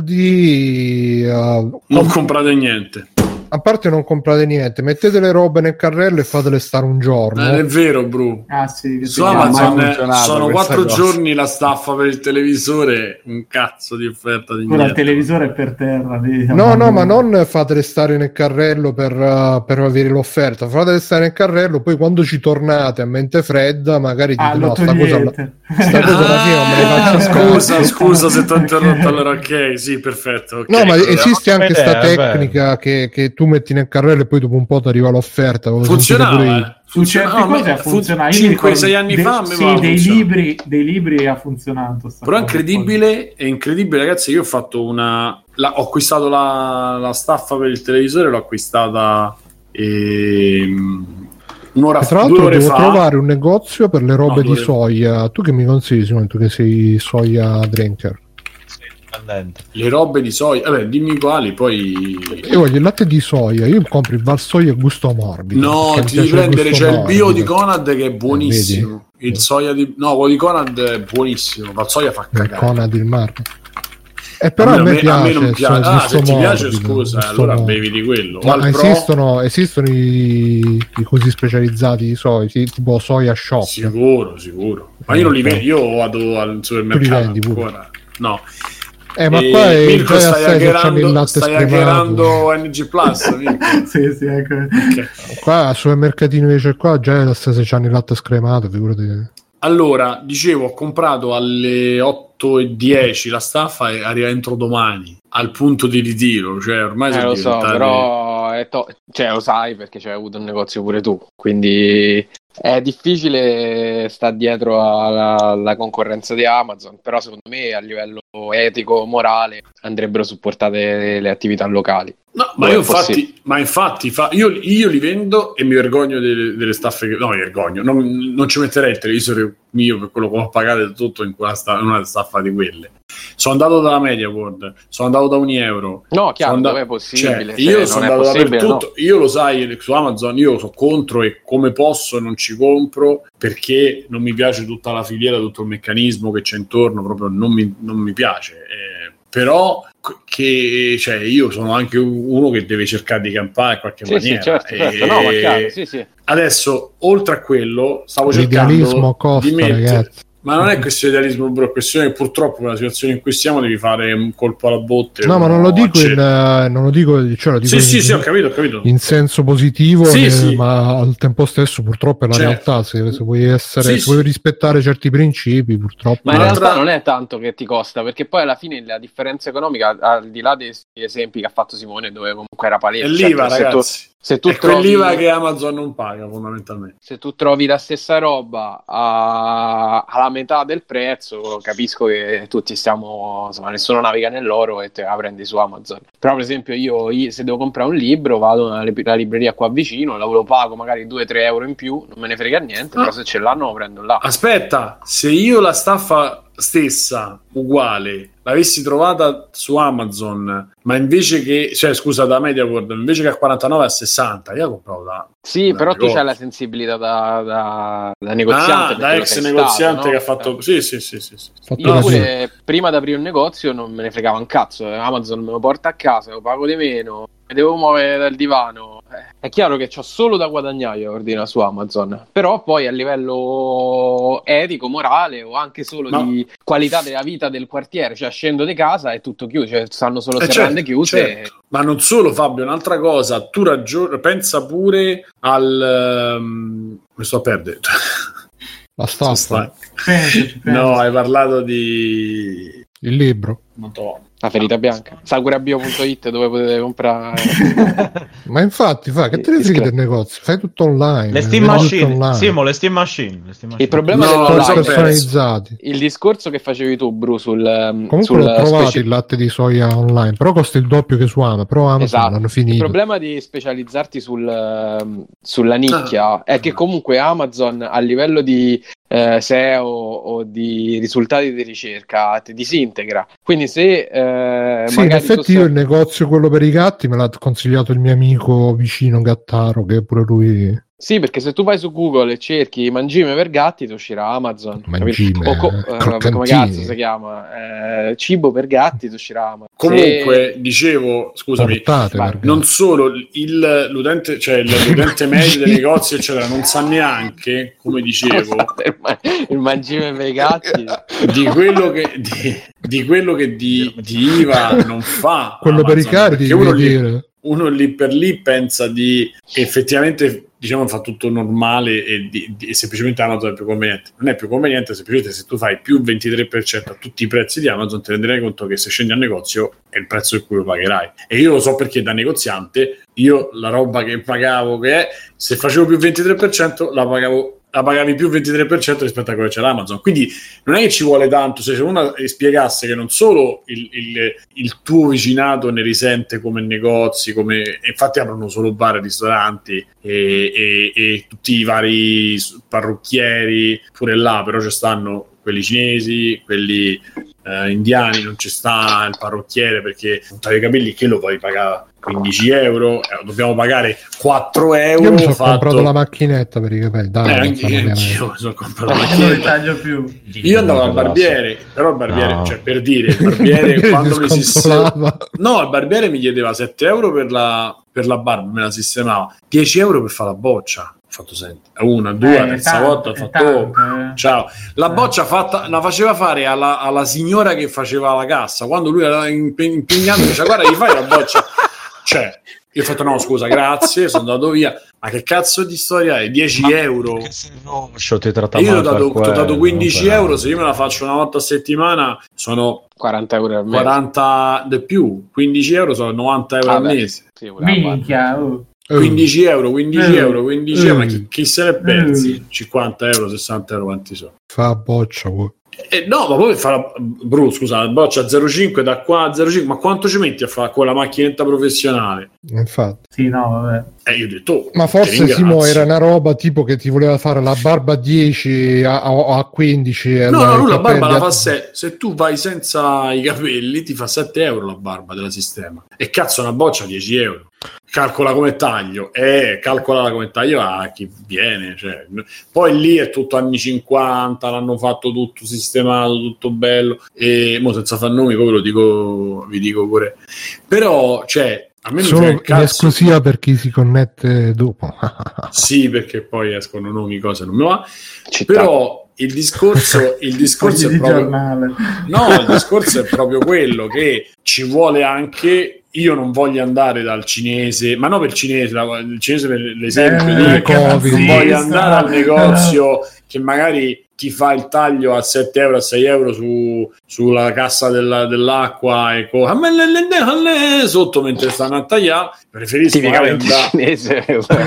soldi. Uh, non comprate niente. A parte non comprate niente, mettete le robe nel carrello e fatele stare un giorno. Eh, è vero, Bru. Ah, sì, su Amazon sono quattro cosa. giorni la staffa per il televisore, un cazzo di offerta di niente. Il televisore è per terra. Diciamo. No, no, ma non fatele stare nel carrello per, uh, per avere l'offerta, fatele stare nel carrello, poi quando ci tornate a mente fredda magari dite ah, no, sta cosa, la, sta cosa ah, alla fine non me ne faccio scusa, scusa se ti ho interrotto, allora ok, sì, perfetto. Okay. No, ma esiste anche questa tecnica che, che tu metti nel carrello e poi dopo un po' ti arriva l'offerta. Funzionava, su certe no, cose ha funzionato. cinque sei anni de- fa sì, dei libri, dei libri ha funzionato. Però è incredibile, è incredibile, ragazzi. Io ho fatto una. La, ho acquistato la, la staffa per il televisore, l'ho acquistata ehm, un'ora fa. Tra l'altro, devo fa. trovare un negozio per le robe no, di soia. Tu che mi consigli, Simone, tu che sei soia drinker? Le robe di soia, vabbè, dimmi quali, poi io voglio il latte di soia, io compro il Valsoia gusto morbido. No, ti devi prendere, c'è il bio di Conad che è buonissimo, eh, il soia di no, quello di Conad è buonissimo, Valsoia fa cagare. Conad il marco. E però a me, a me piace, a me non piace. Ah, se ti piace, morbido, scusa, allora morbido. Bevi di quello. Ma esistono, esistono i, i così specializzati di soia, tipo soia shop. Sicuro, sicuro. Ma io non li vedo, io vado al supermercato ancora. No. Eh, ma E qua è Mirko, già stai a sei che c'hanno il hackerando, latte stai scremato. hackerando N G Plus, Mirko. Sì, sì, ecco. Ok. Qua al supermercatino invece qua già è la stessa, c'hanno il latte scremato, figurati. Allora, dicevo, ho comprato alle otto e dieci la staffa e arriva entro domani al punto di ritiro, cioè ormai Eh, sono lo so, diventate... però è to- cioè, lo sai perché c'hai avuto un negozio pure tu, quindi è difficile stare dietro alla, alla concorrenza di Amazon, però secondo me a livello etico, morale andrebbero supportate le attività locali. No, ma Dove io è infatti, possibile. ma infatti fa, io, io li vendo e mi vergogno delle, delle staffe che, no, mi vergogno, non, non ci metterei il televisore mio per quello che ho pagato tutto in, quella sta, in una staffa di quelle. Sono andato dalla MediaWorld, sono andato da Unieuro. No, chiaro, sono andato- dove è possibile, cioè, se io non sono è andato possibile, dappertutto. Io lo sai, su Amazon io sono contro e come posso non ci compro perché non mi piace tutta la filiera, tutto il meccanismo che c'è intorno, proprio non mi, non mi piace. Eh, però che cioè io sono anche uno che deve cercare di campare in qualche Sì, maniera. sì, certo, certo. E- No, ma chiaro, sì, sì. Adesso, oltre a quello, stavo L'idealismo cercando costa, di mettere... ragazzi. Ma non è questione di idealismo, bro, è questione che purtroppo nella situazione in cui siamo devi fare un colpo alla botte. No, ma non lo dico in, accetto. eh, non lo dico, cioè lo dico Sì, in, sì, sì, ho capito, ho capito. in senso positivo, Sì, eh, sì. ma al tempo stesso purtroppo è la Certo. realtà. Se, se vuoi essere, Sì, se vuoi sì. rispettare certi principi, purtroppo. Ma in Un'altra- realtà non è tanto che ti costa, perché poi alla fine la differenza economica, al di là dei esempi che ha fatto Simone, dove comunque era È palese, l'I V A, certo, se tu- ragazzi. se tu è trovi- quell'I V A che Amazon non paga, fondamentalmente. se tu trovi la stessa roba a- alla metà del prezzo, capisco che tutti stiamo, insomma, nessuno naviga nell'oro e te la prendi su Amazon. Però, per esempio, io, io se devo comprare un libro, vado nella lib- la libreria qua vicino, la lo pago magari due tre euro in più, non me ne frega niente, Ah. però se ce l'hanno lo prendo là. Aspetta, se io la staffa stessa, uguale, l'avessi trovata su Amazon, ma invece che, cioè scusa, da MediaWorld, invece che a quarantanove a sessanta, io la compravo da... Sì, da però tu negozio. c'hai la sensibilità da, da, da negoziante. Ah, da perché lo ex sei negoziante stato, no? che ha fatto... Sì, sì, sì, sì, sì. Fatto Io così. pure prima di aprire un negozio non me ne fregava un cazzo, eh. Amazon me lo porta a casa, lo pago di meno, mi devo muovere dal divano. Eh, è chiaro che c'ho solo da guadagnare io ordina su Amazon, però poi a livello etico, morale o anche solo Ma- di qualità della vita del quartiere, cioè scendo di casa è tutto chiuso, cioè stanno solo Eh, serrande certo, chiuse. certo. Ma non solo, Fabio, un'altra cosa, tu ragion- pensa pure al... ehm, mi sto a perdere. La Sono staffa, stanco. Pensaci, pensaci. No, hai parlato di... il libro. Non to- La ferita bianca. Sakurabio punto it dove potete comprare. Ma infatti, fa, che te ne Sì, frega sì. del negozio? Fai tutto online. Le Steam vendi tutto Machine, online. Simo, le Steam Machine. Le Steam Machine. Il problema No, dell'online so Cose perso. personalizzati. il discorso che facevi tu, Bru, sul Comunque sul l'ho trovato speci- il latte di soia online, però costa il doppio che su Amazon, però Amazon Esatto. l'hanno Il finito. problema di specializzarti sul, ehm, sulla nicchia è che comunque Amazon a livello di eh, S E O o di risultati di ricerca ti disintegra. Quindi se eh, Sì, in magari tu effetti io sei- il negozio, quello per i gatti, me l'ha consigliato il mio amico vicino Gattaro, che pure lui... Sì, perché se tu vai su Google e cerchi mangime per gatti ti uscirà Amazon. Mangime, capito? O co- eh, eh, croccantini. come cazzo si chiama? Eh, cibo per gatti ti uscirà Amazon. Comunque, dicevo, scusami, Portate vai. per gatti. non solo il, l'utente, cioè il- l'utente medio dei negozi, eccetera, non sa neanche, come dicevo, il, ma- il mangime per i gatti. di quello che di, di quello che di, di I V A non fa Quello per i Amazon, cardi, perché uno devi lì, dire. uno lì per lì pensa di che effettivamente diciamo fa tutto normale e, di, di, e semplicemente Amazon è più conveniente. Non è più conveniente, semplicemente se tu fai più ventitré per cento a tutti i prezzi di Amazon ti renderai conto che se scendi al negozio è il prezzo in cui lo pagherai. E io lo so perché da negoziante io la roba che pagavo che è, se facevo più ventitré per cento la pagavo la pagavi più ventitré per cento rispetto a quello che c'era Amazon. Quindi non è che ci vuole tanto, se uno spiegasse che non solo il, il, il tuo vicinato ne risente come negozi, come infatti aprono solo bar e ristoranti e, e, e tutti i vari parrucchieri pure là, però ci stanno quelli cinesi, quelli eh, indiani, non ci sta il parrucchiere perché montare i capelli che lo puoi pagare quindici euro, eh, dobbiamo pagare quattro euro. Io mi sono fatto... comprato la macchinetta per i capelli. Dai, Eh, non anche, fanno anche veramente. io mi sono comprato la Non li macchinetta. taglio più. Io andavo al barbiere, però il barbiere, No. cioè per dire, il barbiere quando mi sistemava, sconsolava. no, il barbiere mi chiedeva sette euro per la, per la barba, me la sistemava, dieci euro per fare la boccia. fatto senti, una, due, la Eh, terza tante, volta ho fatto tante, oh, eh. ciao. La Eh. boccia fatta, la faceva fare alla, alla signora che faceva la cassa, quando lui era impe- impegnato, diceva guarda gli fai la boccia, cioè io ho fatto no scusa grazie, sono andato via, ma che cazzo di storia è? dieci euro? No, ti tratta E io male ho dato, per ti ho dato quello, quindici vabbè. euro, se io me la faccio una volta a settimana sono quaranta euro al mese. quaranta di più, quindici euro sono novanta euro Vabbè, al mese. sì, pure la barba. Minchia, oh. quindici euro, quindici Eh. euro, quindici euro, ma Eh. chi, chi se ne pensi? Eh. cinquanta euro, sessanta euro, quanti sono? Fa boccia, vuoi. Eh, no, ma poi fa la Bru, scusa, la boccia zero virgola cinque da qua a zero virgola cinque, ma quanto ci metti a fare con la macchinetta professionale? Infatti. Sì, no, vabbè. Eh, io ho detto, oh, Ma ti forse ringrazio. Simo era una roba tipo che ti voleva fare la barba a dieci a, a, a quindici. e No, no, lui la capelli barba la a- fa se, se tu vai senza i capelli ti fa sette euro la barba della sistema. E cazzo una boccia dieci euro. Calcola come taglio, eh, calcola come taglio a chi viene. Cioè. Poi lì è tutto anni cinquanta, l'hanno fatto tutto sistemato, tutto bello. E mo senza far nomi, poi ve lo dico, vi dico pure. Però, cioè, a me mi Solo frega in il cazzo. esclusiva per chi si connette dopo. Sì, perché poi escono nomi, cose non mi va. Città. Però il discorso, il discorso Fogli è di proprio giornale. no, il discorso è proprio quello che ci vuole anche. Io non voglio andare dal cinese, ma non per il cinese, la- il cinese per l'esempio, Eh, di- che Covid. non voglio razzista. andare al negozio che magari ti fa il taglio a sette euro, a sei euro su, sulla cassa della- dell'acqua e co- sotto mentre stanno a tagliare. Preferisco magari Tipicamente andare cinese.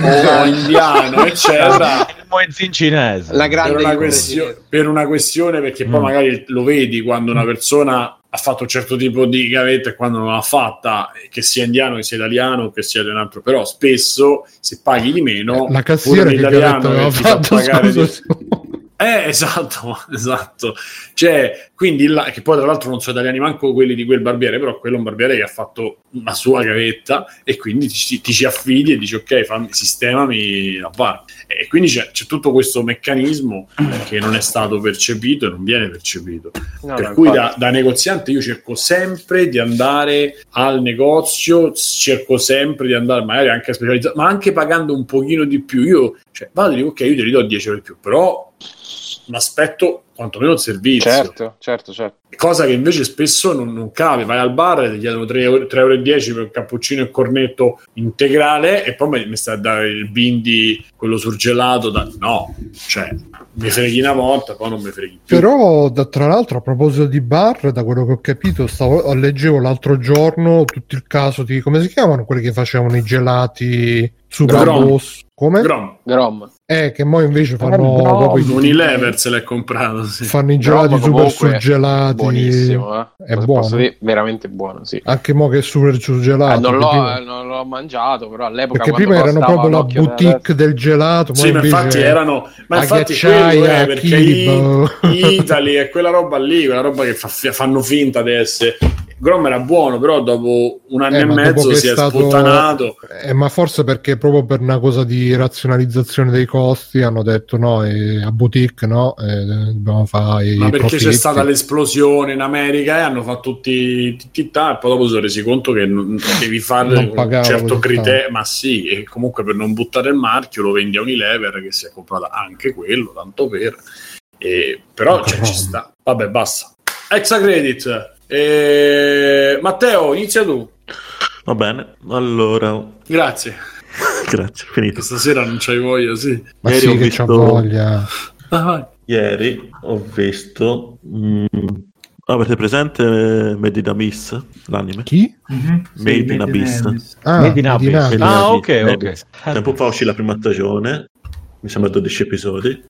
o indiano, eccetera. Il muezzin cinese. La Per grande una, Juve questio- cinese. per una questione perché poi Mm. magari lo vedi quando una persona ha fatto un certo tipo di gavetta e quando non l'ha fatta, che sia indiano, che sia italiano, che sia di un altro, però spesso se paghi di meno La cassiera pure che l'italiano gavetta aveva che ti fa fatto, pagare scusa, di- Simo. eh, esatto, esatto. Cioè, quindi là, che poi tra l'altro non sono italiani manco quelli di quel barbiere, però quello è un barbiere che ha fatto una sua gavetta e quindi ti, ti ci affidi e dici ok, fammi, sistemami la barba. E quindi c'è, c'è tutto questo meccanismo che non è stato percepito e non viene percepito. No, per no, cui infatti. da, da negoziante io cerco sempre di andare al negozio, cerco sempre di andare magari anche a specializzare, ma anche pagando un pochino di più. Io cioè, vado e dico ok, io te li do dieci euro di più, però mi aspetto quantomeno il servizio. Certo, certo, certo. Cosa che invece spesso non, non cade. Vai al bar e ti chiedono tre euro e dieci per il cappuccino e cornetto integrale e poi mi, mi sta a dare il bindi, quello surgelato. Da... No, cioè, mi freghi una volta, poi non mi freghi più. Però da- tra l'altro a proposito di bar, da quello che ho capito, stavo, leggevo l'altro giorno tutto il caso di come si chiamano quelli che facevano i gelati super Grom. boss, come? Grom, Grom. Eh, che mo invece fanno Grom. proprio i- Unilever se l'è comprato. Sì. fanno i gelati Grom super comunque surgelati. Buonissimo, eh. È Posso buono. dire, veramente buono, sì. Anche mo che è super surgelato. Eh, non, l'ho, prima- eh, non l'ho mangiato, però all'epoca perché quando prima erano costava proprio la l'occhio della boutique del gelato. Sì, mo ma invece infatti erano, ma a infatti ghiacciaia, quello è perché Kibo. i- Italy è quella roba lì, quella roba che fa- fanno finta di essere. Grom era buono, però dopo un anno Eh, e ma dopo mezzo che si è stato- sputtanato. Eh, ma forse perché proprio per una cosa di razionalizzazione dei costi hanno detto no, eh, a boutique no, eh, dobbiamo fare i Ma perché profitti. c'è stata l'esplosione in America e hanno fatto tutti tutti ta, e poi dopo si sono resi conto che non, devi fare Non un pagava certo così criterio, ma sì, e comunque per non buttare il marchio lo vendi a Unilever che si è comprata anche quello, tanto per. E, però cioè, ci sta. Vabbè, basta. Extra credit. E... Matteo, inizia tu. Va bene, allora, Grazie. grazie, finito. Che stasera non c'hai voglia, sì. Ma Ieri sì, ho che visto- c'ha voglia. Ah, vai. Ieri ho visto... mm, avete presente Made in Abyss, l'anime? Chi? Mhm. Sì, Made in Abyss. Abyss. Ah, Made in Abyss. Abyss. Made in Ah, Abyss, ok, Made in ok. Abyss. Tempo fa uscì la prima stagione, mi sembra dodici episodi,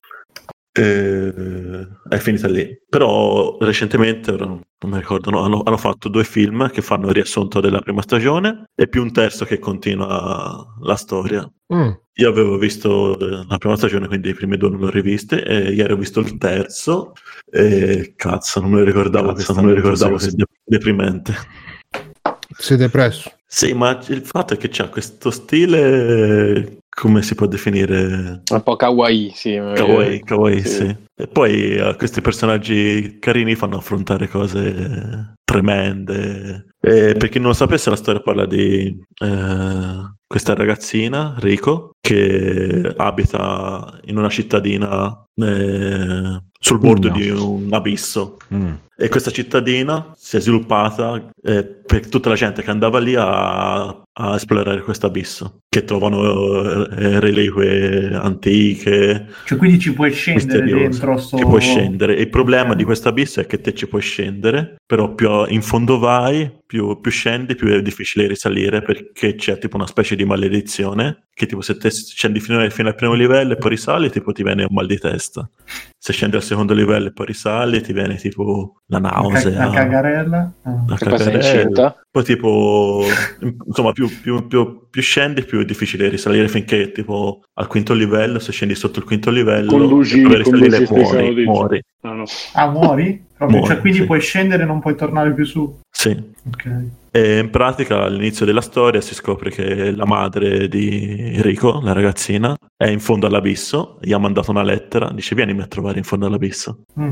e è finita lì. Però recentemente, ora non non mi ricordo, no, hanno, hanno fatto due film che fanno il riassunto della prima stagione e più un terzo che continua la storia. Mm. Io avevo visto eh, la prima stagione, quindi i primi due non li ho rivisti, e ieri ho visto il terzo e cazzo, non me lo ricordavo, Cazzo, che stava- non me lo ricordavo così de- deprimente. Sei depresso. Sì, ma il fatto è che c'ha questo stile, come si può definire? Un po' kawaii, sì. Kawaii, kawaii, sì. sì. E poi a questi personaggi carini fanno affrontare cose tremende. E per chi non lo sapesse, la storia parla di eh, questa ragazzina, Rico, che abita in una cittadina eh, sul bordo No. di un abisso. Mm. E questa cittadina si è sviluppata eh, per tutta la gente che andava lì a, a esplorare questo abisso, che trovano eh, reliquie antiche, Cioè, quindi ci puoi scendere misteriose. dentro sto... Ci puoi scendere. Il problema Ok. di questo abisso è che te ci puoi scendere, però più in fondo vai, più, più scendi, più è difficile risalire, perché c'è tipo una specie di maledizione che tipo se te scendi fino, fino al primo livello e poi risali, tipo ti viene un mal di testa. Se scendi al secondo livello e poi risali, ti viene tipo la Una, ca- nausea, una cagarella? Ah. la Che poi sei cagarella. incinta? Poi tipo, insomma, più, più, più, più scendi, più è difficile risalire, finché tipo al quinto livello, se scendi sotto il quinto livello, Conduci, per risalire conduci stessa muori, notizia. muori. Ah, no. Ah, muori? Proprio, Muori, cioè, quindi sì. puoi scendere e non puoi tornare più su. Sì. Ok. E in pratica all'inizio della storia si scopre che la madre di Rico, la ragazzina, è in fondo all'abisso, gli ha mandato una lettera, dice vienimi a trovare in fondo all'abisso. Mm.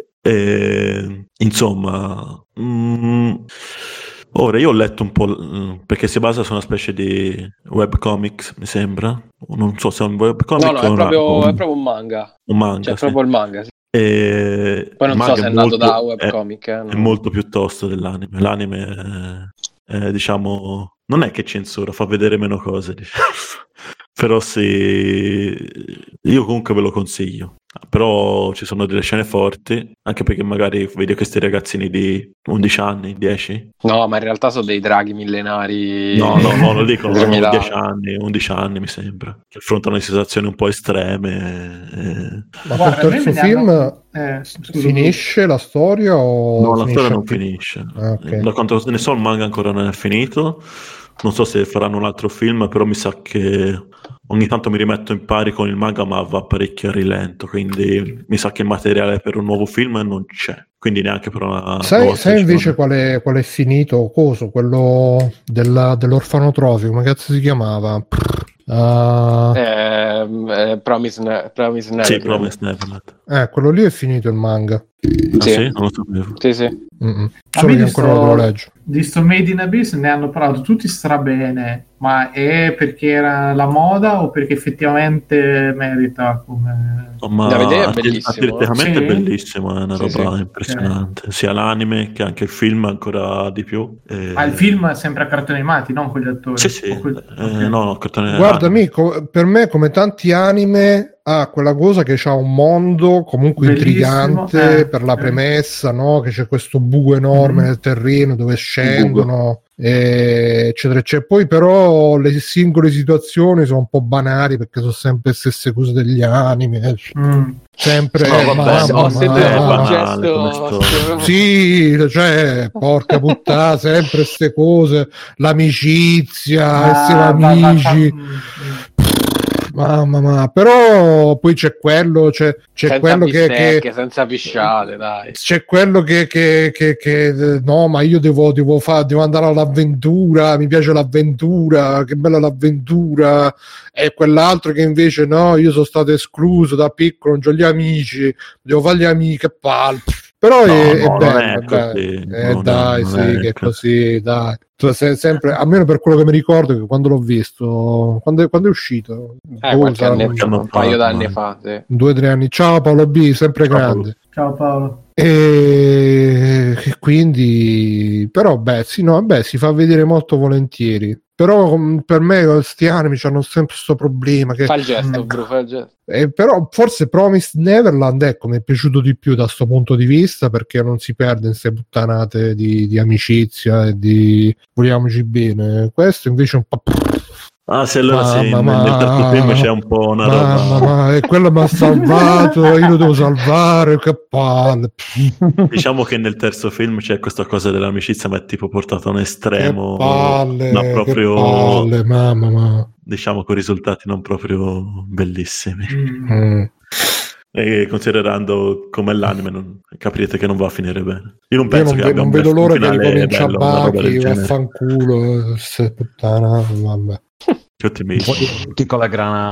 E, insomma, mm, ora io ho letto un po', mm, perché si basa su una specie di webcomics, mi sembra. Non so se è un webcomic No, no, o è una- proprio, o un, è proprio un manga. un manga. Cioè, è sì. proprio il manga. Sì. E Poi non il so manga se è è nato molto- da è- webcomic. Eh, no. È molto più tosto dell'anime. L'anime è, è, diciamo, non è che censura, fa vedere meno cose, diciamo. Però sì, io comunque ve lo consiglio. Però ci sono delle scene forti, anche perché magari vedi questi ragazzini di undici anni, dieci. No, ma in realtà sono dei draghi millenari. No, no, no, lo dicono, hanno tremila. dieci anni, undici anni mi sembra, che affrontano situazioni un po' estreme. eh. Ma Guarda, col a me terzo me ne film hanno- eh, scusa, finisce la storia o No, la finisce storia non qui? finisce. Ah, ok. Da quanto ne so, il manga ancora non è finito. Non so se faranno un altro film, però mi sa che ogni tanto mi rimetto in pari con il manga, ma va parecchio a rilento. Quindi mi sa che il materiale per un nuovo film non c'è. Quindi neanche per una Sai, nuova sai invece stagione. qual è, qual è finito? Coso, quello della- dell'orfanotrofio, come cazzo si chiamava? Ah, Ehm, eh, Promise, Ne- Promise Sì, Neverland. Promise Neverland. eh, quello lì è finito il manga. Ah, Sì. sì? Non lo sapevo. Sì, sì. Mm-mm. A Solo me che di ancora non sto- lo leggo. Di sto Made in Abyss ne hanno parlato tutti strabene, ma è perché era la moda o perché effettivamente merita come... Oh, ma Da vedere è arti- bellissimo, artisticamente eh? è bellissimo, è una Sì, roba sì. impressionante. Sia l'anime che anche il film, ancora di più. E- Ma il film è sempre a cartoni animati, non con gli attori? Sì, sì. O quel- Eh, ok. no, no, cartone- Guarda, anime. amico, per me, come tanti anime, ha quella cosa che c'ha un mondo comunque Bellissimo, intrigante eh, per la eh. premessa, no? Che c'è questo buco enorme Mhm. nel terreno dove scendono, e eccetera, eccetera. Poi, però, le singole situazioni sono un po' banali perché sono sempre le stesse cose degli anime. Mm. Sempre, No, eh, vabbè, mamma, sì, ho ma- sentito è un banale come gesto. storia. sì, cioè, porca puttana, sempre queste cose, l'amicizia, essere Ah, va- va- amici. va- mm, mm. Mamma mia, però poi c'è quello, c'è, c'è Senza quello che, bistecche, che senza pisciate, dai. c'è quello che, che, che, che no, ma io devo, devo, fa, devo andare all'avventura, mi piace l'avventura, che bella l'avventura, e quell'altro che invece no, io sono stato escluso da piccolo, non ho gli amici, devo fare gli amici, che palle. Però No, è, è no, non bello, è è bello. così, Eh, non è- dai, non sì, è che è così. così, dai. Tu sei sempre, almeno per quello che mi ricordo, che quando l'ho visto, quando, quando è uscito? Eh, Boh, qualche sarà anno un- fa, un paio fa, d'anni ma- fa, sì. due o tre anni. Ciao Paolo B, sempre Ciao, grande. Ciao Paolo. E e quindi, però, beh, sì, no, beh, si fa vedere molto volentieri. Però com- per me questi anime hanno sempre questo problema che Fa il gesto, Mm. bro, fa il gesto. eh, però forse Promised Neverland, ecco, mi è piaciuto di più da sto punto di vista perché non si perde in queste puttanate di, di amicizia e di vogliamoci bene. Questo invece è un po'. Ah, sì, allora sì, Mamma, nel, nel terzo ma- film c'è un po' una Mamma, roba. ma e quello mi ha salvato, io lo devo salvare, che palle. Diciamo che nel terzo film c'è questa cosa dell'amicizia, ma è tipo portata a un Che estremo, palle, ma che proprio, palle, mamma, ma. diciamo, con risultati non proprio bellissimi. Mm. Mm. E considerando com'è l'anime, non, capirete che non va a finire bene. Io non Io penso non, che ve- abbia non un vedo bel- l'ora un che finale ricomincia bello, una roba del Baki, genere. vaffanculo, se puttana, vabbè. Che ottimismo. Tutti con le granate.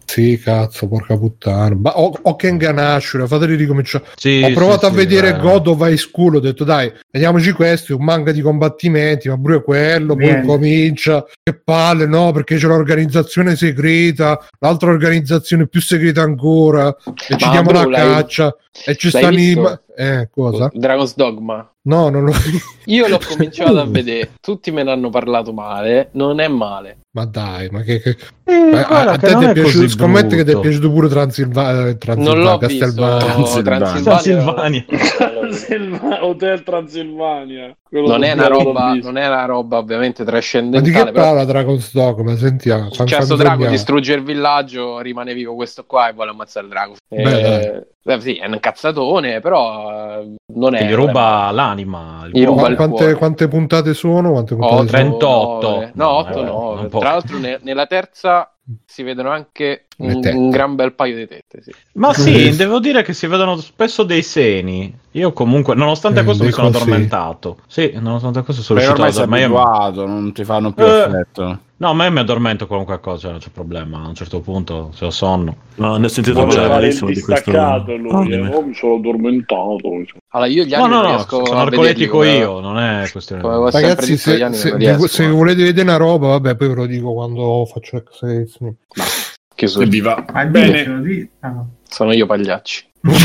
Sì, cazzo, porca puttana. Ma o, o che inganascio, fateli ricominciare. Sì, ho provato sì, a sì, vedere eh. God of High School, ho detto dai, vediamoci questi, un manga di combattimenti, ma pure quello, Viene. poi comincia, che palle, no, perché c'è l'organizzazione segreta, l'altra organizzazione più segreta ancora, e ci Ma diamo bro, la l'hai- caccia, e ci l'hai stanno i... visto? ma- Eh, cosa? Dragon's Dogma. No, non lo... Io l'ho cominciato a vedere, tutti me ne hanno parlato male, non è male. Ma dai, ma che... che... Eh, Ma a, guarda a che te non ti è è piaciuto, così scommetto che ti è brutto. piaciuto pure Transilvania, Non l'ho visto. Castelvania. Transilvania. Transilvania. Transilvania. Hotel Transilvania. Quello Non è una dobbiamo roba, visto. non è una roba ovviamente Ma di trascendentale, che però parla Dragon's Dogma? Sentiamo. c'è sto drago, distrugge il villaggio, rimane vivo questo qua e vuole ammazzare il drago. Beh, Eh, eh, sì, è un cazzatone, però eh, non è... Che gli ruba l'anima. il Gli ruba cuore. il quante, cuore. quante puntate sono? Quante puntate Oh, sono? trentotto. nove. No, otto Eh, nove. un po'. Tra l'altro ne- nella terza si vedono anche Le un, tette. un gran bel paio di tette, sì. Ma Sì. sì, devo dire che si vedono spesso dei seni. Io comunque, nonostante Eh, questo, mi dico sono sì. addormentato. Sì, nonostante questo sono Beh, riuscito ormai ad sei addormentare. abituato, non ti fanno più Eh. effetto. No, ma io mi addormento qualunque cosa, non c'è problema. A un certo punto, se ho sonno. No, ne ho sentito Vuole parlare fare il malissimo di questo distaccato lui, eh. anime. Oh, mi sono addormentato. Allora, io gli No, anime no, non no, riesco sono a arcoletico vederli io, non è questione come di... ho sempre Ragazzi, detto, gli se, anime se, non vi- riesco, se eh. volete vedere una roba, vabbè, poi ve lo dico quando faccio l'ex. Chiuso. Evviva. Ma Bene. dicelo, di- ah, no. Sono io Pagliacci.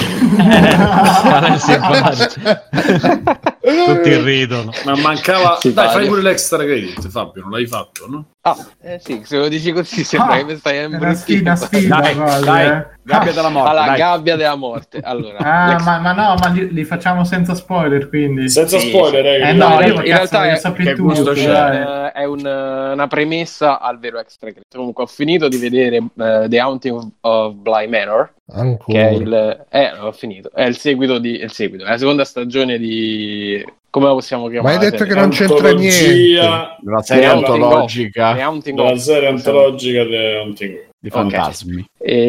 Canale simpatici. Tutti ridono. Ma mancava... Sì, Dai, vale. fai pure l'extra credit, Fabio, non l'hai fatto, no? Ah, eh sì, se lo dici così sembra Ah, che mi stai è una imbruttendo. sfida, sfida, Dai, quasi, dai, eh. gabbia della morte. Alla dai. gabbia della morte. Allora, Ah, l'ex- ma, ma no, ma li, li facciamo senza spoiler, quindi. Senza Sì, spoiler, eh. Eh No, no, in io realtà- in cazzo, realtà voglio è- sapere che tutto, gusto è, c'è? dai. un- è un- una premessa al vero extra credit. Comunque ho finito di vedere eh, The Haunting of, of Bly Manor, Ancora. che è il eh, ho finito, è il seguito di è il seguito, è la seconda stagione di come la possiamo Ma chiamare? hai detto che non c'entra Antologia niente. La serie The Haunting of- antologica The Haunting della of- serie antologica di Hunting. di fantasmi.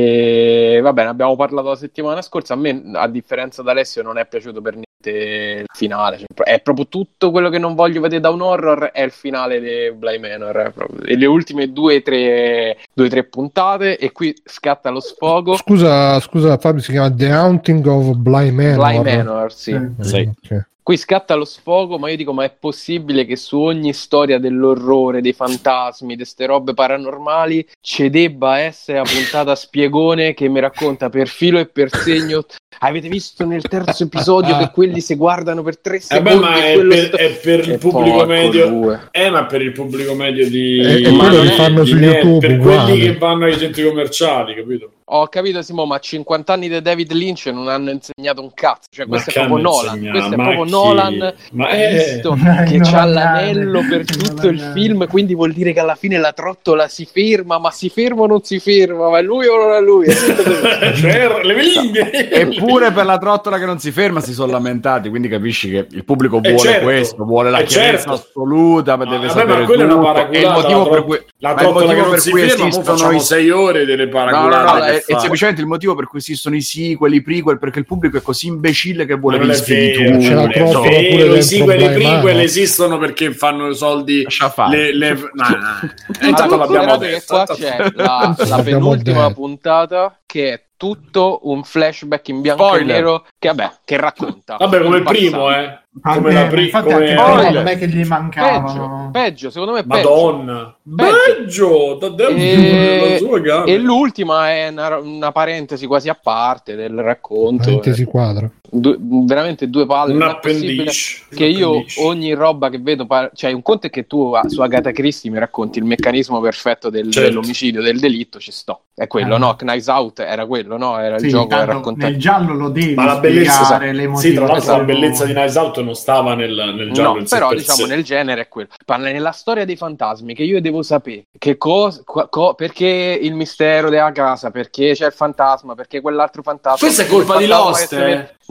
E va bene, abbiamo parlato la settimana scorsa. A me, a differenza da Alessio, non è piaciuto per niente il finale. Cioè, è proprio tutto quello che non voglio vedere da un horror. È il finale di Bly Manor. È proprio- e le ultime due o tre, due, tre puntate. E qui scatta lo sfogo. Scusa, scusa Fabio, si chiama The Haunting of Bly Manor. Bly Manor, sì. Sì. Eh, Sì. ok. Qui scatta lo sfogo, ma io dico, ma è possibile che su ogni storia dell'orrore, dei fantasmi, di ste robe paranormali, ci debba essere la puntata spiegone che mi racconta per filo e per segno. Avete visto nel terzo episodio che quelli si guardano per tre Eh secondi? beh, ma e è quello per, sta- è per il E pubblico porco medio. due. Eh, ma per il pubblico medio di. E- e quello di- li fanno di su net, YouTube, per uguale. quelli che vanno ai centri commerciali, capito? Ho capito, Simo, ma cinquanta anni di David Lynch non hanno insegnato un cazzo. Cioè, Ma questo è che proprio hanno Nolan. insegnato? Questo è Ma proprio chi? Nolan. Ma Hai è- visto Ma che non c'ha andare, l'anello per non tutto il andare. film, quindi vuol dire che alla fine la trottola si ferma, ma si ferma o non si ferma? Ma è lui o non è lui? È tutto così. Cioè, le melingue. Eppure per la trottola che non si ferma si sono lamentati, quindi capisci che il pubblico Eh, vuole certo. questo, vuole la Eh, chiarezza certo. assoluta, ma deve Vabbè, sapere ma quella è una tutto. paraculata, È il motivo la per tro- cui la ma il trottola motivo che non per si cui ferma, mo esistono facciamo i sei ore delle No, no, paraculate. no, che è, è fa. semplicemente il motivo per cui esistono i sequel, i prequel, perché il pubblico è così imbecille che vuole non è vischi di vero, tutto. C'è la non è trottola pure vero, dentro i sequel e i Bly prequel Manor. esistono perché fanno soldi. Lascia fare. Le, le... No, no. E Allora, intanto l'abbiamo considerate che detto. qua c'è la, la L'abbiamo penultima detto. puntata che è tutto un flashback in bianco Spoiler. e nero che, vabbè, che racconta. Vabbè, come il passato. primo, eh. Anche, Come la pri- infatti come- anche quello Spoiler. a me che gli Peggio, mancavano. peggio, secondo me peggio. Madonna. Peggio. Peggio. Da Dio, E, la sua gamma. e l'ultima è una, una parentesi quasi a parte del racconto. Parentesi quadra. Due- veramente due palle. un Non è possibile appendice. che Un io appendice. ogni roba che vedo, par- cioè un conto è che tu ah, su Agatha Christie mi racconti il meccanismo perfetto del- Certo. dell'omicidio, del delitto, ci sto. È quello, Eh. no? Knives Out era quello, no? Era Sì, il gioco che tanto raccontava. nel giallo lo devi Ma la bellezza, spiegare, le sì, tra l'altro la motivazioni. bellezza di Knives Out non stava nel, nel giallo No, in sé però per diciamo sé. nel genere è quello. Parla nella storia dei fantasmi che io devo sapere che cosa, qua- co- perché il mistero della casa, perché c'è il fantasma, perché quell'altro fantasma. Questa è perché colpa quel di fantasma Lost, che si vede- eh.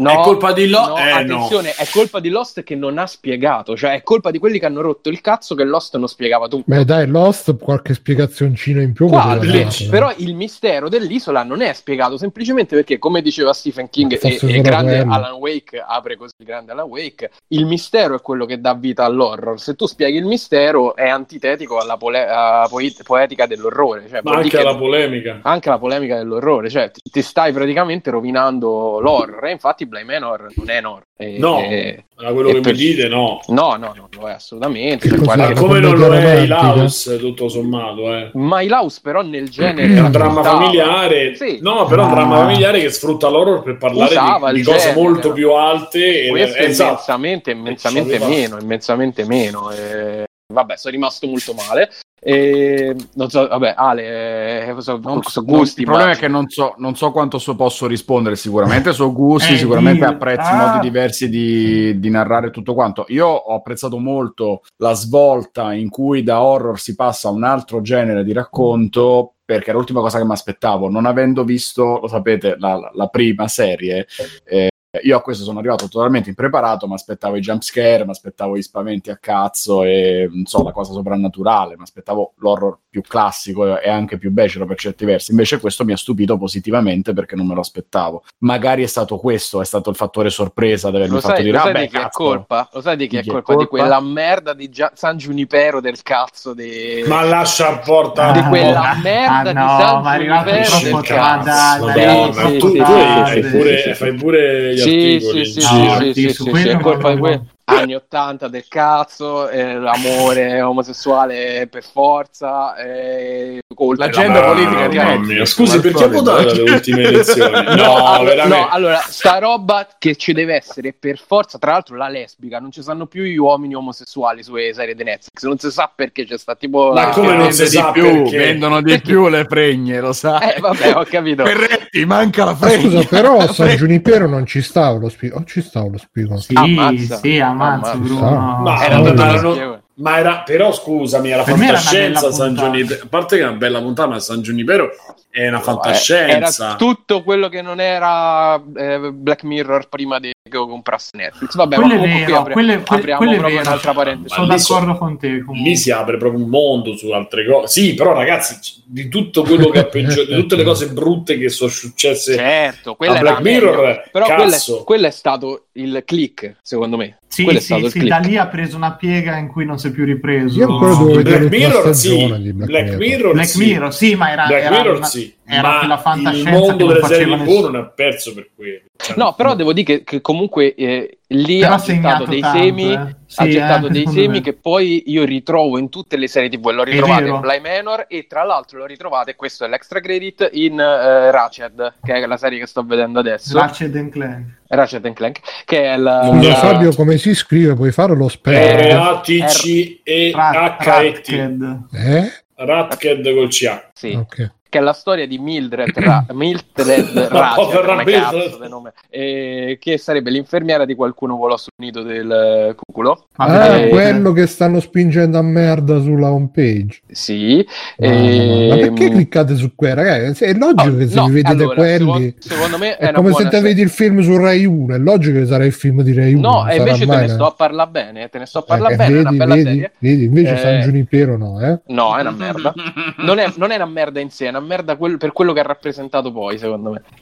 No, è colpa di Lost? No, eh, attenzione, no. è colpa di Lost che non ha spiegato, cioè è colpa di quelli che hanno rotto il cazzo che Lost non spiegava tutto. Beh dai, Lost qualche spiegazioncina in più. Qua, poteva le, dare, però il mistero dell'isola non è spiegato semplicemente perché, come diceva Stephen King, e, Forse e solo grande quello. Alan Wake apre così grande Alan Wake, il mistero è quello che dà vita all'horror. Se tu spieghi il mistero è antitetico alla pole- a poet- poetica dell'orrore, cioè, Ma vuol anche dire che- alla polemica. anche la polemica dell'orrore, cioè ti, ti stai praticamente rovinando l'horror, e infatti Bly Manor non è horror. E, No, e- da quello e che per- mi dite, no. No, no, no, lo è assolutamente. Che Cioè, cos'è? guarda Ma che- Una come non lo commedia è il romantica? House, tutto sommato, eh. My House però nel genere È un dramma usava- familiare, Sì. no, però è un Ah. dramma familiare che sfrutta l'horror per parlare Usava di, il di cose genere. molto più alte. E, Questo è esatto. immensamente, immensamente Ci aveva- meno, immensamente meno. E... Vabbè, sono rimasto molto male. E... Non so, vabbè, Ale, eh, so, Non so so- gusti. il problema è immagino. che non so, non so quanto so posso rispondere. Sicuramente so gusti, Eh, sicuramente dillo. apprezzo Ah. modi diversi di, di narrare tutto quanto. Io ho apprezzato molto la svolta in cui da horror si passa a un altro genere di racconto, perché era l'ultima cosa che mi aspettavo. Non avendo visto, lo sapete, la, la- la prima serie, eh, io a questo sono arrivato totalmente impreparato, mi aspettavo i jump scare, mi aspettavo gli spaventi a cazzo e non so, la cosa soprannaturale, mi aspettavo l'horror più classico e anche più becero per certi versi. Invece questo mi ha stupito positivamente perque non me lo aspettavo. Magari è stato questo, è stato il fattore sorpresa di avermi Lo fatto sai, dire lo sai "Ah, beh, di chi è cazzo". colpa? Lo sai di chi Di è chi è colpa? Di colpa? quella merda di Gia- San Giunipero del cazzo di... Ma lascia a porta di Ah, quella ah, merda ah, di no, San ma è arrivato Giunipero troppo del tardi, cazzo. dai, Madonna, Sì, ma sì, tu, sì, tu sì, hai, sì, pure, sì, sì. fai pure gli Sì, articoli. sì, sì, No, sì, sì, sì, su sì, quello sì, è no, colpa no, di no. que- anni ottanta del cazzo, eh, l'amore omosessuale per forza, eh, oltre L'agenda la- politica di Mamma Netflix, mia, scusi, come al perché ha solito. votato alle ultime elezioni? No, No, allora, veramente. no, allora, sta roba che ci deve essere per forza, tra l'altro la lesbica, non ci sanno più gli uomini omosessuali sulle serie di Netflix, non si sa perché c'è sta tipo... Ma la- come non Vende si di sa più, perché? vendono di Perché? più le fregne, lo sai. Eh, vabbè, ho capito. Ferretti, manca la Ma fregna. scusa, però San Giunipero non ci stava lo spigo. Oh, ci stava lo spigo. Sì, Ammazza. sì, ammazza, Ammazza. Bruno. Ma, Era ma- tutta ma una erano- spiego. ma era, però scusami, era Per me era una fantascienza bella San puntata. Giunipero. A parte che è una bella puntata, ma San Giunipero è una fantascienza. Era tutto quello che non era eh, Black Mirror prima di che lo comprasse Netflix. Vabbè, Quello ma è comunque qui vero, apri- quello è- quello- apriamo quello è proprio vero. un'altra parentesi. Sono Ma lì so- d'accordo con te comunque. Lì si apre proprio un mondo su altre cose. Sì, però ragazzi, c- di tutto quello che ha peggio- di tutte le cose brutte che sono successe Certo, quella a era Black Mirror, meglio. Però quello cazzo. è, quello è stato il click, secondo me. Sì, quello è sì, stato il sì, click. da lì ha preso una piega in cui non si è più ripreso. Io ancora devo vedere Black l'ultima Mirror, sì. stagione di Black, Black Mirror. Mirror, Black sì. Mirror, sì, ma era, Black era Mirror una- sì, era ma quella il fantascienza mondo che non delle serie faceva T V nessuno. non è perso per quello. Cioè, No, però devo dire che, che comunque eh, lì Però ha ha segnato gettato dei tanto, semi, eh. ha Sì, gettato eh, dei secondo semi me. che poi io ritrovo in tutte le serie tivù. L'ho È ritrovato vero. in Bly Manor e tra l'altro l'ho ritrovato, e questo è l'extra credit, in eh, Ratched, che è la serie che sto vedendo adesso. Ratchet and Clank. Ratchet and Clank, che è la... Scusa La- Fabio, come si scrive? Puoi fare lo R spell? A T C E Rat- H E T Ratked. Eh? Ratked col C H. Sì. Ok. Che è la storia di Mildred, Ra- Mildred Ma Ratched, povera come Mildred. cazzo di nome, eh, che sarebbe l'infermiera di Qualcuno volò sul nido del eh, cuculo. Ah, Eh, quello che stanno spingendo a merda sulla home page. Sì. Ma, ma perché ehm, cliccate su quei ragazzi? È logico no, che se no, vi vedete allora, quelli secondo, secondo me è, è una come se buona te serie. vedi il film su Rai uno, è logico che sarà il film di Rai uno. No, non e sarà invece te mai ne una- sto a parlare bene, te ne sto a Eh, parlare che bene, è vedi, una bella vedi, serie. vedi, invece Eh, San Giunipero no, eh? No, è una merda. Non è, non è una merda in sé, è una merda quel- per quello che ha rappresentato poi, secondo me.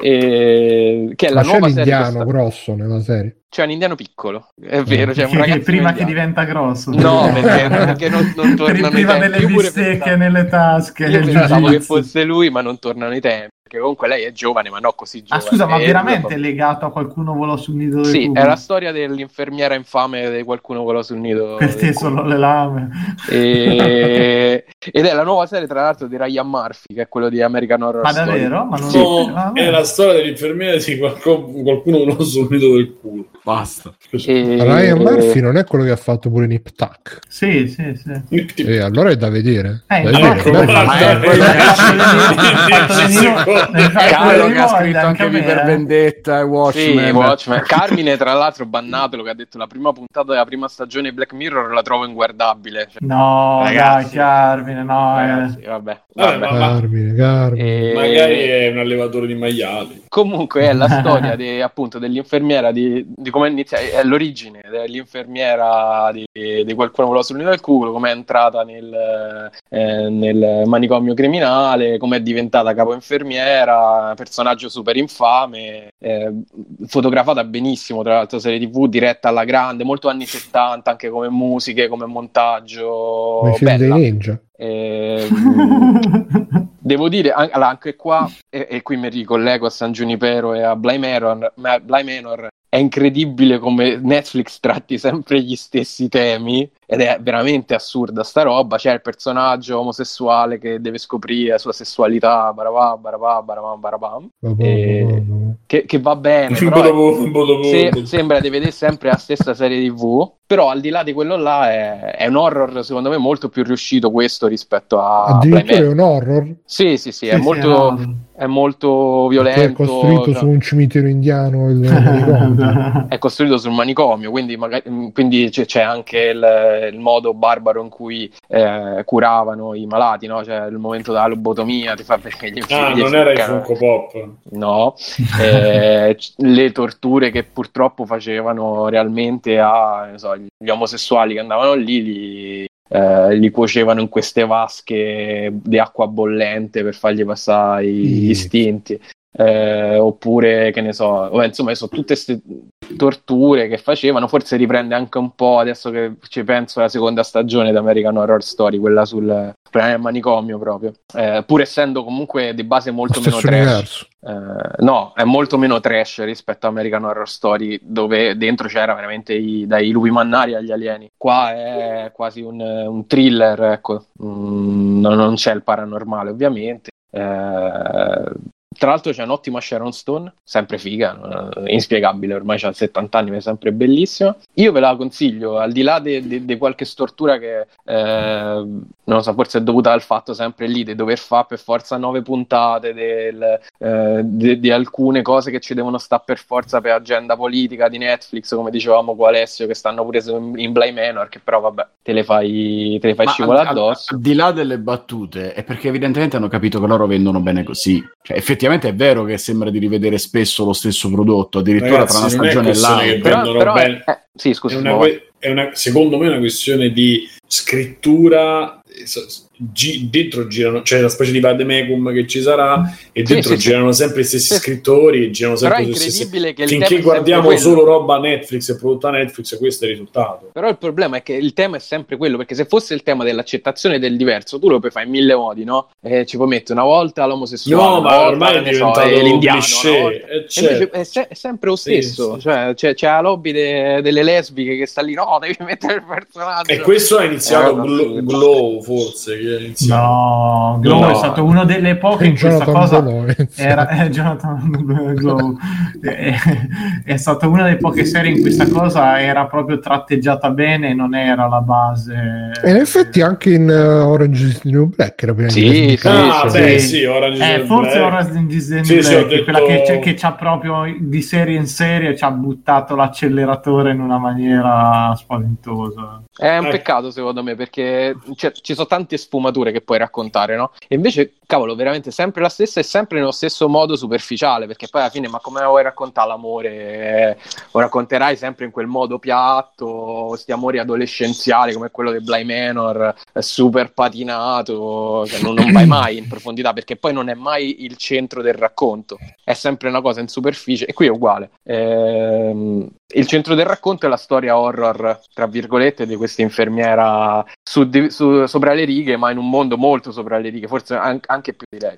E, che è la Ma c'è nuova serie. l'indiano questa- grosso nella serie. C'è un indiano piccolo, è vero. C'è un Che- che ragazzo prima che indiano. diventa grosso. No, perché, perché non, non tornano i prima tempi. delle Io pure bistecche pensavo- nelle tasche. Io nel pensavo che jiu-jitsu. fosse lui, ma non tornano i tempi. Perché comunque lei è giovane, ma non così Ah, giovane. scusa, ma E- veramente è legato a Qualcuno volò sul nido del Sì, cuculo? è la storia dell'infermiera infame di Qualcuno volò sul nido. Per del te cuculo. solo le lame. E... Ed è la nuova serie, tra l'altro, di Ryan Murphy, che è quello di American Horror Ma Story. davvero? Ma non No, ah, è la storia dell'infermiera di qualco- qualcuno con sul nido del culo. Basta. E... Ryan Murphy non è quello che ha fatto pure Nip Tuck. Sì, sì, sì. E allora è da vedere. Eh, Da infatti, vedere. Ecco, Beh, guarda, ma è quello che ha fatto venire- ha fatto dieci venire- secondi Carlo che ha Rivolta, scritto anche anche a me, per eh. Vendetta e Watchmen. Sì, Watchmen. Carmine, tra l'altro, bannatelo, che ha detto la prima puntata della prima stagione di Black Mirror la trovo inguardabile. Cioè, No, Ragazzi. dai, Carmine, no. ragazzi, eh. vabbè. Vabbè, vabbè. ma- ma- Carmine, Carmine. E- Magari è un allevatore di maiali. Comunque è la storia di, appunto dell'infermiera di, di come inizia, è l'origine dell'infermiera di, di qualcuno voleva sull'unità del culo, come è entrata nel, eh, nel manicomio criminale, come è diventata capo infermiera, personaggio super infame, eh, fotografata benissimo, tra l'altro serie tv, diretta alla grande, molto anni settanta, anche come musiche, come montaggio, Come i film bella. dei ninja. Ehm, devo dire an- allora, anche qua e, e qui mi ricollego a San Junipero e a Bly Manor, ma Bly Manor è incredibile come Netflix tratti sempre gli stessi temi ed è veramente assurda sta roba. C'è il personaggio omosessuale che deve scoprire la sua sessualità, barabà, barabà, barabà, barabà, Vabbè, e- vabbè, vabbè. che, che va bene, Un però è- bodobo- un bodobo- se- sembra di vedere sempre la stessa serie tv, però al di là di quello là è, è un horror secondo me molto più riuscito questo rispetto a Bly Addirittura è Manor. un horror Sì, sì, sì, Sì, è sì, molto, no. è molto che è violento, costruito cioè, su un cimitero indiano. Il, manicomio. è costruito sul manicomio, quindi, magari, quindi c'è, c'è anche il, il modo barbaro in cui eh, curavano i malati, no? Cioè il momento della lobotomia, ti fa perché gli Ah, gli non era il ficcano- Funko Pop. No, eh, c- le torture che purtroppo facevano realmente a, ne so, gli omosessuali che andavano lì, li, eh, li cuocevano in queste vasche di acqua bollente per fargli passare i- gli Sì. istinti. Eh, oppure che ne so, vabbè, insomma, sono tutte queste torture che facevano. Forse riprende anche un po' adesso che ci penso la seconda stagione di American Horror Story, quella sul nel manicomio proprio, eh, pur essendo comunque di base molto Lo meno stesso trash. universo. Eh, no, è molto meno trash rispetto a American Horror Story, dove dentro c'era veramente i- dai lupi mannari agli alieni. Qua è quasi un, un thriller, ecco. Mm, non, non c'è il paranormale, ovviamente. Eh, tra l'altro c'è un'ottima Sharon Stone, sempre figa, eh, inspiegabile, ormai c'ha settanta anni, ma è sempre bellissima. Io ve la consiglio, al di là di qualche stortura che, eh, non lo so, forse è dovuta al fatto sempre lì di dover fare per forza nove puntate del, eh, di, di alcune cose che ci devono stare per forza per agenda politica di Netflix, come dicevamo con Alessio, che stanno pure in, in Bly Manor, che però vabbè, te le fai, te le fai Ma scivolare al, al, addosso. al di là delle battute, è perché evidentemente hanno capito che loro vendono bene così. Cioè, effettivamente è vero che sembra di rivedere spesso lo stesso prodotto, addirittura Ragazzi, tra una non è stagione e questione che l'altra. Però, vendono però bene. è, eh, sì, scusa, È una, scusa, que- è una- secondo me è una questione di scrittura. eh, so- gi- dentro girano, c'è una specie di vademecum che ci sarà, e Sì, dentro sì, sì. girano sempre gli stessi Sì. scrittori e girano Però sempre è gli stessi. incredibile che il Finché tema è sempre guardiamo quello. solo roba Netflix e prodotta Netflix, questo è il risultato. Però il problema è che il tema è sempre quello, perché se fosse il tema dell'accettazione del diverso, tu lo puoi fare in mille modi, no? Eh, ci puoi mettere una volta l'omosessuale, No, una ma volta, ormai è che ne so, diventato eh, l'indiano, cliché, una volta. eh, E invece certo. è, se- è sempre lo Sì, stesso, sì. cioè c'è, c'è la lobby de- delle lesbiche che sta lì, no, devi mettere il personaggio. E questo ha iniziato Eh, no, Glow, sì. Glow, forse, che ha iniziato. No, Glow No. è stato una delle poche in questa Jonathan cosa. Blow. Era eh, Jonathan Glow. è, è stata una delle poche serie in cui questa cosa era proprio tratteggiata bene, non era la base. E in effetti anche in uh, Orange is the New Black era pieno Sì, di sì, lesbiche. Ah, sì, beh, sì. sì, Orange is Eh, the forse Black. Orange is the New Sì, sì, ho Black, è quella che, detto- c'è, che c'ha proprio di serie in serie ci ha buttato l'acceleratore in una maniera spaventosa. È un Eh. peccato secondo me, perché c'è- ci sono tante sfumature che puoi raccontare, no? E invece, cavolo, veramente sempre la stessa e sempre nello stesso modo superficiale, perché poi alla fine, ma come vuoi raccontare l'amore? Eh, lo racconterai sempre in quel modo piatto, questi amori adolescenziali come quello di Bly Manor, eh, super patinato, cioè non, non vai mai in profondità, perché poi non è mai il centro del racconto, è sempre una cosa in superficie, e qui è uguale. Ehm, il centro del racconto è la storia horror, tra virgolette, di questa infermiera su, di- su- sopra le righe, ma in un mondo molto sopra le righe, forse an- anche più di lei.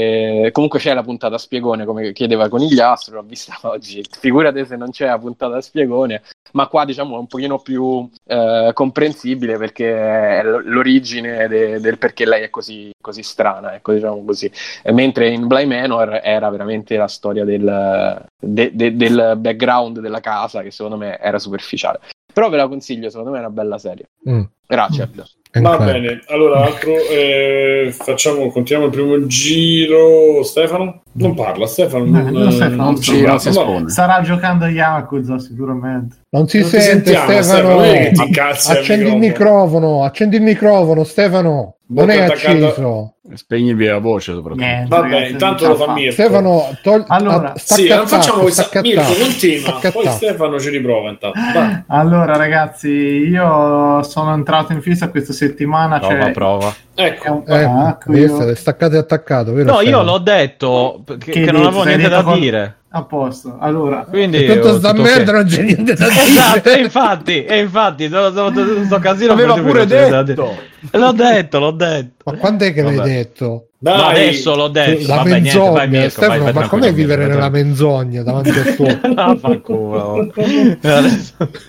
E comunque c'è la puntata a spiegone, come chiedeva Conigliastro, l'ho vista oggi, figurate se non c'è la puntata a spiegone, ma qua diciamo è un pochino più eh, comprensibile, perché è l- l'origine de- del perché lei è così, così strana, ecco, diciamo così. E mentre in Bly Manor era veramente la storia del, de- de- del background della casa, che secondo me era superficiale. Però ve la consiglio, secondo me è una bella serie. Mm. Grazie. Va bene, allora altro, eh, facciamo, continuiamo il primo giro. Stefano? Non parla, Stefano. Eh, Non, non Stefano, non Sì, non si espone. Sarà giocando Yakuza sicuramente. Non si Non ti sente, sentiamo, Stefano. Stefano, non è che ti incazzi al Accendi il microfono. microfono, accendi il microfono, Stefano. Non Bocca è attaccata- acceso. Spegni via la voce soprattutto. Niente, Vabbè, ragazzi, intanto non lo ce la fa fa. Mirko. Stefano, togli. Allora, ah, stacca Sì, non attacco, facciamo questa. stacca Mirko, attacco, continua. stacca Poi attacco. Stefano ci riprova intanto. Vai. Allora, ragazzi, io sono entrato in fissa questa settimana. Prova, Cioè, prova. è Ecco. un Eh, ah, ecco vedi, io- state staccato e attaccato, vero? No, io Stefano? l'ho detto che, Che che hai non detto? avevo Hai niente detto da con- dire. a posto. Allora, Quindi E tutto ho sta tutto merda ok. non c'è niente da Esatto, dire. e infatti, e infatti, sto, sto, sto, sto casino L'aveva per dire pure che non c'è niente da detto. dire. L'ho detto, l'ho detto. Ma quando è che l'hai Vabbè. detto? Dai. Ma adesso l'ho detto. La Vabbè, niente, menzogna, vai Mirko, Stefano, vai, vai ma tranquillo, com'è vivere Mirko, nella vai menzogna davanti a tuo? Ah, fa culo. Adesso-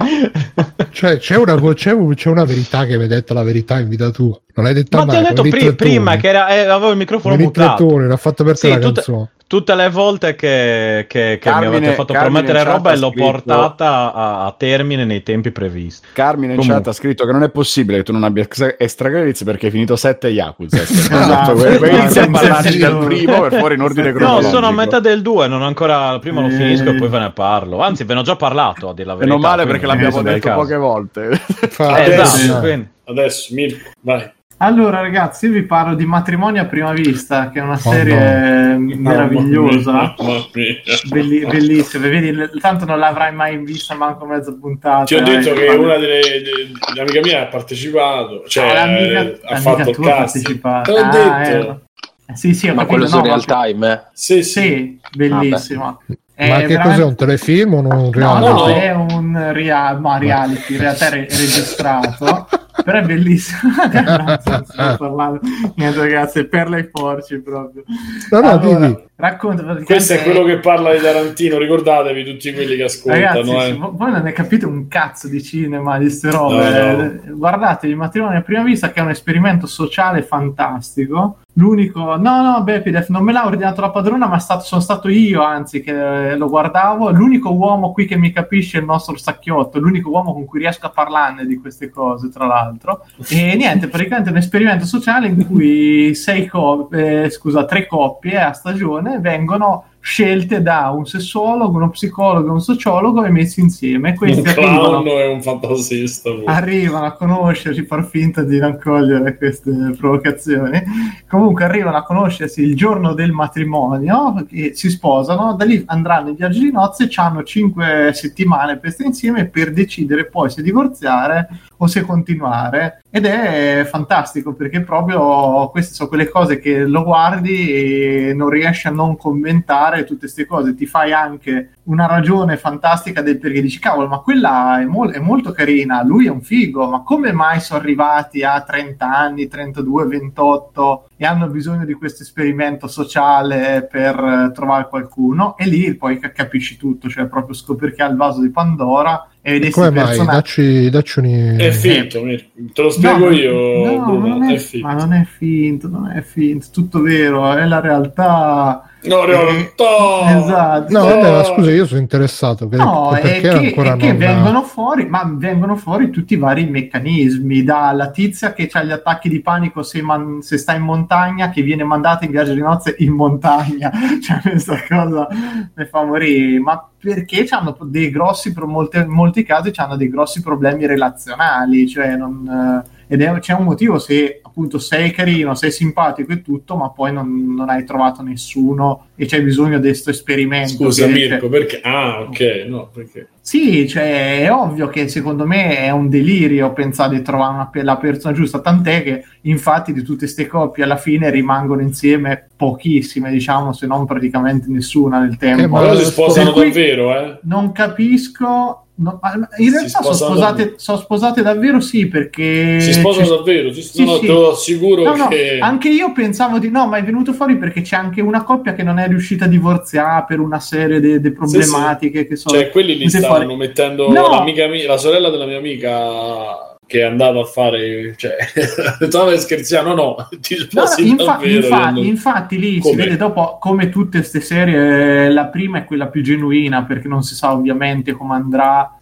Cioè, c'è una, c'è, un- c'è una verità che mi hai detto la verità in vita tua. Non l'hai detta Ma mai. ti ho detto come i pri- riflettoni. prima che era, eh, avevo il microfono Come i mutato. riflettoni, l'ha fatto per te Sì, la tutte, canzone. tutte le volte che, che, che mi Carmine- avete fatto Carmine promettere in chat roba ha e l'ho scritto- portata a, a termine nei tempi previsti. Carmine in Comunque. chat ha scritto che non è possibile che tu non abbia extra, extra credits perché hai finito sette Yakuza. Esatto. Puoi puoi iniziare a Sì, parlarci sì, del sì. primo per fuori in ordine No, cronologico. sono a metà del due, non ho ancora. Prima lo Eh. finisco e poi ve ne parlo. Anzi, ve ne ho già parlato a dire la verità. Meno male quindi perché l'abbiamo non è il detto caso. poche volte. Fa- Eh, Adesso, esatto, eh. quindi- Adesso, Mirko, vai. allora, ragazzi, io vi parlo di Matrimonio a prima vista, che è una Oh, serie meravigliosa. Mamma mia. Belli- bellissima, vedi, l- tanto non l'avrai mai vista manco mezza puntata. Ti ho detto eh, che guarda. una delle, de- l'amica mia ha partecipato, cioè Ah, l'amica- ha l'amica fatto il tua ha casting. partecipato. Te l'ho Ah, detto. eh. Sì, sì, ho Ma capito, quello su no, real ma- time, eh. Sì, sì. Sì, bellissima. È Ma che veramente- cos'è? Un telefilm o un No, reality? no, no. è un rea- ma reality, in realtà è re- registrato, però è bellissimo. Grazie, non sto parlando. Niente, ragazzi, è perla ai porci proprio. No, no, Allora, dimmi. racconta praticamente- Questo è quello che parla di Tarantino, ricordatevi tutti quelli che ascoltano. Ragazzi, eh. se vo- voi non ne capite un cazzo di cinema, di ste robe. No, no. Eh, Guardate il Matrimonio a prima vista, che è un esperimento sociale fantastico. L'unico, no, no, Bepidef non me l'ha ordinato la padrona, ma è stato- sono stato io, anzi, che lo guardavo. L'unico uomo qui che mi capisce è il nostro Sacchiotto, l'unico uomo con cui riesco a parlarne di queste cose, tra l'altro. E niente, praticamente è un esperimento sociale in cui sei co- eh, scusa, tre coppie a stagione vengono scelte da un sessuologo, uno psicologo e un sociologo e messi insieme. E Un questi arrivano, clown e un fantasista. poi. arrivano a conoscersi, far finta di non cogliere queste provocazioni. Comunque arrivano a conoscersi il giorno del matrimonio e si sposano, da lì andranno in viaggio di nozze, hanno cinque settimane per stare insieme per decidere poi se divorziare o se continuare. Ed è fantastico perché proprio queste sono quelle cose che lo guardi e non riesci a non commentare tutte queste cose, ti fai anche una ragione fantastica del perché dici cavolo, ma quella è, mol- è molto carina, lui è un figo, ma come mai sono arrivati a trenta anni, trentadue, ventotto e hanno bisogno di questo esperimento sociale per eh, trovare qualcuno? E lì poi ca- capisci tutto, cioè proprio scopri che ha il vaso di Pandora e vedi Come questi mai? personaggi. Dacci, dacci un... È finto, Mirko. Te lo spiego No, io, no, Bruno. non È, è, finto. ma non è finto, non è finto, tutto vero, è la realtà. No, in realtà. Esatto. No, vabbè, ma scusa, io sono interessato. che- No, è perché che, ancora è che non... vengono fuori, ma vengono fuori tutti i vari meccanismi, dalla tizia che ha gli attacchi di panico se, man- se sta in montagna, che viene mandata in viaggio di nozze in montagna, cioè questa cosa mi fa morire, ma perché hanno dei grossi, pro- molte- in molti casi hanno dei grossi problemi relazionali, cioè non... eh, ed è, c'è un motivo se appunto sei carino, sei simpatico e tutto, ma poi non, non hai trovato nessuno e c'hai bisogno di questo esperimento. Scusa, che- Mirko, perché? Ah, ok, no, perché? Sì, cioè è ovvio che secondo me è un delirio pensare di trovare una, pe- la persona giusta, tant'è che infatti di tutte queste coppie alla fine rimangono insieme pochissime, diciamo, se non praticamente nessuna nel tempo. Eh, ma- Ma loro si sposano Per cui davvero, eh? Non capisco. No, ma in Si realtà sono sposano sposate, davvero. sono sposate davvero, sì, perché Si sposano c'è- davvero? Ti, Sì, no, sì. te lo assicuro No, no, che... anche io pensavo di no, ma è venuto fuori perché c'è anche una coppia che non è riuscita a divorziare per una serie di problematiche che sono. Cioè, quelli li venute stavano fuori. mettendo No. l'amica mia, la sorella della mia amica che è andata a fare, cioè, stava scherzando, no, no, ti No, no, sposi infa- davvero. infa- hanno- infatti lì Come? si vede dopo come tutte queste serie, eh, la prima è quella più genuina perché non si sa ovviamente come andrà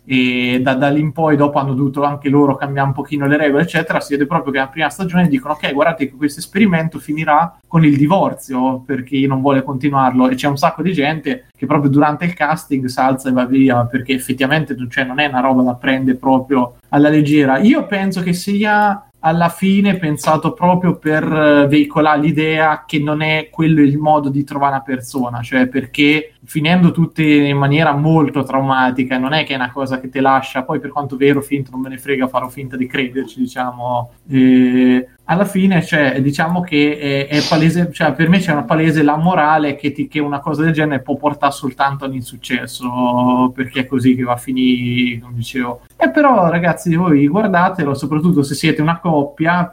e da, da lì in poi dopo hanno dovuto anche loro cambiare un pochino le regole eccetera. Si vede proprio che nella prima stagione dicono ok, guardate che questo esperimento finirà con il divorzio per chi non vuole continuarlo, e c'è un sacco di gente che proprio durante il casting si alza e va via, perché effettivamente cioè, non è una roba da prendere proprio alla leggera. Io penso che sia alla fine pensato proprio per uh, veicolare l'idea che non è quello il modo di trovare una persona, cioè perché finendo tutte in maniera molto traumatica, non è che è una cosa che te lascia, poi per quanto vero finto non me ne frega, farò finta di crederci, diciamo, eh, alla fine cioè, diciamo che è, è palese, cioè per me c'è una palese la morale che, ti, che una cosa del genere può portare soltanto all'insuccesso, perché è così che va a finire, come dicevo. E però ragazzi, voi guardatelo, soprattutto se siete una coppia,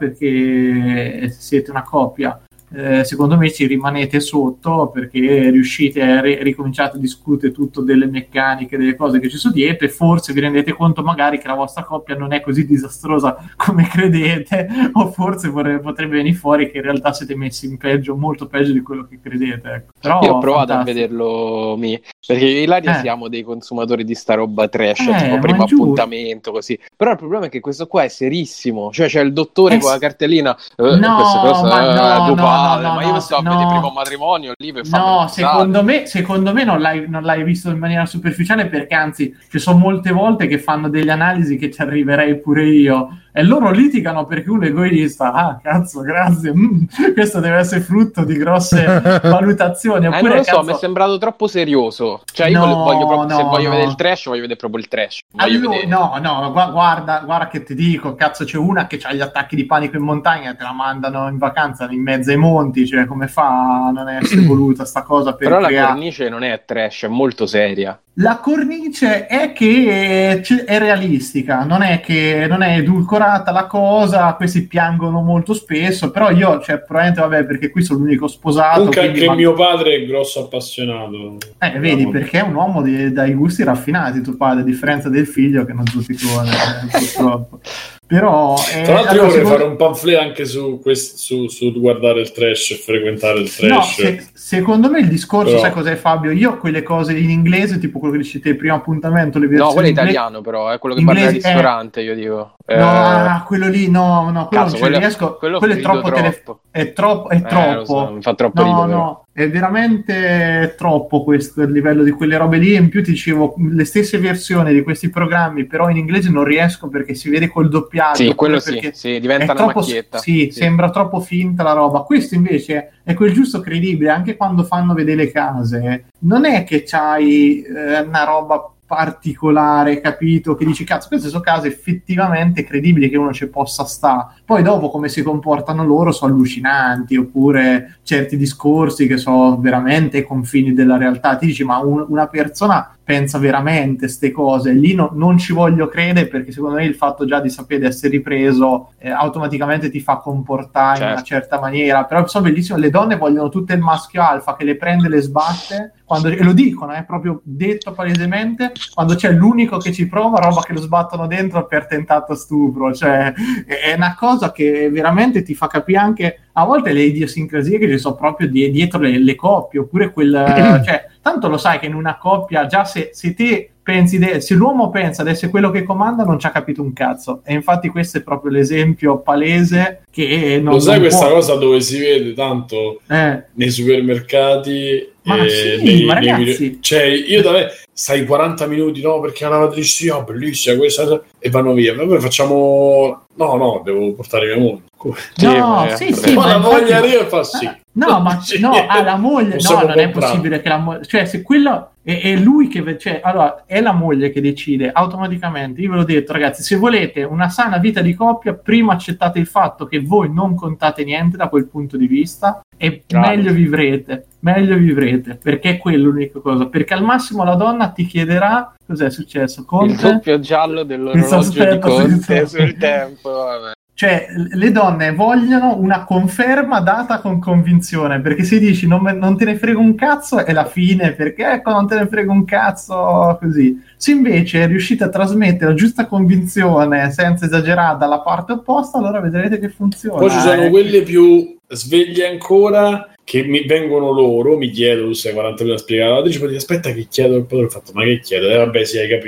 perché se siete una coppia Eh, secondo me ci rimanete sotto, perché riuscite a ri- ricominciare a discutere tutto delle meccaniche, delle cose che ci sono dietro, e forse vi rendete conto magari che la vostra coppia non è così disastrosa come credete, o forse vorre- potrebbe venire fuori che in realtà siete messi in peggio, molto peggio di quello che credete, ecco. Però, io ho provato fantastico. a vederlo mi, perché io e Ilaria Eh. siamo dei consumatori di sta roba trash, Eh, tipo ma primo giuro. appuntamento così, però il problema è che questo qua è serissimo, cioè c'è il dottore Eh, con la sì. cartellina eh, No, questa cosa ma eh, no, è tuo no, padre, no, ma no, io sto a no. vedere primo matrimonio lì per farmi No, pensare. secondo me, secondo me non l'hai, non l'hai visto in maniera superficiale, perché anzi ci sono molte volte che fanno delle analisi che ci arriverei pure io, e loro litigano perché uno è egoista. Ah, cazzo, grazie, mm, questo deve essere frutto di grosse valutazioni. Eh, Oppure, non lo so, cazzo, mi è sembrato troppo serioso, cioè io No, voglio, voglio proprio, se no, voglio no. vedere il trash voglio vedere proprio il trash, voglio Allora, vedere. no, no, gu- guarda, guarda che ti dico, cazzo, c'è una che ha gli attacchi di panico in montagna, te la mandano in vacanza in mezzo ai monti, cioè come fa a non essere voluta sta cosa per Però la creare... cornice non è trash, è molto seria. La cornice è che è, è realistica, non è che non è edulcorata la cosa, questi piangono molto spesso, però io, cioè, probabilmente, vabbè, perché qui sono l'unico sposato. Comunque quindi anche ma- mio padre è grosso appassionato. Eh, vedi, perché è un uomo di- dai gusti raffinati, tuo padre, a differenza del figlio che non zoticone, eh, purtroppo. Però... eh, Tra l'altro allora, io vorrei secondo- fare un pamphlet anche su, quest- su, su guardare il trash e frequentare il trash. No, se- secondo me il discorso, Però- sai cos'è, Fabio? Io quelle cose in inglese, tipo quello che dicete il primo appuntamento, le versioni No, quello è inglesi- italiano però, è quello che parla al inglesi, eh. ristorante, io dico. Eh, No, ah, quello lì, no, no, quello cazzo, non ci quello- riesco. quello Quello è fido troppo, tele- troppo. è troppo, è Eh, lo troppo. so, mi fa troppo No, ridere. no, è veramente troppo questo il livello di quelle robe lì. In più ti dicevo, le stesse versioni di questi programmi, però in inglese non riesco perché si vede col doppiaggio. Sì, quello oppure sì, perché sì, diventa è una troppo- macchietta. Sì, Sì. sembra troppo finta la roba. Questo invece è quel giusto credibile, anche quando fanno vedere le case. Non è che c'hai eh, una roba particolare, capito? Che dici, cazzo, queste sono case effettivamente credibili che uno ci possa stare. Poi dopo come si comportano loro sono allucinanti, oppure certi discorsi che sono veramente ai confini della realtà. Ti dici, ma un- una persona pensa veramente ste cose? Lì no- non ci voglio credere, perché secondo me il fatto già di sapere essere ripreso eh, automaticamente ti fa comportare in una Certo. certa maniera. Però so bellissimo, le donne vogliono tutte il maschio alfa che le prende e le sbatte, quando, e lo dicono, è proprio detto palesemente, quando c'è l'unico che ci prova, roba che lo sbattono dentro per tentato stupro. Cioè è è una cosa che veramente ti fa capire anche a volte le idiosincrasie che ci sono proprio die- dietro le, le coppie, oppure quel cioè, tanto lo sai che in una coppia già se, se te pensi de- se l'uomo pensa di essere quello che comanda non ci ha capito un cazzo, e infatti questo è proprio l'esempio palese che non, Lo sai non questa può- cosa dove si vede tanto eh, nei supermercati? Ma e sì, nei- ma nei ragazzi- video- cioè io da me stai quaranta minuti, no, perché la lavatrice sì, oh, bellissima questa, e vanno via. Vabbè, facciamo no, no, devo portare mia moglie. Come? no, eh, sì, vabbè. sì, Ma ma la infatti- moglie arriva e fa sì. No, ma Sì. no, ah, la moglie, no, Possiamo non è comprare. possibile che la moglie, cioè se quello è, è lui che, cioè, allora, è la moglie che decide automaticamente. Io ve l'ho detto, ragazzi, se volete una sana vita di coppia, prima accettate il fatto che voi non contate niente da quel punto di vista, e Bravo. meglio vivrete, meglio vivrete, perché è quello l'unica cosa, perché al massimo la donna ti chiederà cos'è successo, Il Conte? doppio giallo dell'orologio di aspetta, Conte sì, sì. sul tempo, vabbè. Cioè, le donne vogliono una conferma data con convinzione, perché se dici non, me- non te ne frega un cazzo è la fine, perché ecco non te ne frega un cazzo, così. Se invece riuscite a trasmettere la giusta convinzione senza esagerare dalla parte opposta, allora vedrete che funziona. Poi ci sono eh. quelle più sveglie ancora che mi vengono loro, mi chiedono, tu sei quaranta minuti a spiegare la lavatrice, poi dico, aspetta che chiedo, e poi ho fatto, ma che chiedo? Eh vabbè sì, hai capito.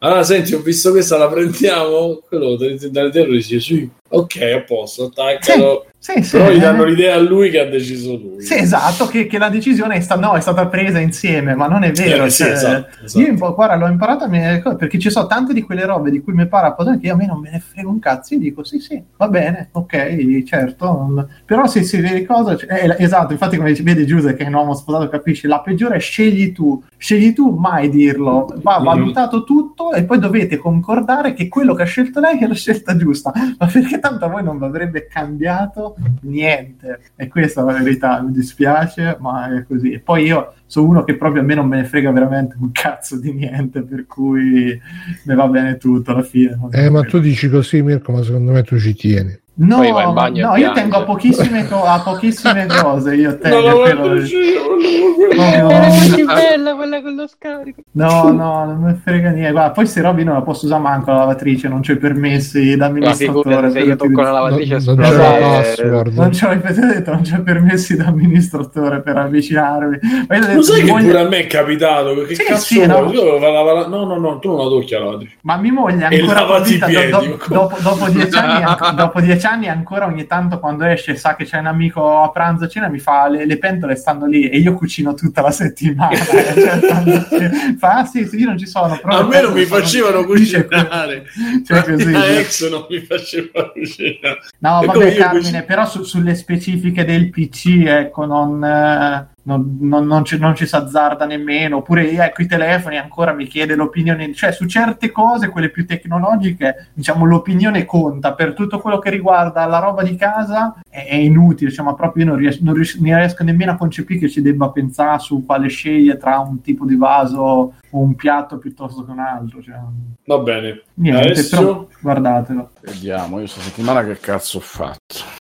allora senti, ho visto questa, la prendiamo? Quello dalle terre dice sì, ok, a posto, attaccalo. Sì, sì, Però sì, gli eh. danno l'idea a lui che ha deciso lui. Sì, esatto, che, che la decisione è, sta- no, è stata presa insieme, ma non è vero. Eh, sì, cioè, esatto, esatto. Io impo- guarda, l'ho imparata a me, perché ci sono tante di quelle robe di cui mi pare apposta che a me non me ne frega un cazzo. Io dico sì, sì, va bene, ok, certo. non- Però se si vede cosa... cioè, eh, esatto, infatti come dice, vedi Giuse che è un uomo sposato, capisci? La peggiore è scegli tu. Scegli tu, mai dirlo. Va Mm. valutato tutto e poi dovete concordare che quello che ha scelto lei è la scelta giusta. Ma perché tanto a voi non vi avrebbe cambiato niente. E questa è la verità, mi dispiace, ma è così. E poi io sono uno che proprio a me non me ne frega veramente un cazzo di niente, per cui ne va bene tutto alla fine. Eh, ma tu dici così, Mirko, ma secondo me tu ci tieni. No, Poi va in bagno no, e io piange. tengo a pochissime, co- a pochissime cose. Io No, tengo no, quello- guarda, sì, io volevo No, Era no, così bella quella con lo scarico. no, no, non mi frega niente. Guarda, poi se robi non la posso usare manco la lavatrice, non c'ho i permessi Ma d'amministratore. figurati, se per io tocco utilizzare- la lavatrice Non- non c'è la esplode. password. Non c'ho, ripeto, detto, non c'ho permessi d'amministratore per avvicinarmi. Ma io ho detto, Lo sai mi che moglie- pure a me è capitato? Che Sì, cazzo sì, vuoi? no. Io dovevo fare la- la- No, no, no, tu non la tocchi la lavatrice. Ma mia moglie E ancora lavati i convinta, piedi, do- ma do- come? dopo, dopo dieci anni, anc- dopo dieci anni ancora ogni tanto quando esce sa che c'è un amico a pranzo a cena, mi fa le, le pentole stanno lì e io cucino tutta la settimana. eh, cioè, stanno- fa ah sì, sì, io non ci sono, però A le me non mi pentole stanno- facevano Dice- cucinare. cioè così, La cioè. ex non mi faceva cucinare. No, E come vabbè, io Carmine, cucino- però su- sulle specifiche del P C, ecco, non, eh, non, non- non ci, non ci si azzarda nemmeno. Oppure, ecco, i telefoni ancora mi chiede l'opinione. Cioè, su certe cose, quelle più tecnologiche, diciamo, l'opinione conta. Per tutto quello che riguarda la roba di casa è, è inutile, diciamo, proprio io non riesco, non riesco, non riesco nemmeno a concepire che ci debba pensare su quale scegliere tra un tipo di vaso o un piatto piuttosto che un altro. Cioè, Va bene. niente, Adesso però guardatelo. Vediamo, io questa settimana che cazzo ho fatto?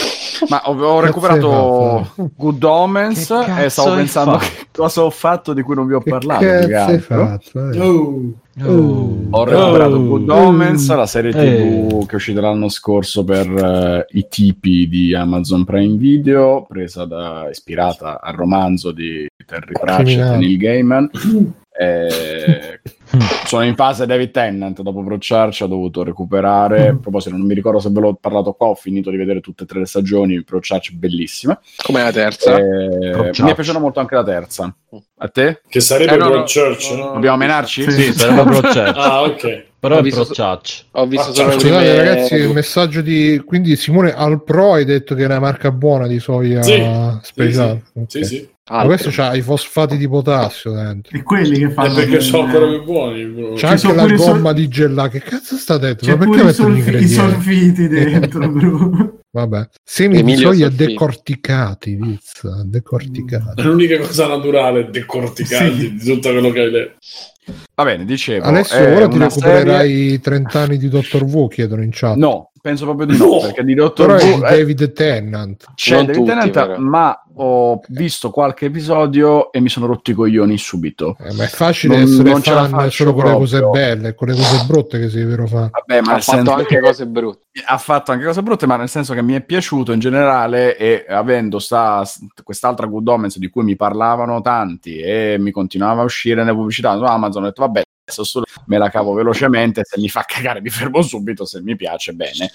Ma ho, ho Cazzo recuperato hai fatto? Good Omens Che cazzo e stavo hai pensando fatto? che cosa ho fatto di cui non vi ho Che parlato. più che cazzo hai altro. fatto? eh? Oh. Oh. Ho recuperato Oh. Good Omens, la serie tivù Eh. che è uscita l'anno scorso per eh, i tipi di Amazon Prime Video, presa da, ispirata al romanzo di Terry Pratchett e Criminale. Neil Gaiman. Eh, sono in fase David Tennant, dopo Procharge ho dovuto recuperare. A proposito, non mi ricordo se ve l'ho parlato qua, ho finito di vedere tutte e tre le stagioni. Procharge bellissima. Come la terza? Eh, Procharge. mi è piaciuta molto anche la terza. A te? Che sarebbe Eh, no, no, Broadchurch, no, no? no. Dobbiamo menarci? Sì. Sì, sarebbe Procharge. Ah, ok. Però Ho è visto- Procharge. Ho visto Ah, solo le Scusate prime... ragazzi, il messaggio di... Quindi Simone al Pro hai detto che è una marca buona di soia Sì. speciale. Sì, Ok. sì. Ma questo c'ha i fosfati di potassio dentro. E quelli che È fanno perché bene. sono ancora più buoni. bro. C'è Ci anche sono la pure i sol- gomma di gelato. Che cazzo sta dentro? C'è Ma perché pure i, mettono gli solfi- i ingredienti? solfiti dentro, bro. Vabbè. Semi di Emilio soia Solfiti. decorticati, Vizza, decorticati. È l'unica cosa naturale decorticante Sì. di tutto quello che hai detto. Va bene, dicevo. Adesso è ora ti una recupererai serie- i trenta anni di Doctor Who, chiedono in chat. No, penso proprio di no, No. perché di Doctor Però è di Who eh, David Tennant. c'è Non David tutti, Tennant, però. ma ho visto qualche episodio e mi sono rotti i coglioni subito. Eh, ma è facile Non- essere non ce la fan faccio solo con le cose proprio. belle, con le cose brutte che sei vero fan. Vabbè, ma Ha nel fatto senso anche che- cose brutte. ha fatto anche cose brutte, ma nel senso che mi è piaciuto in generale, e avendo sta, quest'altra Good Omens di cui mi parlavano tanti e mi continuava a uscire nelle pubblicità su Amazon, ho detto vabbè, adesso solo me la cavo velocemente, se mi fa cagare mi fermo subito, se mi piace bene.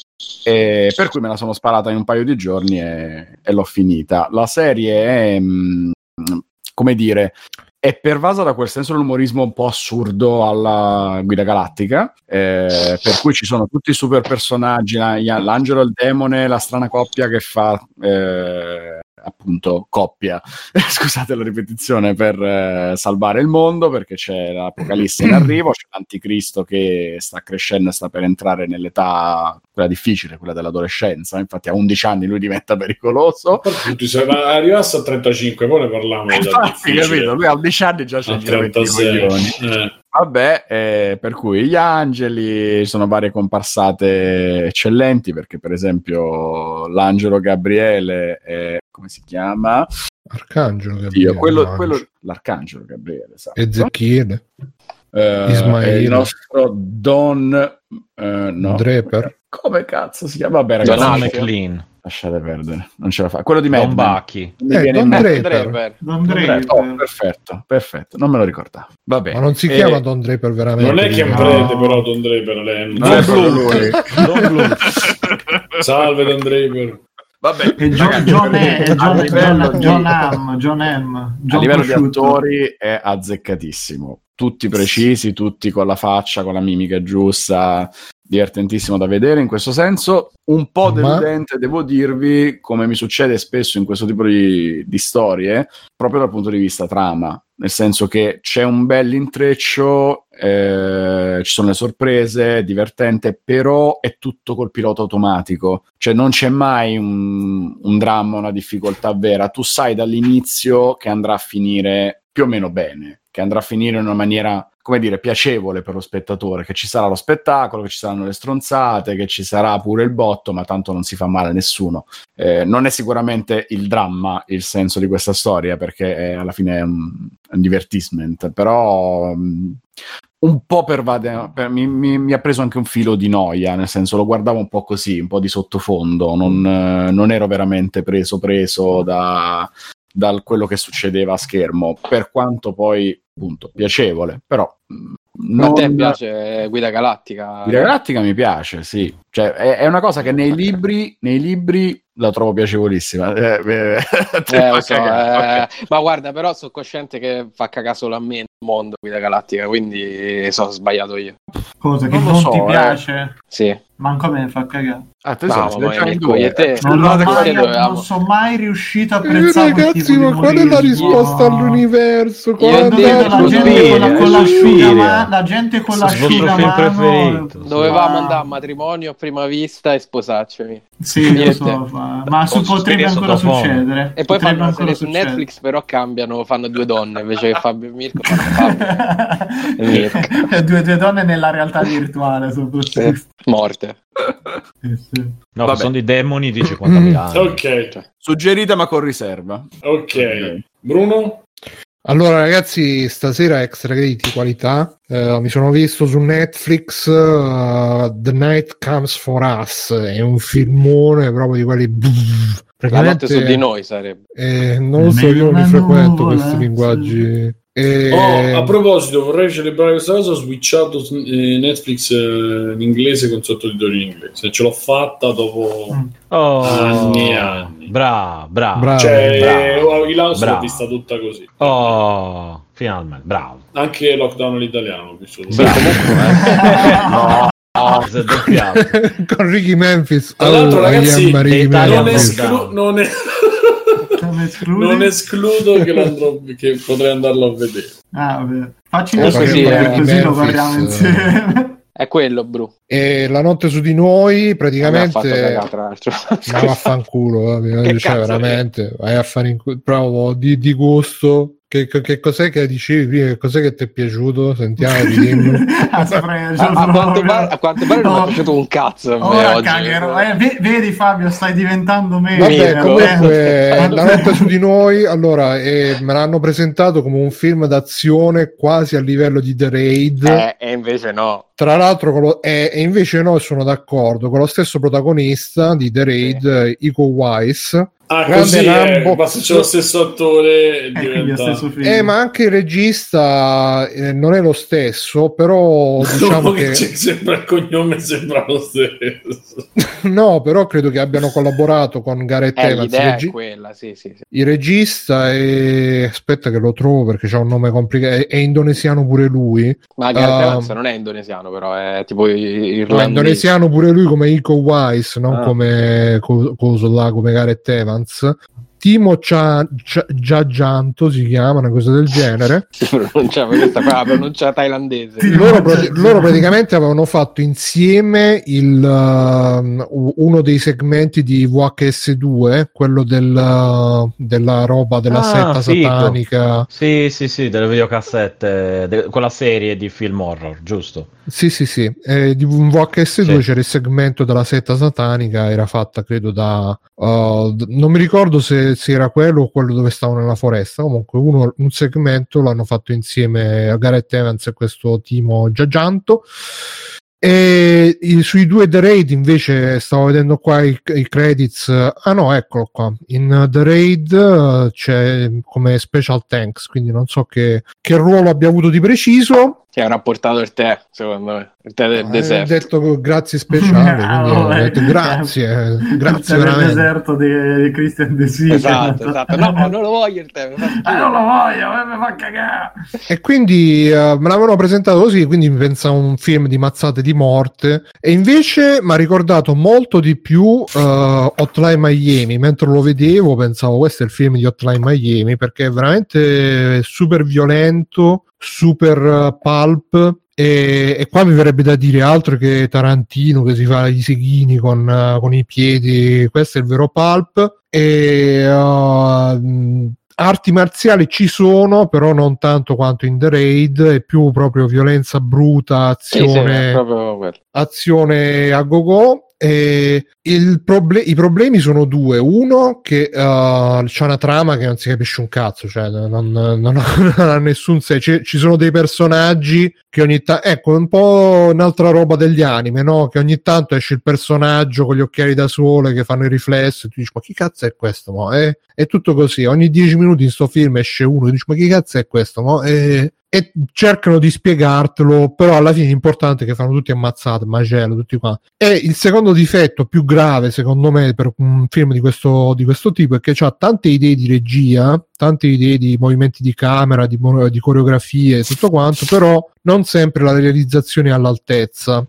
E per cui me la sono sparata in un paio di giorni e, e l'ho finita. La serie è, mh, come dire, è pervasa da quel senso dell'umorismo un po' assurdo alla Guida Galattica, eh, per cui ci sono tutti i super personaggi, la- l'angelo e il demone, la strana coppia che fa eh, appunto coppia, scusate la ripetizione, per eh, salvare il mondo, perché c'è l'apocalisse in arrivo, c'è l'anticristo che sta crescendo e sta per entrare nell'età, quella difficile, quella dell'adolescenza. Infatti a undici anni lui diventa pericoloso. Tutti se arrivasse a trentacinque, poi ne parliamo di età Infatti, difficile. capito? Lui a undici anni già c'è A il giramento di trentasei. coglioni. Eh. Vabbè, eh, per cui gli angeli, ci sono varie comparsate eccellenti, perché per esempio l'angelo Gabriele è, come si chiama? Arcangelo Dio, Gabriele, quello, no, quello- l'arcangelo Gabriele, esatto. Ezechiele, Eh, Ismaele. è il nostro Don eh, no. Draper. Come cazzo si chiama? Vabbè, Don ragazzi, Don Alfio. McLean. lasciate perdere, non ce la fa. Quello di Mad Don Men. Bacchi. Mi Eh, viene Don in mente. Draper. Draper. Don Draper. Oh, perfetto, perfetto, non me lo ricordavo. Va bene. Ma non si Eh, chiama Don Draper veramente. Non è che no. prende però Don Draper. Lei... Non è proprio Blum. lui. Don Blum. Salve Don Draper. Vabbè, E John, ragazzi, John, è, a John, livello John, di- John Hamm, John Hamm, a John livello di Prosciutto. attori è azzeccatissimo, tutti precisi, tutti con la faccia, con la mimica giusta, divertentissimo da vedere in questo senso. Un po' Ma- deludente, devo dirvi, come mi succede spesso in questo tipo di, di storie, proprio dal punto di vista trama, nel senso che c'è un bel intreccio, eh, ci sono le sorprese, è divertente, però è tutto col pilota automatico, cioè non c'è mai un, un dramma, una difficoltà vera, tu sai dall'inizio che andrà a finire più o meno bene, che andrà a finire in una maniera, come dire, piacevole per lo spettatore, che ci sarà lo spettacolo, che ci saranno le stronzate, che ci sarà pure il botto, ma tanto non si fa male a nessuno. Eh, non è sicuramente il dramma il senso di questa storia, perché è, alla fine è un, un divertissement, però mh, un po' pervade, per, mi, mi, mi ha preso anche un filo di noia, nel senso lo guardavo un po' così, un po' di sottofondo, non, eh, non ero veramente preso preso da... da quello che succedeva a schermo, per quanto poi appunto piacevole, però mh, Ma a te non- piace Guida Galattica? Guida Galattica mi piace, sì, cioè è, è una cosa che nei libri nei libri la trovo piacevolissima. Eh, eh, te Eh, fa lo so, cagare, eh, ok. ma guarda, però sono cosciente che fa cagare solo a me nel mondo Guida Galattica, quindi sono sbagliato io. Cosa che Non non, lo so, ti eh. piace? Sì. Manco a me fa cagare. Ah, te Mamma sei- mia, sei già in Mirko, due. io e te- Eh, Non, No, l'ho da mai, che dovevamo- non sono mai riuscito a Eh, apprezzare quel ragazzi, tipo ma di qual è la umorismo. risposta all'universo? Io Quando e te, vedo la Suspiria, gente con la, con Suspiria. l'asciugamano, la gente con Il vostro film l'asciugamano, preferito. Dovevamo Ah. andare a matrimonio a prima vista e sposarci. sì, Io lo e so, te. ma, ma su, Con potrebbe Suspiria ancora sottofondo. succedere. E poi Potrebbe fanno una ancora serie su succedere. Netflix, però cambiano, fanno due donne invece che Fabio e Mirko fanno Fabio e Mirko. due, due donne nella realtà virtuale soprattutto. Sì. Morte. Sì, sì. No, Vabbè. sono di demoni di cinquantamila anni. Ok, Suggerite ma con riserva. ok. Bruno? Allora, ragazzi, stasera extra credit di qualità. Eh, mi sono visto su Netflix uh, The Night Comes for Us. È un filmone proprio di quelli. La notte su di noi sarebbe. Eh, non lo so, io non li frequento questi linguaggi. E... Oh, a proposito, vorrei celebrare questa cosa. Ho switchato eh, Netflix eh, in inglese con sottotitoli in inglese. Ce l'ho fatta dopo Mm. Oh, anni e anni. bravo, bravo. Bravo. Cioè, bravo. eh, House l'ho Bravo. vista tutta così. Oh, finalmente, bravo. Anche Lockdown all'italiano. ho visto tutto. Bravo. No, Oh, si è doppiato. con Ricky Memphis. Tra l'altro, Oh, ragazzi, I am Ricky Italian non, Memphis. Lockdown. esclu- non, è- Non escludi? non escludo che, l'andrò- che potrei andarlo a vedere. Ah, vabbè. Facci Eh, una sì, scelta, eh, così lo Memphis, guardiamo eh. insieme. È quello, Bru. E La notte su di noi, Mi ha fatto praticamente. cagare, tra l'altro. Ma vaffanculo, eh, Che cioè, cazzo veramente vai a fare in cu- provo di, di gusto. Che, che, che cos'è che dicevi prima? Che cos'è che ti è piaciuto? Sentiamo, dimmi. Ah, saprei, A, cioè, a quanto proprio. pare, a quanto pare non mi No. è piaciuto un cazzo a me Ora oggi. cagherò. Eh, ve- vedi Fabio, stai diventando meglio. Vabbè, Mirko. comunque, La notte su di noi, allora, eh, me l'hanno presentato come un film d'azione quasi a livello di The Raid. Eh, e invece no. Tra l'altro, con lo- eh, e invece no, sono d'accordo con lo stesso protagonista di The Raid, eh, Iko Uwais. Ah, Grande così è, Rambo. basta c'è lo stesso attore Eh, quindi è lo diventa... stesso film. Eh, ma anche il regista eh, non è lo stesso, però diciamo Dopo che che ci sembra il cognome sembra lo stesso. no, però credo che abbiano collaborato con Gareth Eh, Evans, l'idea regi- è quella, sì, sì, sì. il regista, e aspetta che lo trovo perché c'ha un nome complicato, è, è indonesiano pure lui. Ma Gareth Um, Evans non è indonesiano, però è tipo i- No, irlandese. indonesiano pure lui come Iko Uwais, non Ah. come co- coso là, come Gareth Evans. Timo Cha- Cha- Giagianto si chiama, una cosa del genere. Si pronuncia, questa qua la pronuncia thailandese. Sì. loro, prati- loro praticamente avevano fatto insieme il, um, uno dei segmenti di V H S due, quello del, uh, della roba della Ah, setta figo. satanica. Sì, sì, sì, delle videocassette, de- quella serie di film horror, giusto? Sì, sì, sì. Eh, di V H S due Sì. c'era il segmento della setta satanica, era fatta credo da uh, d- non mi ricordo se, se era quello o quello dove stavano nella foresta. Comunque uno, un segmento l'hanno fatto insieme a Gareth Evans e questo Timo Giagianto. E i, sui due The Raid invece stavo vedendo qua i, i credits. Ah no, eccolo qua. In The Raid uh, c'è come special thanks, quindi non so che, che ruolo abbia avuto di preciso. Ti avrà portato il tè, secondo me, il tè del Ho deserto. detto grazie speciale, quindi Ah, ho detto grazie, grazie il veramente. deserto di, di Christian De Sica. Esatto, esatto. No, non lo voglio il tè. Mi fa Eh, non lo voglio, eh, mi fa cagare. E quindi uh, me l'avevano presentato così, quindi mi pensavo un film di mazzate di morte, e invece mi ha ricordato molto di più uh, Hotline Miami. Mentre lo vedevo pensavo questo è il film di Hotline Miami, perché è veramente super violento, super uh, pulp. E, e qua mi verrebbe da dire altro che Tarantino che si fa i seghini con, uh, con i piedi. Questo è il vero pulp. E uh, arti marziali ci sono, però non tanto quanto in The Raid, è più proprio violenza bruta, azione, sì, sì, proprio azione a go-go. E il proble- i problemi sono due. Uno, che uh, c'è una trama che non si capisce un cazzo, cioè non, non, non, ha, non ha nessun senso. Ci, ci sono dei personaggi che ogni tanto, ecco, un po' un'altra roba degli anime, no? Che ogni tanto esce il personaggio con gli occhiali da sole che fanno i riflessi e tu dici ma chi cazzo è questo? Mo? Eh? È tutto così, ogni dieci minuti in sto film esce uno e dici ma chi cazzo è questo? Mo? E, e cercano di spiegartelo, però alla fine l'importante è che fanno tutti ammazzati, macello, tutti qua. E il secondo difetto più grave secondo me per un film di questo, di questo tipo è che ha tante idee di regia, tante idee di movimenti di camera, di, di coreografie e tutto quanto, però non sempre la realizzazione è all'altezza.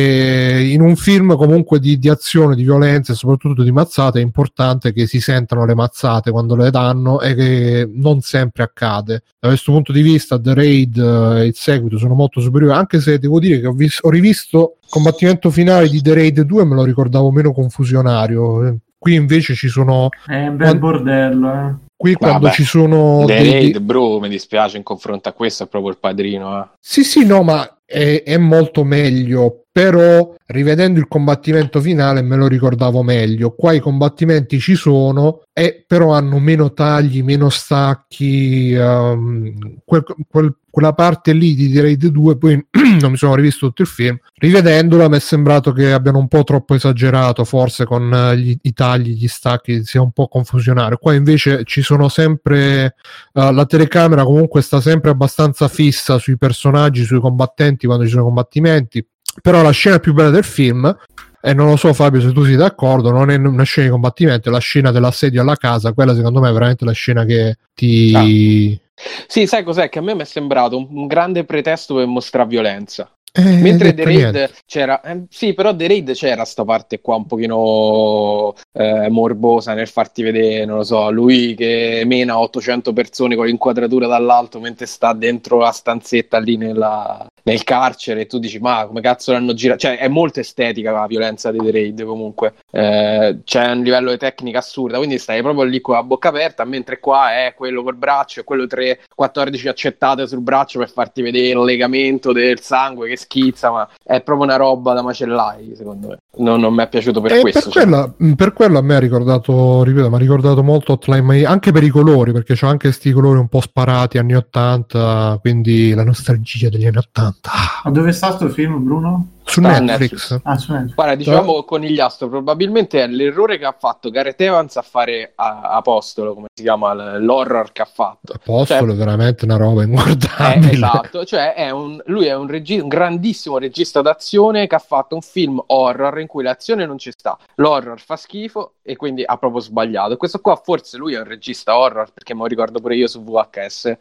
E in un film comunque di, di azione, di violenza e soprattutto di mazzate è importante che si sentano le mazzate quando le danno, e che non sempre accade. Da questo punto di vista The Raid e il seguito sono molto superiori, anche se devo dire che ho, vis- ho rivisto il combattimento finale di The Raid due e me lo ricordavo meno confusionario. Qui invece ci sono è un bel bordello, eh. Qui quando Vabbè, ci sono The dei... Raid, bro, mi dispiace in confronto a questo, è proprio il padrino, eh. Sì, sì, no, ma è, è molto meglio, però rivedendo il combattimento finale me lo ricordavo meglio. Qua i combattimenti ci sono, e però hanno meno tagli, meno stacchi, um, quel, quel, quella parte lì di The Raid due, poi non mi sono rivisto tutto il film, rivedendola mi è sembrato che abbiano un po' troppo esagerato, forse con gli, i tagli, gli stacchi, sia un po' confusionario. Qua invece ci sono sempre uh, la telecamera comunque sta sempre abbastanza fissa sui personaggi, sui combattenti quando ci sono combattimenti. Però la scena più bella del film, e non lo so Fabio se tu sei d'accordo, non è una scena di combattimento, è la scena dell'assedio alla casa. Quella secondo me è veramente la scena che ti... Ah. Sì, sai cos'è? Che a me mi è sembrato un, un grande pretesto per mostrare violenza. Eh, Mentre The Raid niente. c'era, eh, sì, però The Raid c'era sta parte qua un pochino eh, morbosa nel farti vedere, non lo so, lui che mena ottocento persone con l'inquadratura dall'alto mentre sta dentro la stanzetta lì nella, nel carcere, e tu dici ma come cazzo l'hanno girato, cioè è molto estetica la violenza di The Raid comunque, eh, c'è un livello di tecnica assurda, quindi stai proprio lì con la bocca aperta, mentre qua è quello col braccio e quello tre quattordici accettate sul braccio per farti vedere il legamento del sangue che schizza, ma è proprio una roba da macellai, secondo me. Non, non mi è piaciuto per e questo. Per, cioè. quella, per quello a me ha ricordato, ripeto, mi ha ricordato molto Hotline Miami, anche per i colori, perché c'ho anche sti colori un po' sparati anni ottanta, quindi la nostalgia degli anni ottanta. Ma dove sta sto film, Bruno? Su Sta Netflix. Netflix. Ah, su Netflix. Guarda, diciamo Conigliastro, probabilmente è l'errore che ha fatto Gareth Evans a fare a, Apostolo, come si chiama, l'horror che ha fatto. Apostolo cioè, è veramente una roba è, inguardabile. esatto, cioè è un, lui è un, regi- un grandissimo regista d'azione che ha fatto un film horror in cui l'azione non ci sta, l'horror fa schifo e quindi ha proprio sbagliato. Questo qua forse lui è un regista horror, perché me lo ricordo pure io su V H S.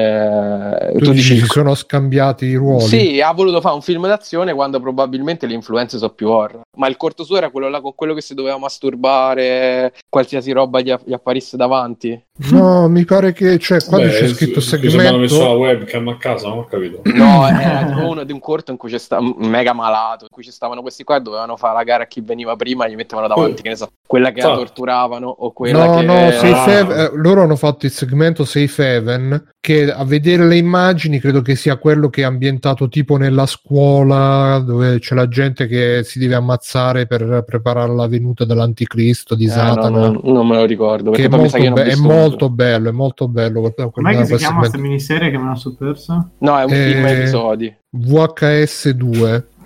Eh, tu, tu dici dici si sono scambiati i ruoli. sì, ha voluto fare un film d'azione quando probabilmente le influenze sono più horror, ma il corto suo era quello là con quello che si doveva masturbare, qualsiasi roba gli, gli apparisse davanti. No, mi pare che cioè quando Beh, c'è scritto s- scusa, mi hanno messo la segmento webcam a casa, non ho capito. No, era tipo uno di un corto in cui c'è sta mega malato, in cui ci stavano questi qua e dovevano fare la gara a chi veniva prima, gli mettevano davanti, che ne so, quella che la Fa. torturavano o quella no che no Safe Ah. Haven, eh, loro hanno fatto il segmento Safe Haven, che a vedere le immagini credo che sia quello che è ambientato tipo nella scuola dove c'è la gente che si deve ammazzare per preparare la venuta dell'anticristo di eh, Satana. no, no, non me lo ricordo, Che perché è poi mi molto, sa che io non ho be- è visto molto bello, è molto bello. Quel, Com'è che si quel chiama questa segmento. miniserie che me la sono persa? no, è un Eh, film a episodi. V H S due.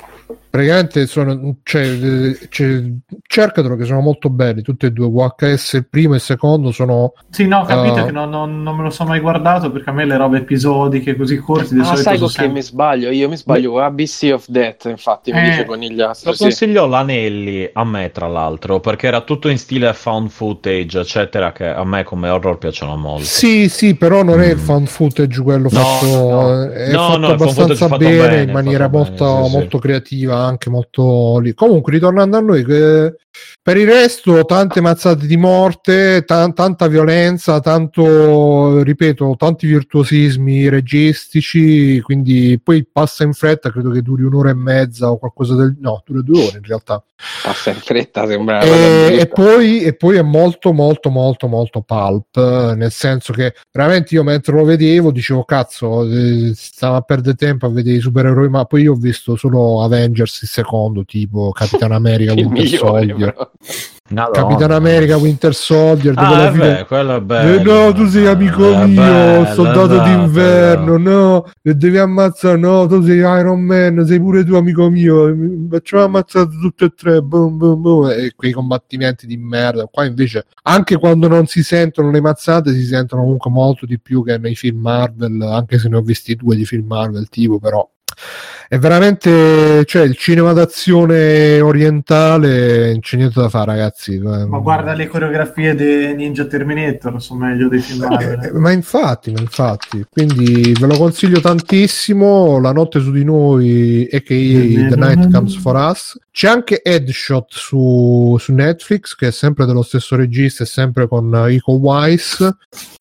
praticamente sono, cioè, cioè, cercatelo che sono molto belli tutti e due. V H S il primo e il secondo sono sì, no, ho capito uh, che non, non, non me lo sono mai guardato, perché a me le robe episodiche così corti di ah, solito sai sono con che sempre... mi sbaglio? Io mi sbaglio con A B C of Death, infatti mi Eh, dice Conigliastro, Lo sì. consigliò l'Anelli a me, tra l'altro, perché era tutto in stile found footage, eccetera, che a me come horror piacciono molto. sì, sì, però non è il found footage quello No, fatto, no. è No, fatto no, il found abbastanza footage fatto bene, bene, in maniera fatto molto, bene, sì, sì. molto creativa, anche molto lì. Comunque, ritornando a noi, che per il resto tante mazzate di morte, tan- tanta violenza, tanto, ripeto, tanti virtuosismi registici, quindi poi passa in fretta, credo che duri un'ora e mezza o qualcosa del... no, dura due ore in realtà. Passa in fretta, sembra una cosa E, brutta. e poi e poi è molto molto molto molto pulp, nel senso che veramente io mentre lo vedevo dicevo cazzo, eh, stavo a perdere tempo a vedere i supereroi, ma poi io ho visto solo Avengers il secondo, tipo Capitan America Il Winter migliore, Soldier, però. Madonna. Capitan America Winter Soldier, dove Ah, la è fine- vero, quello è Eh, bello. no, tu sei amico È mio, bello, soldato esatto, d'inverno, esatto. no, e devi ammazzare, no, tu sei Iron Man, sei pure tu amico mio, facciamo ammazzare tutti e tre, boom, boom, boom, e quei combattimenti di merda. Qua invece, anche quando non si sentono le mazzate, si sentono comunque molto di più che nei film Marvel, anche se ne ho visti due di film Marvel, tipo, però è veramente, cioè, il cinema d'azione orientale non c'è niente da fare, ragazzi. Ma guarda le coreografie di Ninja Terminator, sono meglio dei film Marvel. Eh, ma infatti, ma infatti, quindi ve lo consiglio tantissimo. La notte su di noi, a k a. The Night Comes For Us. C'è anche Headshot su, su Netflix, che è sempre dello stesso regista e sempre con Iko Uwais,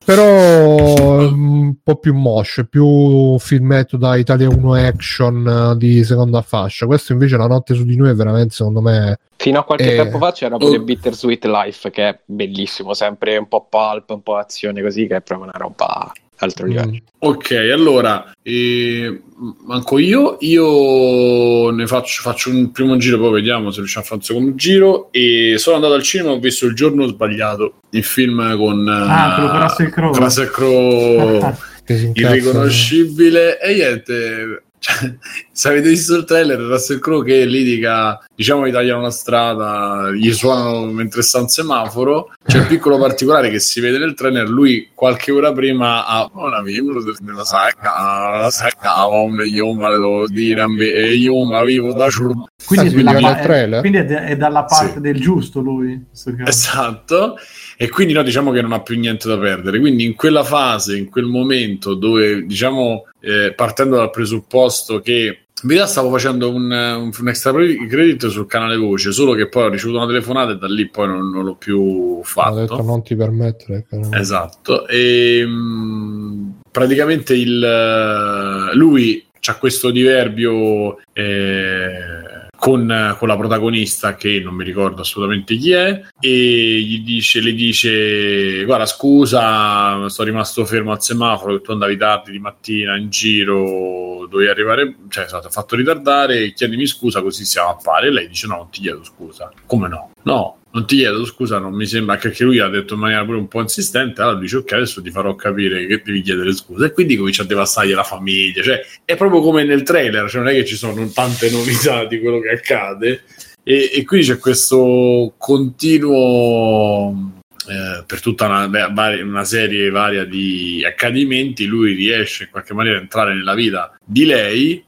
però un po' più mosh, più filmetto da Italia uno Action di seconda fascia. Questo invece, La notte su di noi, è veramente, secondo me, Fino a qualche Eh, tempo fa c'era pure oh. Bittersweet Life, che è bellissimo, sempre un po' pulp, un po' azione così, che è proprio una roba altro livello. mm, Ok, allora, eh, manco io, io ne faccio, faccio un primo giro, poi vediamo se riusciamo a fare un secondo giro. E sono andato al cinema, ho visto Il giorno sbagliato, il film con Ah, quello con Russell Crowe. con Russell Crowe che si incazza. irriconoscibile. E niente, cioè, se avete visto il trailer, Russell Crowe che litiga, diciamo, gli tagliano la strada, gli suonano mentre sta un semaforo. C'è il piccolo particolare che si vede nel trailer: lui qualche ora prima ha una nella sacca, la sacca, io me lo devo dire, e io ma vivo da ciurma. Quindi, Ah, è si dalla, vede nel pa- trailer? è, quindi è, de- è dalla parte Sì. del giusto lui. in questo caso. Esatto, e quindi no, diciamo che non ha più niente da perdere. Quindi in quella fase, in quel momento dove, diciamo, eh, partendo dal presupposto che in verità stavo facendo un, un, un extra credit sul canale Voce, solo che poi ho ricevuto una telefonata e da lì poi non, non l'ho più fatto. Ho detto non ti permettere. Esatto, e mh, praticamente il, lui c'ha questo diverbio eh, con, con la protagonista, che non mi ricordo assolutamente chi è, e gli dice, le dice: guarda, scusa, sono rimasto fermo al semaforo, che tu andavi tardi di mattina in giro, dovevi arrivare, cioè esatto, ho fatto ritardare, chiedimi scusa così siamo a pari. E lei dice: no, non ti chiedo scusa. Come no? No, non ti chiedo scusa, non mi sembra, anche che lui ha detto in maniera pure un po' insistente. Allora dice: ok, adesso ti farò capire che devi chiedere scusa. E quindi comincia a devastargli la famiglia, cioè è proprio come nel trailer, cioè non è che ci sono tante novità di quello che accade, e, e quindi c'è questo continuo eh, per tutta una, beh, una serie varia di accadimenti. Lui riesce in qualche maniera a entrare nella vita di lei,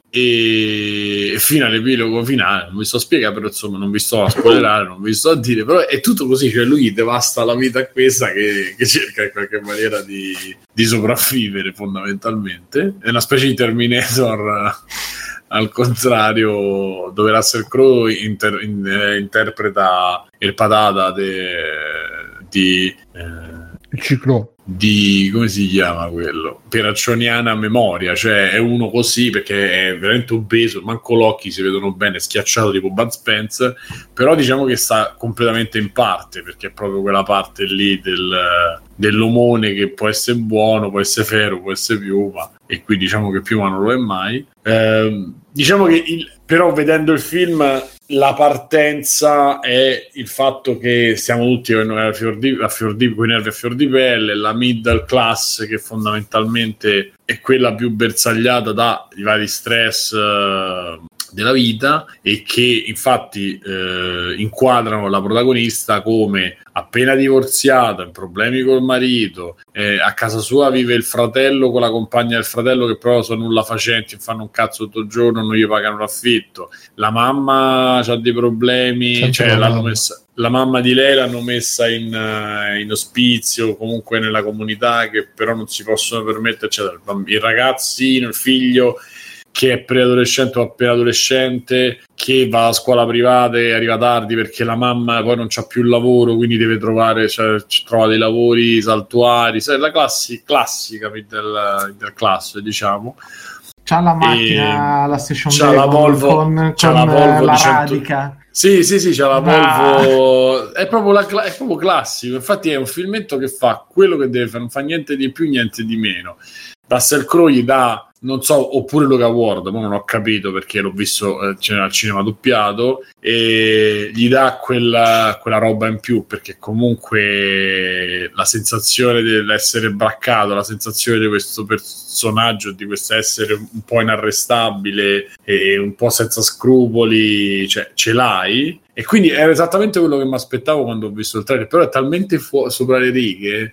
e fino all'epilogo finale non vi sto a spiegare, però insomma non vi sto a spoilerare, non vi sto a dire, però è tutto così, cioè lui devasta la vita a questa che, che cerca in qualche maniera di, di sopravvivere, fondamentalmente è una specie di Terminator al contrario, dove Russell Crowe inter, in, eh, interpreta il patata de, di eh, Il ciclo. di, come si chiama quello? Peraccioniana memoria, cioè è uno così perché è veramente obeso, manco l'occhi si vedono bene, schiacciato tipo Bud Spencer, però diciamo che sta completamente in parte, perché è proprio quella parte lì del, dell'omone che può essere buono, può essere ferro, può essere piuma, e qui diciamo che piuma non lo è mai. Eh, diciamo che il, però vedendo il film la partenza è il fatto che siamo tutti a fior di, a fior di, con i nervi a fior di pelle, la middle class che fondamentalmente è quella più bersagliata dai vari stress eh, della vita, e che infatti eh, inquadrano la protagonista come appena divorziata, in problemi col marito, eh, a casa sua vive il fratello con la compagna del fratello che però sono nulla facenti, fanno un cazzo tutto il giorno, non gli pagano l'affitto, la mamma ha dei problemi, cioè l'hanno messa, la mamma di lei l'hanno messa in, uh, in ospizio, comunque nella comunità, che però non si possono permettere, eccetera. Il ragazzino, il figlio che è preadolescente o appena adolescente, che va a scuola privata e arriva tardi perché la mamma poi non c'ha più il lavoro, quindi deve trovare, cioè, trova dei lavori saltuari, sai, la classi, classica del, del classe, diciamo. C'ha la macchina, e la station c'ha la Volvo, con, c'ha con la Volvo la di cento... radica. Sì, sì, sì, c'ha la Ah. Volvo. È proprio, la, è proprio classico. Infatti è un filmetto che fa quello che deve fare, non fa niente di più, niente di meno. Russell Crowe gli dà, non so, oppure Luca Ward, ma non ho capito perché l'ho visto eh, al cinema doppiato, e gli dà quella, quella roba in più, perché comunque la sensazione dell'essere braccato, la sensazione di questo personaggio, di questo essere un po' inarrestabile e un po' senza scrupoli, cioè ce l'hai. E quindi era esattamente quello che mi aspettavo quando ho visto il trailer, però è talmente fu- sopra le righe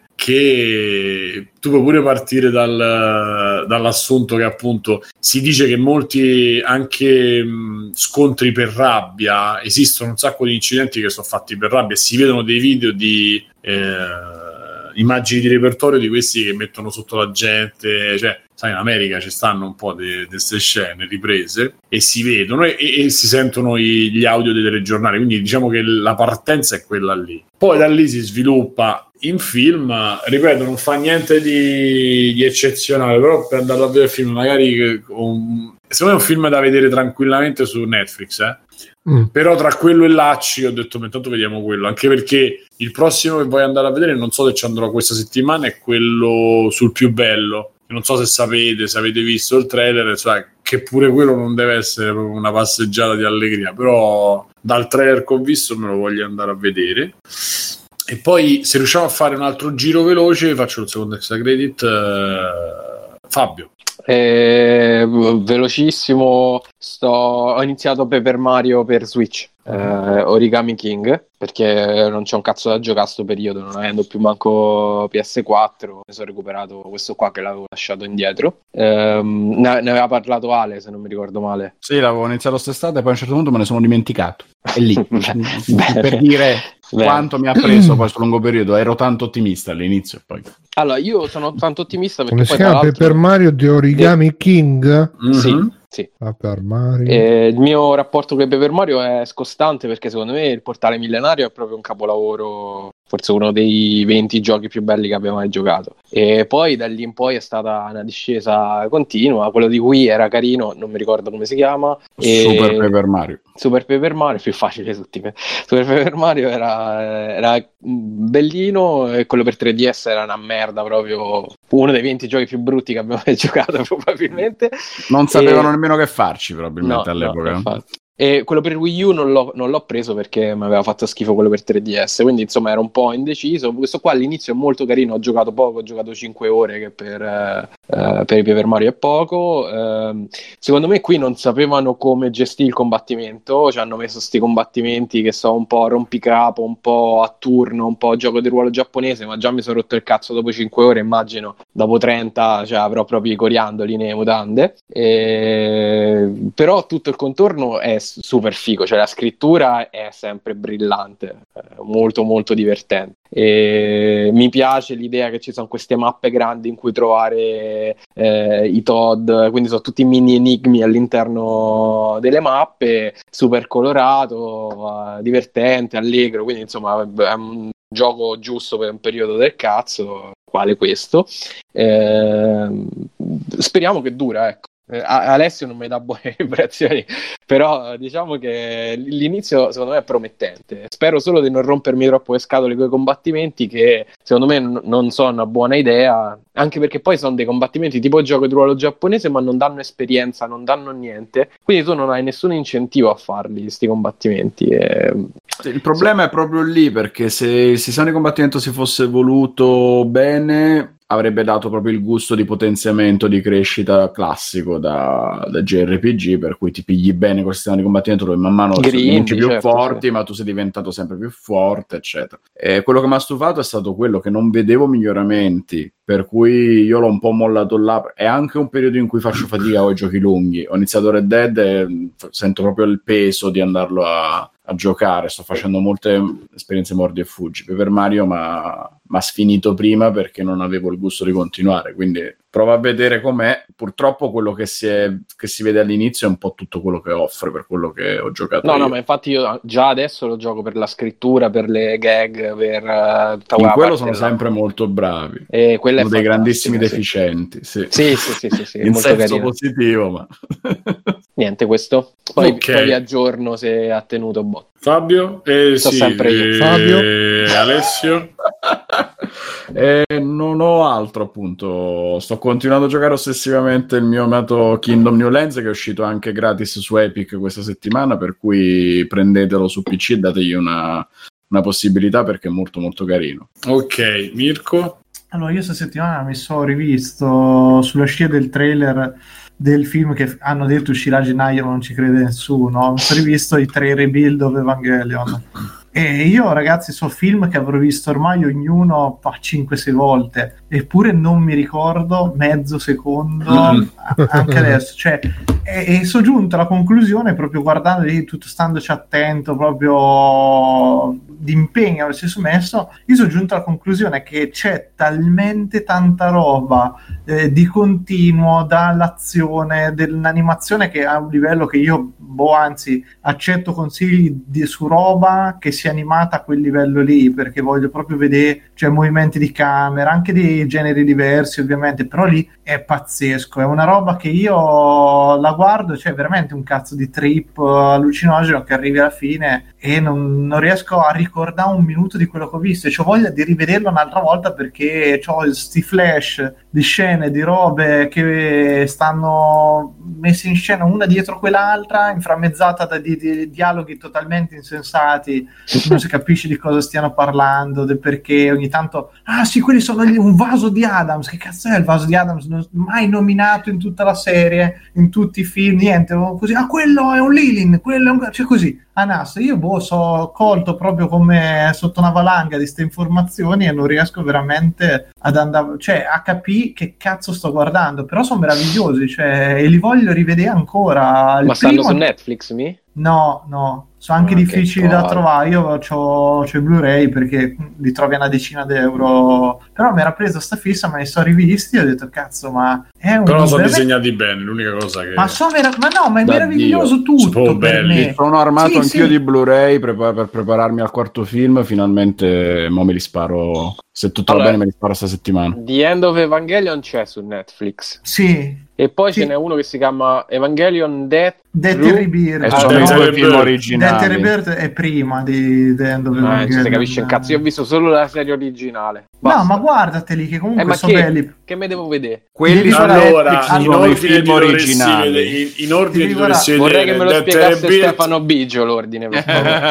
che tu puoi pure partire dal, dall'assunto che appunto si dice che molti anche mh, scontri per rabbia, esistono un sacco di incidenti che sono fatti per rabbia, e si vedono dei video di eh, immagini di repertorio di questi che mettono sotto la gente, cioè sai, in America ci stanno un po' di queste scene riprese e si vedono e, e si sentono i, gli audio dei telegiornali, quindi diciamo che la partenza è quella lì. Poi da lì si sviluppa in film, ripeto, non fa niente di, di eccezionale, però per andare a vedere il film magari un, secondo me è un film da vedere tranquillamente su Netflix, eh? Mm. Però tra quello e Lacci ho detto intanto vediamo quello, anche perché il prossimo che voglio andare a vedere, non so se ci andrò questa settimana, è quello sul più bello. Non so se sapete, se avete visto il trailer, cioè, che pure quello non deve essere una passeggiata di allegria, però dal trailer che ho visto me lo voglio andare a vedere. E poi se riusciamo a fare un altro giro veloce faccio il secondo extra credit. uh, Fabio. Eh, velocissimo, sto... ho iniziato Paper Mario per Switch, eh, Origami King, perché non c'è un cazzo da giocare a sto periodo, non avendo più manco P S quattro, mi sono recuperato questo qua che l'avevo lasciato indietro. Eh, ne, ne aveva parlato Ale, se non mi ricordo male. Sì, l'avevo iniziato quest'estate e poi a un certo punto me ne sono dimenticato. È lì, Beh, per dire beh. quanto mi ha preso poi sul lungo periodo. Ero tanto ottimista all'inizio. Poi. Allora, io sono tanto ottimista perché come poi si chiama l'altro... Paper Mario di Origami King? Mm-hmm. Sì. Sì. Paper Mario. Eh, il mio rapporto con Paper Mario è scostante perché secondo me il portale millenario è proprio un capolavoro, forse uno dei venti giochi più belli che abbia mai giocato, e poi da lì in poi è stata una discesa continua. Quello di Wii era carino, non mi ricordo come si chiama, e... Super Paper Mario Super Paper Mario, più facile tutti. Super Paper Mario era, era bellino, e quello per tre D S era una merda, proprio uno dei venti giochi più brutti che abbiamo mai giocato probabilmente. Non sapevano e... nemmeno che farci probabilmente no, all'epoca. No, e quello per Wii U non l'ho, non l'ho preso perché mi aveva fatto schifo quello per tre D S, quindi insomma ero un po' indeciso. Questo qua all'inizio è molto carino, ho giocato poco, ho giocato cinque ore, che per, eh, per i Paper Mario è poco. Eh, secondo me qui non sapevano come gestire il combattimento, ci hanno messo sti combattimenti che sono un po' rompicapo, un po' a turno, un po' gioco di ruolo giapponese, ma già mi sono rotto il cazzo dopo cinque ore, immagino dopo trenta cioè, avrò proprio i coriandoli nelle mutande. E... però tutto il contorno è super figo, cioè la scrittura è sempre brillante, molto molto divertente, e mi piace l'idea che ci sono queste mappe grandi in cui trovare eh, i Toad, quindi sono tutti mini enigmi all'interno delle mappe, super colorato, eh, divertente, allegro, quindi insomma è un gioco giusto per un periodo del cazzo quale questo. Eh, speriamo che dura, ecco. Eh, Alessio non mi dà buone vibrazioni, però diciamo che l'inizio secondo me è promettente. Spero solo di non rompermi troppo le scatole con i combattimenti, che secondo me n- non sono una buona idea, anche perché poi sono dei combattimenti tipo gioco di ruolo giapponese, ma non danno esperienza, non danno niente, quindi tu non hai nessun incentivo a farli questi combattimenti. E... il problema sì. È proprio lì, perché se il sistema di combattimento si fosse voluto bene avrebbe dato proprio il gusto di potenziamento, di crescita classico da, da J R P G, per cui ti pigli bene col sistema di combattimento dove man mano sono nemici più certo, forti, sì. ma tu sei diventato sempre più forte, eccetera. E quello che mi ha stufato è stato quello che non vedevo miglioramenti, per cui io l'ho un po' mollato là. È anche un periodo in cui faccio fatica con i giochi lunghi. Ho iniziato Red Dead e sento proprio il peso di andarlo a, a giocare. Sto facendo molte esperienze mordi e fuggi. Paper Mario ma ha sfinito prima perché non avevo il gusto di continuare, quindi prova a vedere com'è. Purtroppo quello che si, è, che si vede all'inizio è un po' tutto quello che offre, per quello che ho giocato No, io. no, ma infatti io già adesso lo gioco per la scrittura, per le gag, per uh, tutta in quella quello parte sono là. sempre molto bravi, E quella sono è dei grandissimi fantastica, deficienti, sì. Sì, sì, sì, sì, sì, è in molto senso carino. positivo, ma Niente, questo. Poi, Ok. poi vi aggiorno se ha tenuto botto. Fabio? Eh, Sto sì, sempre io. eh, Fabio? Alessio? E non ho altro, appunto. Sto continuando a giocare ossessivamente il mio amato Kingdom New Lands, che è uscito anche gratis su Epic questa settimana, per cui prendetelo su P C e dategli una, una possibilità, perché è molto molto carino. Ok, Mirko? Allora, io questa settimana mi sono rivisto sulla scia del trailer del film che hanno detto uscirà a gennaio, non ci crede nessuno. Mi sono rivisto i tre rebuild of Evangelion. E io, ragazzi, so film che avrò visto ormai ognuno cinque sei volte, eppure non mi ricordo mezzo secondo anche adesso. Cioè, e, e sono giunto alla conclusione, proprio guardando lì, tutto standoci attento, proprio d'impegno allo stesso messo, io sono giunto alla conclusione che c'è talmente tanta roba eh, di continuo, dall'azione, dell'animazione, che a un livello che io, boh, anzi, accetto consigli di, su roba che sia animata a quel livello lì, perché voglio proprio vedere, cioè, movimenti di camera, anche di generi diversi ovviamente, però lì è pazzesco, è una roba che io la guardo, cioè veramente un cazzo di trip allucinogeno che arrivi alla fine e non, non riesco a ricordare un minuto di quello che ho visto, e ho voglia di rivederlo un'altra volta perché ho sti flash di scene, di robe che stanno messe in scena una dietro quell'altra, inframmezzata da di, di dialoghi totalmente insensati, non si capisce di cosa stiano parlando, del perché ogni tanto, ah sì, quelli sono gli, un vaso di Adams, che cazzo è il vaso di Adams? Non, mai nominato in tutta la serie, in tutti i film, niente, così, ah quello è un Lilin, quello è un... cioè così, a naso. Io boh, so colto proprio come sotto una valanga di queste informazioni e non riesco veramente ad andare, cioè a capire che cazzo sto guardando, però sono meravigliosi, cioè, e li voglio rivedere ancora. Il Ma stanno primo... su Netflix, mi? No, no, sono anche Ah, difficili che da palle. trovare. Io c'ho, c'ho i Blu-ray perché li trovi a una decina d'euro, però mi era preso sta fissa, me li sono rivisti e ho detto cazzo, ma è un Però sono veramente- disegnati bene, l'unica cosa che... ma, so vera- ma no, ma è Da meraviglioso Dio. tutto Sono per belli. me. Sono armato Sì, anch'io sì. di Blu-ray prepa- per prepararmi al quarto film. Finalmente mo me li sparo, se tutto va Allora, bene me li sparo sta settimana. The End of Evangelion c'è su Netflix. Sì, E poi Sì. ce n'è uno che si chiama Evangelion Death Death True- e Rebirth. E Ah, sono Death i and due Rebirth. film Death originali. e Rebirth è prima di The End of Ah, non Evangelion. si capisce un cazzo. Io ho visto solo la serie originale. No, Basta. ma guardateli che comunque Eh, ma sono che, belli. che me devo vedere? Quelli Devi su guardare- Allora, Netflix in sono i ordine film di dovresti originali. vedere, in, in ordine Devi di dovresti guardare- Vorrei che me lo vedere Death spiegasse and Rebirth. Stefano Biggio l'ordine. per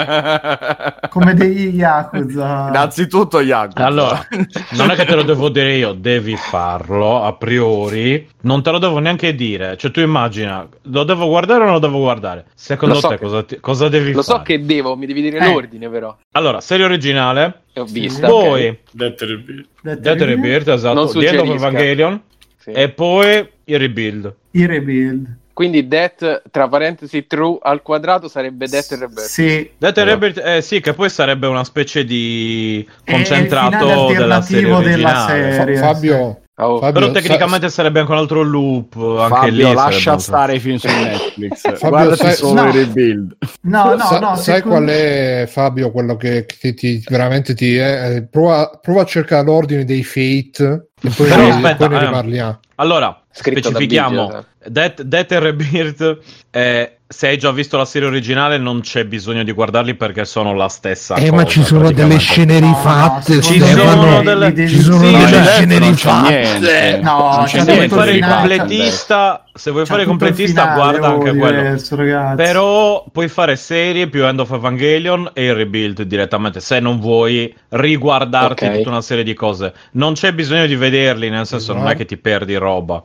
favore. Come degli Yakuza. Innanzitutto Yakuza. Allora, non è che te lo devo dire io, devi farlo a priori, non te lo devo neanche dire. Cioè, tu immagina, lo devo guardare o non lo devo guardare? Secondo Lo so te che- cosa, ti- cosa devi Lo fare? so che devo, mi devi dire Eh. l'ordine però. Allora, serie originale, E ho Sì. vista. poi ok. Death and Rebirth. Death Death and Rebirth, esatto, Non The End of suggerisca. Evangelion, Sì. e poi il Rebuild. I Rebuild. Quindi Death, tra parentesi, True al quadrato sarebbe Death and Rebirth. Sì. Death and Allora. Rebirth, eh sì, che poi sarebbe una specie di È il concentrato finale della serie alternativo della originale. serie. Fa- Fabio, Oh. Fabio, Però sa- tecnicamente sarebbe anche un altro loop, anche Fabio, lì lascia sarebbe un- stare i film su Netflix. Fabio, Guardati sai- solo no. i rebuild. No, no, sa- no. sai secondo- qual è, Fabio, quello che ti, ti- veramente ti è? Eh, prova, prova a cercare l'ordine dei Fate e poi, Però ne- aspetta, poi ne eh. riparliamo. Allora, Scritto da specifichiamo Biggio, Death, Death and Rebirth è se hai già visto la serie originale non c'è bisogno di guardarli perché sono la stessa eh, cosa. Ma ci sono delle scene rifatte, no, ci sono delle, ci sono sì, delle certo, scene non c'è rifatte. niente. No, Non c'è se tutto vuoi il fare il finale, completista, se vuoi c'è fare il tutto il completista finale, guarda anche oh, quello. diverso, ragazzi. Però puoi fare serie più End of Evangelion e il Rebuild direttamente se non vuoi riguardarti Ok. tutta una serie di cose. Non c'è bisogno di vederli, nel senso non è Esatto. che ti perdi roba.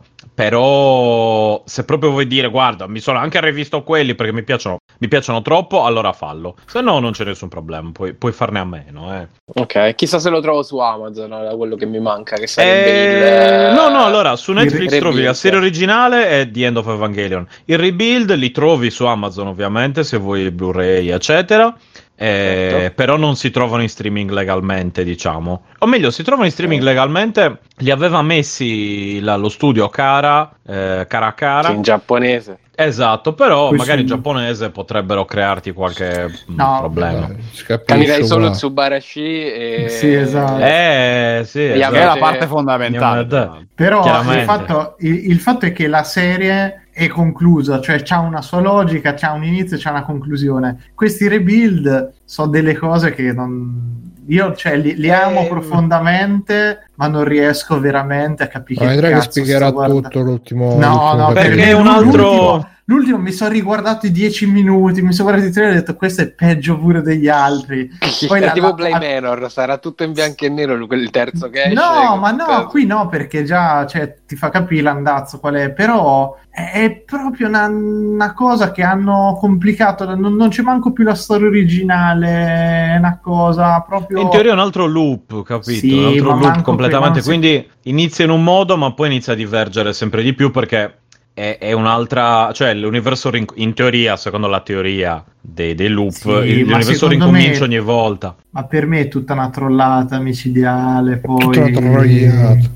Però se proprio vuoi dire guarda, mi sono anche rivisto quelli perché mi piacciono, mi piacciono troppo, allora fallo. Se no non c'è nessun problema, puoi, puoi farne a meno, eh. Ok, chissà se lo trovo su Amazon, da quello che mi manca, che sarebbe Eh, il... No, no, allora su il Netflix Rebuild. trovi la serie originale e The End of Evangelion. Il Rebuild li trovi su Amazon ovviamente se vuoi il Blu-ray eccetera. Eh, Certo. Però non si trovano in streaming legalmente, diciamo. O meglio, si trovano in streaming legalmente. Li aveva messi la- lo studio Kara, eh, Kara Kara. Sì, in giapponese. Esatto, però Poi magari in su- giapponese potrebbero crearti qualche mm, No. problema. Eh, si capisce Capirei solo uguale. Tsubarashi e... Sì, esatto. Eh, sì, Gli esatto. Che è la Invece- parte fondamentale. Andiamo a- Però il Chiaramente. fatto, il, il fatto è che la serie è conclusa, cioè c'ha una sua logica, c'ha un inizio, c'ha una conclusione. Questi rebuild sono delle cose che non... Io cioè, li, li amo Eh, profondamente, ma non riesco veramente a capire Ma che vedrai che cazzo spiegherà sto guardando. tutto l'ultimo. No, l'ultimo no, capitolo. perché me un altro- l'ultimo, l'ultimo mi sono riguardato i dieci minuti, mi sono guardato i trailer e ho detto questo è peggio pure degli altri. Poi è la- tipo la- Blade Manor, sarà tutto in bianco e nero il terzo che esce. No, che- ma no, qui no, perché già cioè, ti fa capire l'andazzo qual è, però è, è proprio una, una cosa che hanno complicato, non, non c'è manco più la storia originale, è una cosa proprio... In teoria è un altro loop, capito? Sì, un altro ma loop manco completamente. que- ma non Quindi inizia in un modo, ma poi inizia a divergere sempre di più perché è, è un'altra. Cioè, l'universo rin- in teoria, secondo la teoria dei, dei loop, Sì, il- ma l'universo secondo ricomincia me- ogni volta. Ma per me è tutta una trollata micidiale, poi... Tutta una trollata.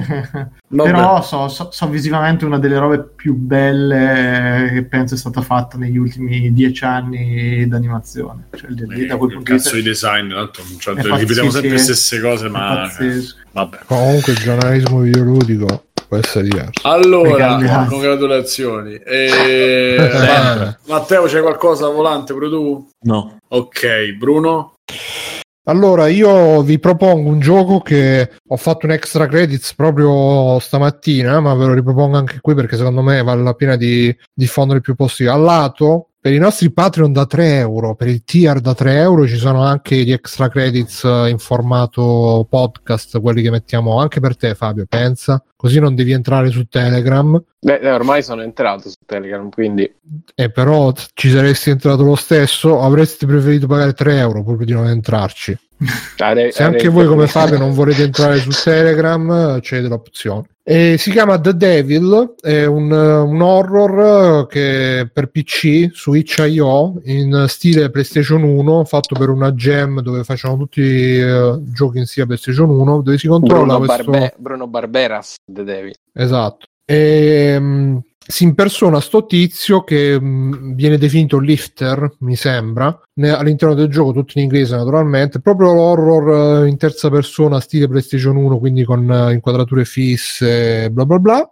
Però so, so, so visivamente una delle robe più belle che penso è stata fatta negli ultimi dieci anni d'animazione, cioè, da quel Eh, punto il di vista cazzo di design, tanto, cioè, è ripetiamo sempre le pazzesco, stesse cose, è ma pazzesco. vabbè. Comunque il giornalismo videoludico può essere diverso. Allora, Regalati. congratulazioni. E... Sempre. Matteo, c'è qualcosa volante pure tu? No. Ok, Bruno? Allora, io vi propongo un gioco che ho fatto un extra credits proprio stamattina, ma ve lo ripropongo anche qui perché secondo me vale la pena di diffondere il più possibile. Al lato, per i nostri Patreon da tre euro, per il tier da tre euro ci sono anche gli extra credits in formato podcast, quelli che mettiamo anche per te, Fabio, pensa. Così non devi entrare su Telegram. Beh, eh, ormai sono entrato su Telegram, quindi... Eh, però ci saresti entrato lo stesso, avresti preferito pagare tre euro pur di non entrarci. Avrei- Se anche avrei- voi come Fabio non volete entrare su Telegram, c'è dell'opzione. E si chiama The Devil, è un, un horror che per P C su itch punto io in stile PlayStation uno, fatto per una gem dove facciano tutti uh, giochi in stile PlayStation uno, dove si controlla Bruno, questo... Barbe- Bruno Barberas, The Devil. Esatto. E, mh, si impersona sto tizio che mh, viene definito lifter, mi sembra, ne- all'interno del gioco, tutto in inglese naturalmente, proprio l'horror eh, in terza persona, stile PlayStation uno, quindi con eh, inquadrature fisse, bla bla bla.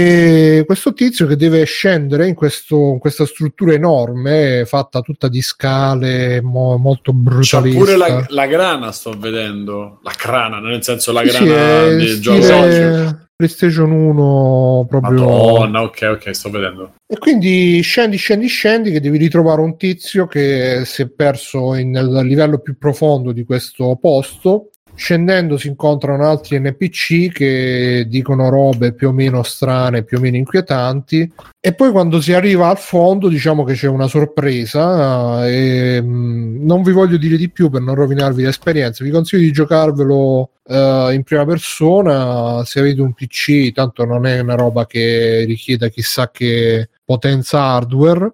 E questo tizio che deve scendere in, questo, in questa struttura enorme, fatta tutta di scale, mo- molto C'ha brutalista. pure la, la grana, sto vedendo. La crana, nel senso la Sì, sì, grana è del stile gioco. PlayStation uno proprio. Madonna, ok, ok, sto vedendo. E quindi scendi, scendi, scendi, che devi ritrovare un tizio che si è perso in- nel livello più profondo di questo posto. Scendendo si incontrano altri N P C che dicono robe più o meno strane, più o meno inquietanti, e poi quando si arriva al fondo diciamo che c'è una sorpresa e mh, non vi voglio dire di più per non rovinarvi l'esperienza. Vi consiglio di giocarvelo uh, in prima persona se avete un P C, tanto non è una roba che richieda chissà che potenza hardware.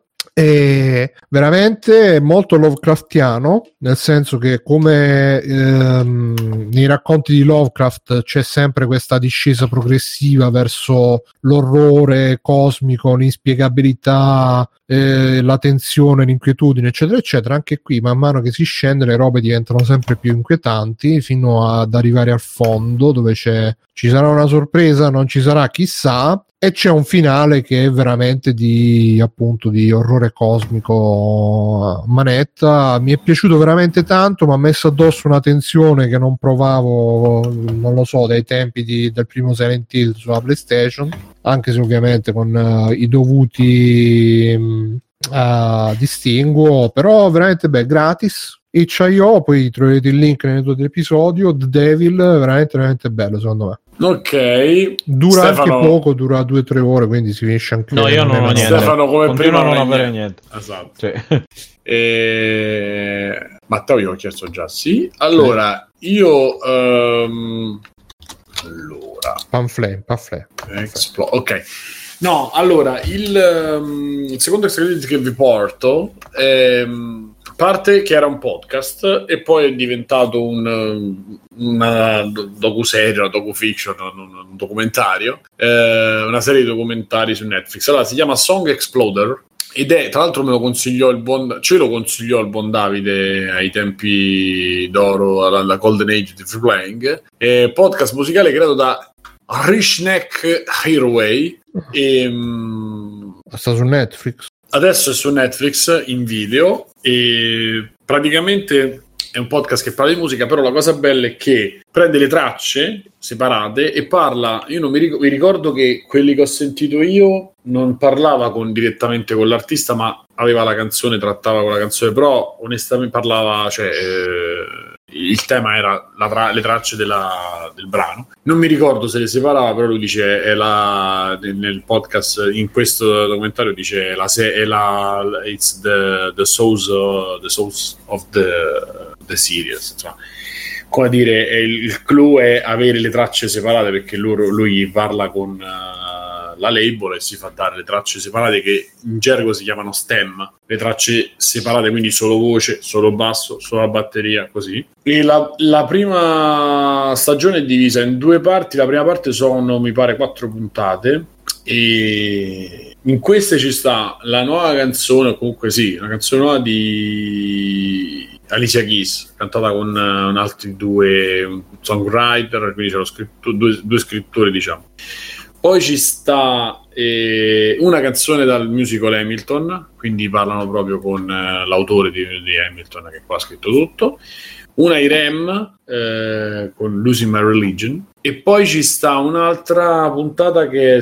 È veramente molto Lovecraftiano, nel senso che come ehm, nei racconti di Lovecraft c'è sempre questa discesa progressiva verso l'orrore cosmico, l'inspiegabilità, eh, la tensione, l'inquietudine, eccetera eccetera. Anche qui man mano che si scende le robe diventano sempre più inquietanti fino ad arrivare al fondo dove c'è ci sarà una sorpresa, non ci sarà chissà, e c'è un finale che è veramente di appunto di orrore cosmico a manetta. Mi è piaciuto veramente tanto, mi ha messo addosso una tensione che non provavo, non lo so, dai tempi di, del primo Silent Hill sulla PlayStation, anche se ovviamente con uh, i dovuti um, uh, distinguo, però veramente beh, gratis itch punto io, poi troverete il link nel episodio. The Devil, veramente veramente bello secondo me. Ok, dura Stefano... anche poco, dura due o tre ore, quindi si finisce anche. No, io non, non ho niente. Stefano come Continuo prima a non avere niente. niente. Esatto. Sì. E... Matteo io ho chiesto già sì. Allora, sì. io um... allora Pamphlet, pamphlet. Explo... ok. No, allora, il, um, il secondo extra che vi porto è parte che era un podcast e poi è diventato un, una docuserie, una docufiction, un, un documentario, eh, una serie di documentari su Netflix. Allora, si chiama Song Exploder ed è, tra l'altro me lo consigliò il buon, ce lo consigliò il buon Davide ai tempi d'oro, alla Golden Age di Free Playing, eh, podcast musicale creato da Rishnek Hirway e um, sta su Netflix. Adesso è su Netflix in video e praticamente è un podcast che parla di musica, però la cosa bella è che prende le tracce separate e parla, io non mi ricordo, mi ricordo che quelli che ho sentito io non parlava con, direttamente con l'artista, ma aveva la canzone, trattava con la canzone, però onestamente parlava, cioè eh, il tema era la tra- le tracce della, del brano. Non mi ricordo se le separava, però lui dice è la, nel podcast, in questo documentario dice la se- è la it's the, the source uh, the source of the, the series, insomma. Come dire, è il, il clou è avere le tracce separate, perché loro, lui parla con uh, la label e si fa dare le tracce separate che in gergo si chiamano stem, le tracce separate, quindi solo voce, solo basso, solo la batteria, così. E la, la prima stagione è divisa in due parti. La prima parte sono, mi pare, quattro puntate e in queste ci sta la nuova canzone, o comunque sì, una canzone nuova di Alicia Keys, cantata con uh, altri due songwriter, quindi c'erano scritto, due, due scrittori, diciamo. Poi ci sta eh, una canzone dal musical Hamilton, quindi parlano proprio con eh, l'autore di, di Hamilton, che qua ha scritto tutto. Una I R E M eh, con Losing My Religion, e poi ci sta un'altra puntata che è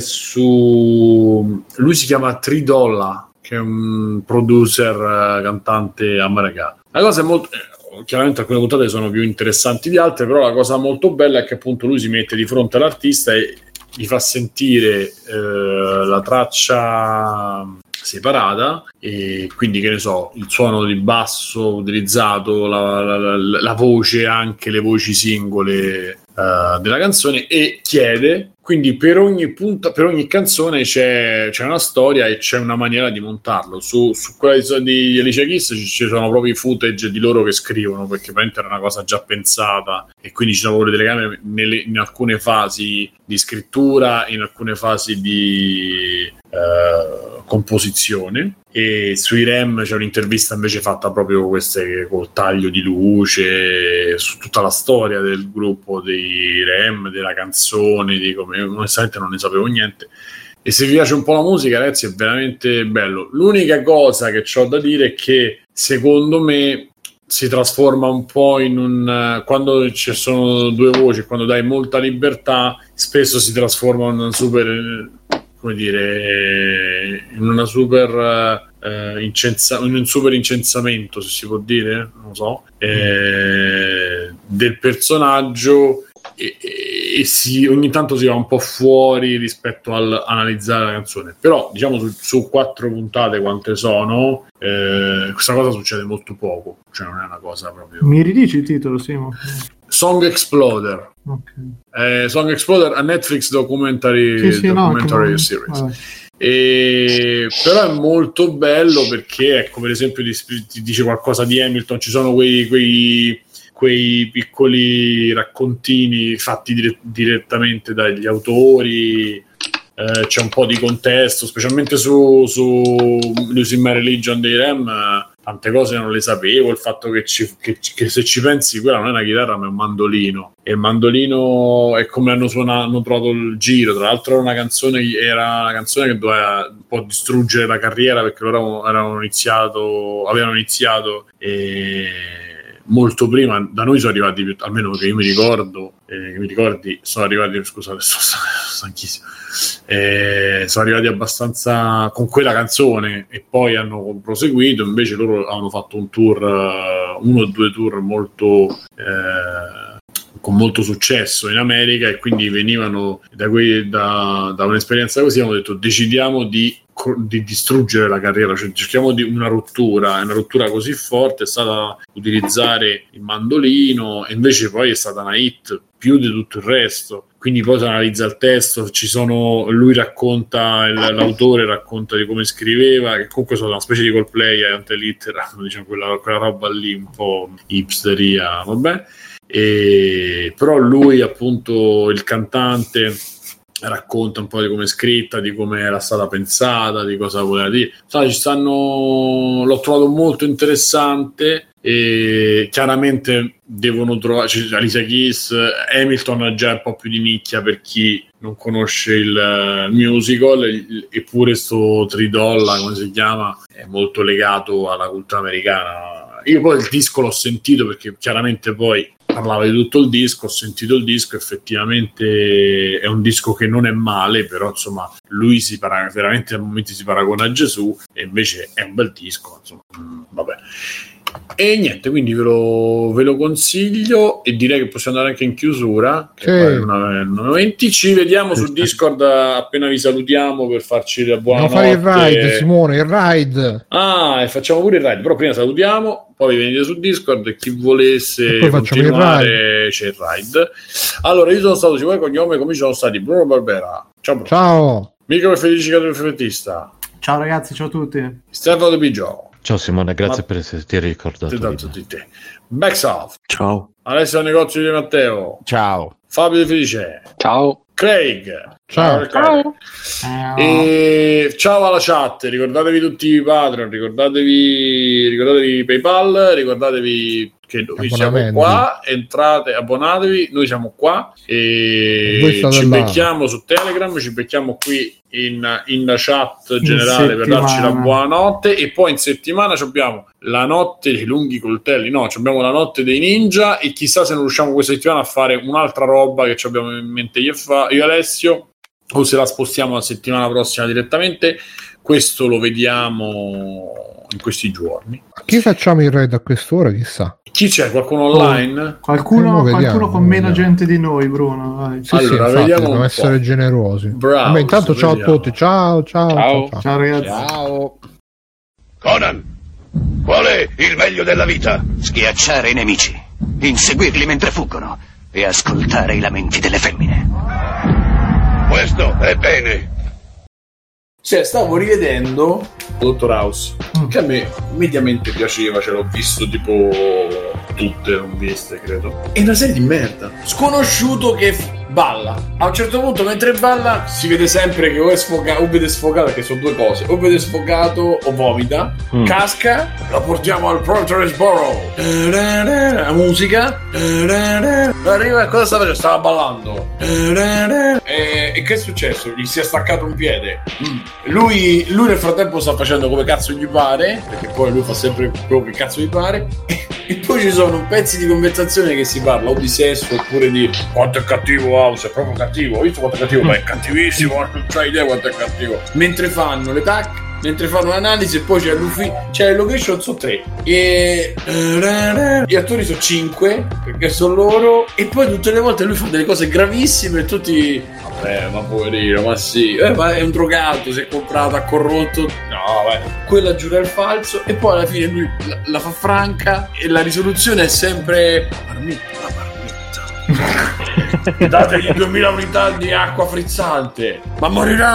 su, lui si chiama Tridolla, che è un producer uh, cantante americano. La cosa è molto, eh, chiaramente alcune puntate sono più interessanti di altre, però la cosa molto bella è che appunto lui si mette di fronte all'artista e gli fa sentire eh, la traccia separata, e quindi, che ne so, il suono di basso utilizzato, la, la, la, la voce, anche le voci singole uh, della canzone, e chiede, quindi per ogni punta, per ogni canzone c'è, c'è una storia e c'è una maniera di montarlo. Su, su quella di, di Alicia Keys ci, ci sono proprio i footage di loro che scrivono, perché veramente era una cosa già pensata, e quindi ci sono proprio delle telecamere nelle, in alcune fasi di scrittura, in alcune fasi di uh, composizione. E sui R E M c'è un'intervista invece fatta proprio queste col taglio di luce su tutta la storia del gruppo dei R E M, della canzone, di come, onestamente non ne sapevo niente. E se vi piace un po' la musica, ragazzi, è veramente bello. L'unica cosa che c'ho da dire è che secondo me si trasforma un po' in un, quando ci sono due voci, quando dai molta libertà, spesso si trasforma in un super, come dire, in una super eh, incensa, in un super incensamento, se si può dire, non lo so, eh, del personaggio, e, e, e si, ogni tanto si va un po' fuori rispetto al analizzare la canzone. Però diciamo su, su quattro puntate quante sono, eh, questa cosa succede molto poco, cioè non è una cosa proprio. Mi ridici il titolo, Simo? Song Exploder. Okay. Eh, Song Exploder, a Netflix documentary, sì, sì, documentary no, series. Vabbè. E, però è molto bello perché, ecco, per esempio ti, ti dice qualcosa di Hamilton, ci sono quei, quei, quei piccoli raccontini fatti dire, direttamente dagli autori, eh, c'è un po' di contesto, specialmente su, su Losing My Religion dei R E M, tante cose non le sapevo, il fatto che, ci, che, che se ci pensi quella non è una chitarra ma è un mandolino, e il mandolino è come hanno suonato, hanno trovato il giro. Tra l'altro era una canzone, era una canzone che doveva un po' distruggere la carriera, perché loro erano iniziato avevano iniziato e molto prima. Da noi sono arrivati più, almeno che io mi ricordo, eh, che mi ricordi sono arrivati, scusate, sono stanchissimo, eh, sono arrivati abbastanza con quella canzone e poi hanno proseguito. Invece loro hanno fatto un tour, uh, uno o due tour molto eh, con molto successo in America, e quindi venivano da, quei, da, da un'esperienza così. Hanno detto decidiamo di di distruggere la carriera, cioè cerchiamo di una rottura, una rottura così forte è stata utilizzare il mandolino, e invece poi è stata una hit più di tutto il resto. Quindi poi si analizza il testo, ci sono, lui racconta, il, l'autore racconta di come scriveva, che comunque sono una specie di Coldplay ante litteram, diciamo, quella, quella roba lì un po' hipsteria, vabbè. E però lui, appunto, il cantante, racconta un po' di come è scritta, di come era stata pensata, di cosa voleva dire. Sai, ci stanno, l'ho trovato molto interessante, e chiaramente devono trovare, cioè, Alicia Keys, Hamilton è già un po' più di nicchia per chi non conosce il musical, eppure sto Tridolla, come si chiama, è molto legato alla cultura americana. Io poi il disco l'ho sentito, perché chiaramente poi parlava di tutto il disco, ho sentito il disco, effettivamente è un disco che non è male, però insomma lui si para- veramente a momenti si paragona a Gesù, e invece è un bel disco, insomma, vabbè. E niente, quindi ve lo, ve lo consiglio, e direi che possiamo andare anche in chiusura, che sì. È una, una venti. Ci vediamo su Discord appena vi salutiamo, per farci la buonanotte. No, fai il ride, Simone, il ride. Ah, e facciamo pure il ride, però prima salutiamo, poi venite su Discord, e chi volesse e continuare c'è il ride. Allora, io sono stato Simone Cognome, come ci sono stati Bruno Barbera, ciao Bruno. Ciao Mico e Felice Caterfettista. Ciao ragazzi, ciao a tutti. Stefano De Pigio. Ciao Simone, grazie Ma... per esserti ricordato. Tanto di te. Backsoft. Ciao. Alessio Negozio di Matteo. Ciao. Fabio De Felice. Ciao. Craig. Ciao. Ciao. E ciao alla chat, ricordatevi tutti i Patreon, ricordatevi, ricordatevi PayPal, ricordatevi che noi siamo qua, entrate, abbonatevi, noi siamo qua e ci là. becchiamo su Telegram, ci becchiamo qui in, in chat in generale settimana. Per darci la buonanotte, e poi in settimana abbiamo la notte dei lunghi coltelli, no, abbiamo la notte dei ninja, e chissà se non riusciamo questa settimana a fare un'altra roba che ci abbiamo in mente io e, fa, io e Alessio, o se la spostiamo la settimana prossima direttamente. Questo lo vediamo in questi giorni. A chi facciamo il raid a quest'ora, chissà? Chi c'è? Qualcuno online? Oh, qualcuno, vediamo, qualcuno con meno vediamo. gente di noi, Bruno. Vai. Sì, allora, sì, infatti, vediamo dobbiamo essere generosi. Bravo. Vabbè, intanto ciao vediamo. a tutti. Ciao, ciao, ciao. Ciao, ciao. Ciao ragazzi. Ciao. Conan, qual è il meglio della vita? Schiacciare i nemici, inseguirli mentre fuggono e ascoltare i lamenti delle femmine. Questo è bene. Cioè, stavo rivedendo Dottor House, mm. che a me mediamente piaceva, ce l'ho visto tipo tutte, non viste, credo. È una serie di merda. Sconosciuto che f- balla. A un certo punto, mentre balla, si vede sempre che o è sfogato, o vede sfogato, perché sono due cose, o vede sfogato o vomita, mm. casca, la portiamo al Proteresboro. La musica. Arriva, cosa stava facendo? Stava ballando. E, e che è successo? Gli si è staccato un piede. Mm. Lui, lui nel frattempo sta facendo come cazzo gli pare, perché poi lui fa sempre quello che cazzo gli pare, e, e poi ci sono pezzi di conversazione che si parla o di sesso oppure di quanto è cattivo House, è proprio cattivo, ho visto quanto è cattivo, ma è cattivissimo, non c'hai idea quanto è cattivo. Mentre fanno le tac, mentre fanno l'analisi, e poi c'è l'ufficio, c'è le location, sono tre, e gli attori sono cinque, perché sono loro, e poi tutte le volte lui fa delle cose gravissime e tutti... Eh, ma poverino, ma sì, eh, ma è un drogato, si è comprato, ha corrotto. No, vai. Quella giura il falso, e poi alla fine lui la, la fa franca, e la risoluzione è sempre la marmitta, la marmitta. Dategli duemila unità di acqua frizzante, ma morirà.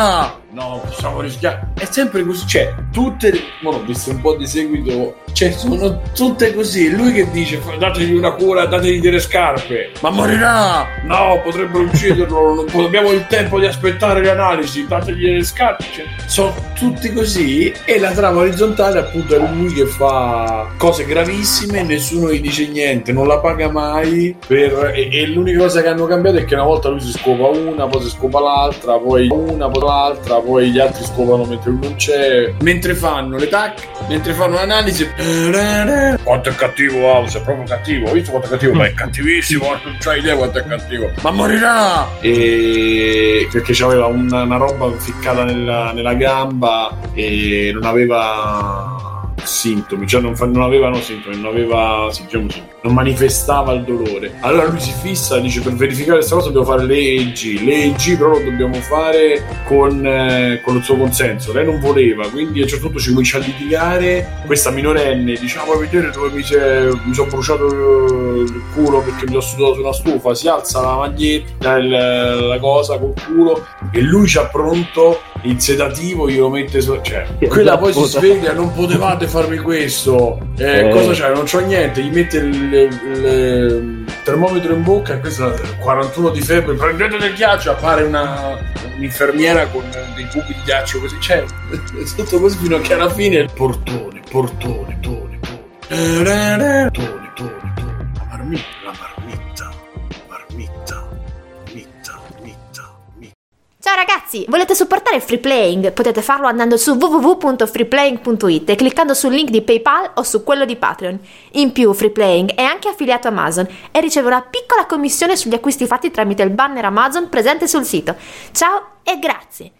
no, possiamo rischiare. È sempre così, cioè, tutte, mo l'ho visto un po' di seguito, cioè, sono tutte così. Lui che dice, dategli una cura, dategli delle scarpe, ma morirà, no, potrebbero ucciderlo, non abbiamo il tempo di aspettare le analisi, dategli delle scarpe, cioè, sono tutti così. E la trama orizzontale appunto è lui che fa cose gravissime, nessuno gli dice niente, non la paga mai per... e, e l'unica cosa che hanno cambiato è che una volta lui si scopa una, poi si scopa l'altra, poi una, poi l'altra, poi gli altri scopano mentre lui non c'è, mentre fanno le tac, mentre fanno l'analisi. Quanto è cattivo House, è proprio cattivo, ho visto quanto è cattivo, ma è cattivissimo, non c'hai idea quanto è cattivo, ma morirà, e perché c'aveva una, una roba ficcata nella, nella gamba e non aveva sintomi, cioè non, fa, non avevano sintomi, non aveva, sì, diciamo sì, non manifestava il dolore. Allora lui si fissa, dice, per verificare questa cosa dobbiamo fare l'E E G. L'E E G però lo dobbiamo fare con, eh, con il suo consenso. Lei non voleva, quindi a un certo punto ci comincia a litigare. Questa minorenne, diciamo, vuoi vedere dove mi, mi sono bruciato il culo perché mi sono sudato su una stufa, si alza la maglietta, il, la cosa col culo, e lui c'ha pronto il sedativo, glielo mette su, cioè, quella poi si sveglia, non potevate farmi questo, eh, eh. cosa c'è? Non c'ho niente, gli mette il, il, il termometro in bocca e questo è quarantuno di febbre, prendete del ghiaccio, appare una, un'infermiera con dei cubi di ghiaccio così, cioè, è tutto così fino a che alla fine portone, portone, tone, tone, tone, tone, tone, tone, la marmitta, la marmitta, marmitta, mitta, mitta, mitta. Ciao ragazzi, volete supportare Free Playing? Potete farlo andando su w w w punto free playing punto i t e cliccando sul link di PayPal o su quello di Patreon. In più, Free Playing è anche affiliato a Amazon e riceve una piccola commissione sugli acquisti fatti tramite il banner Amazon presente sul sito. Ciao e grazie!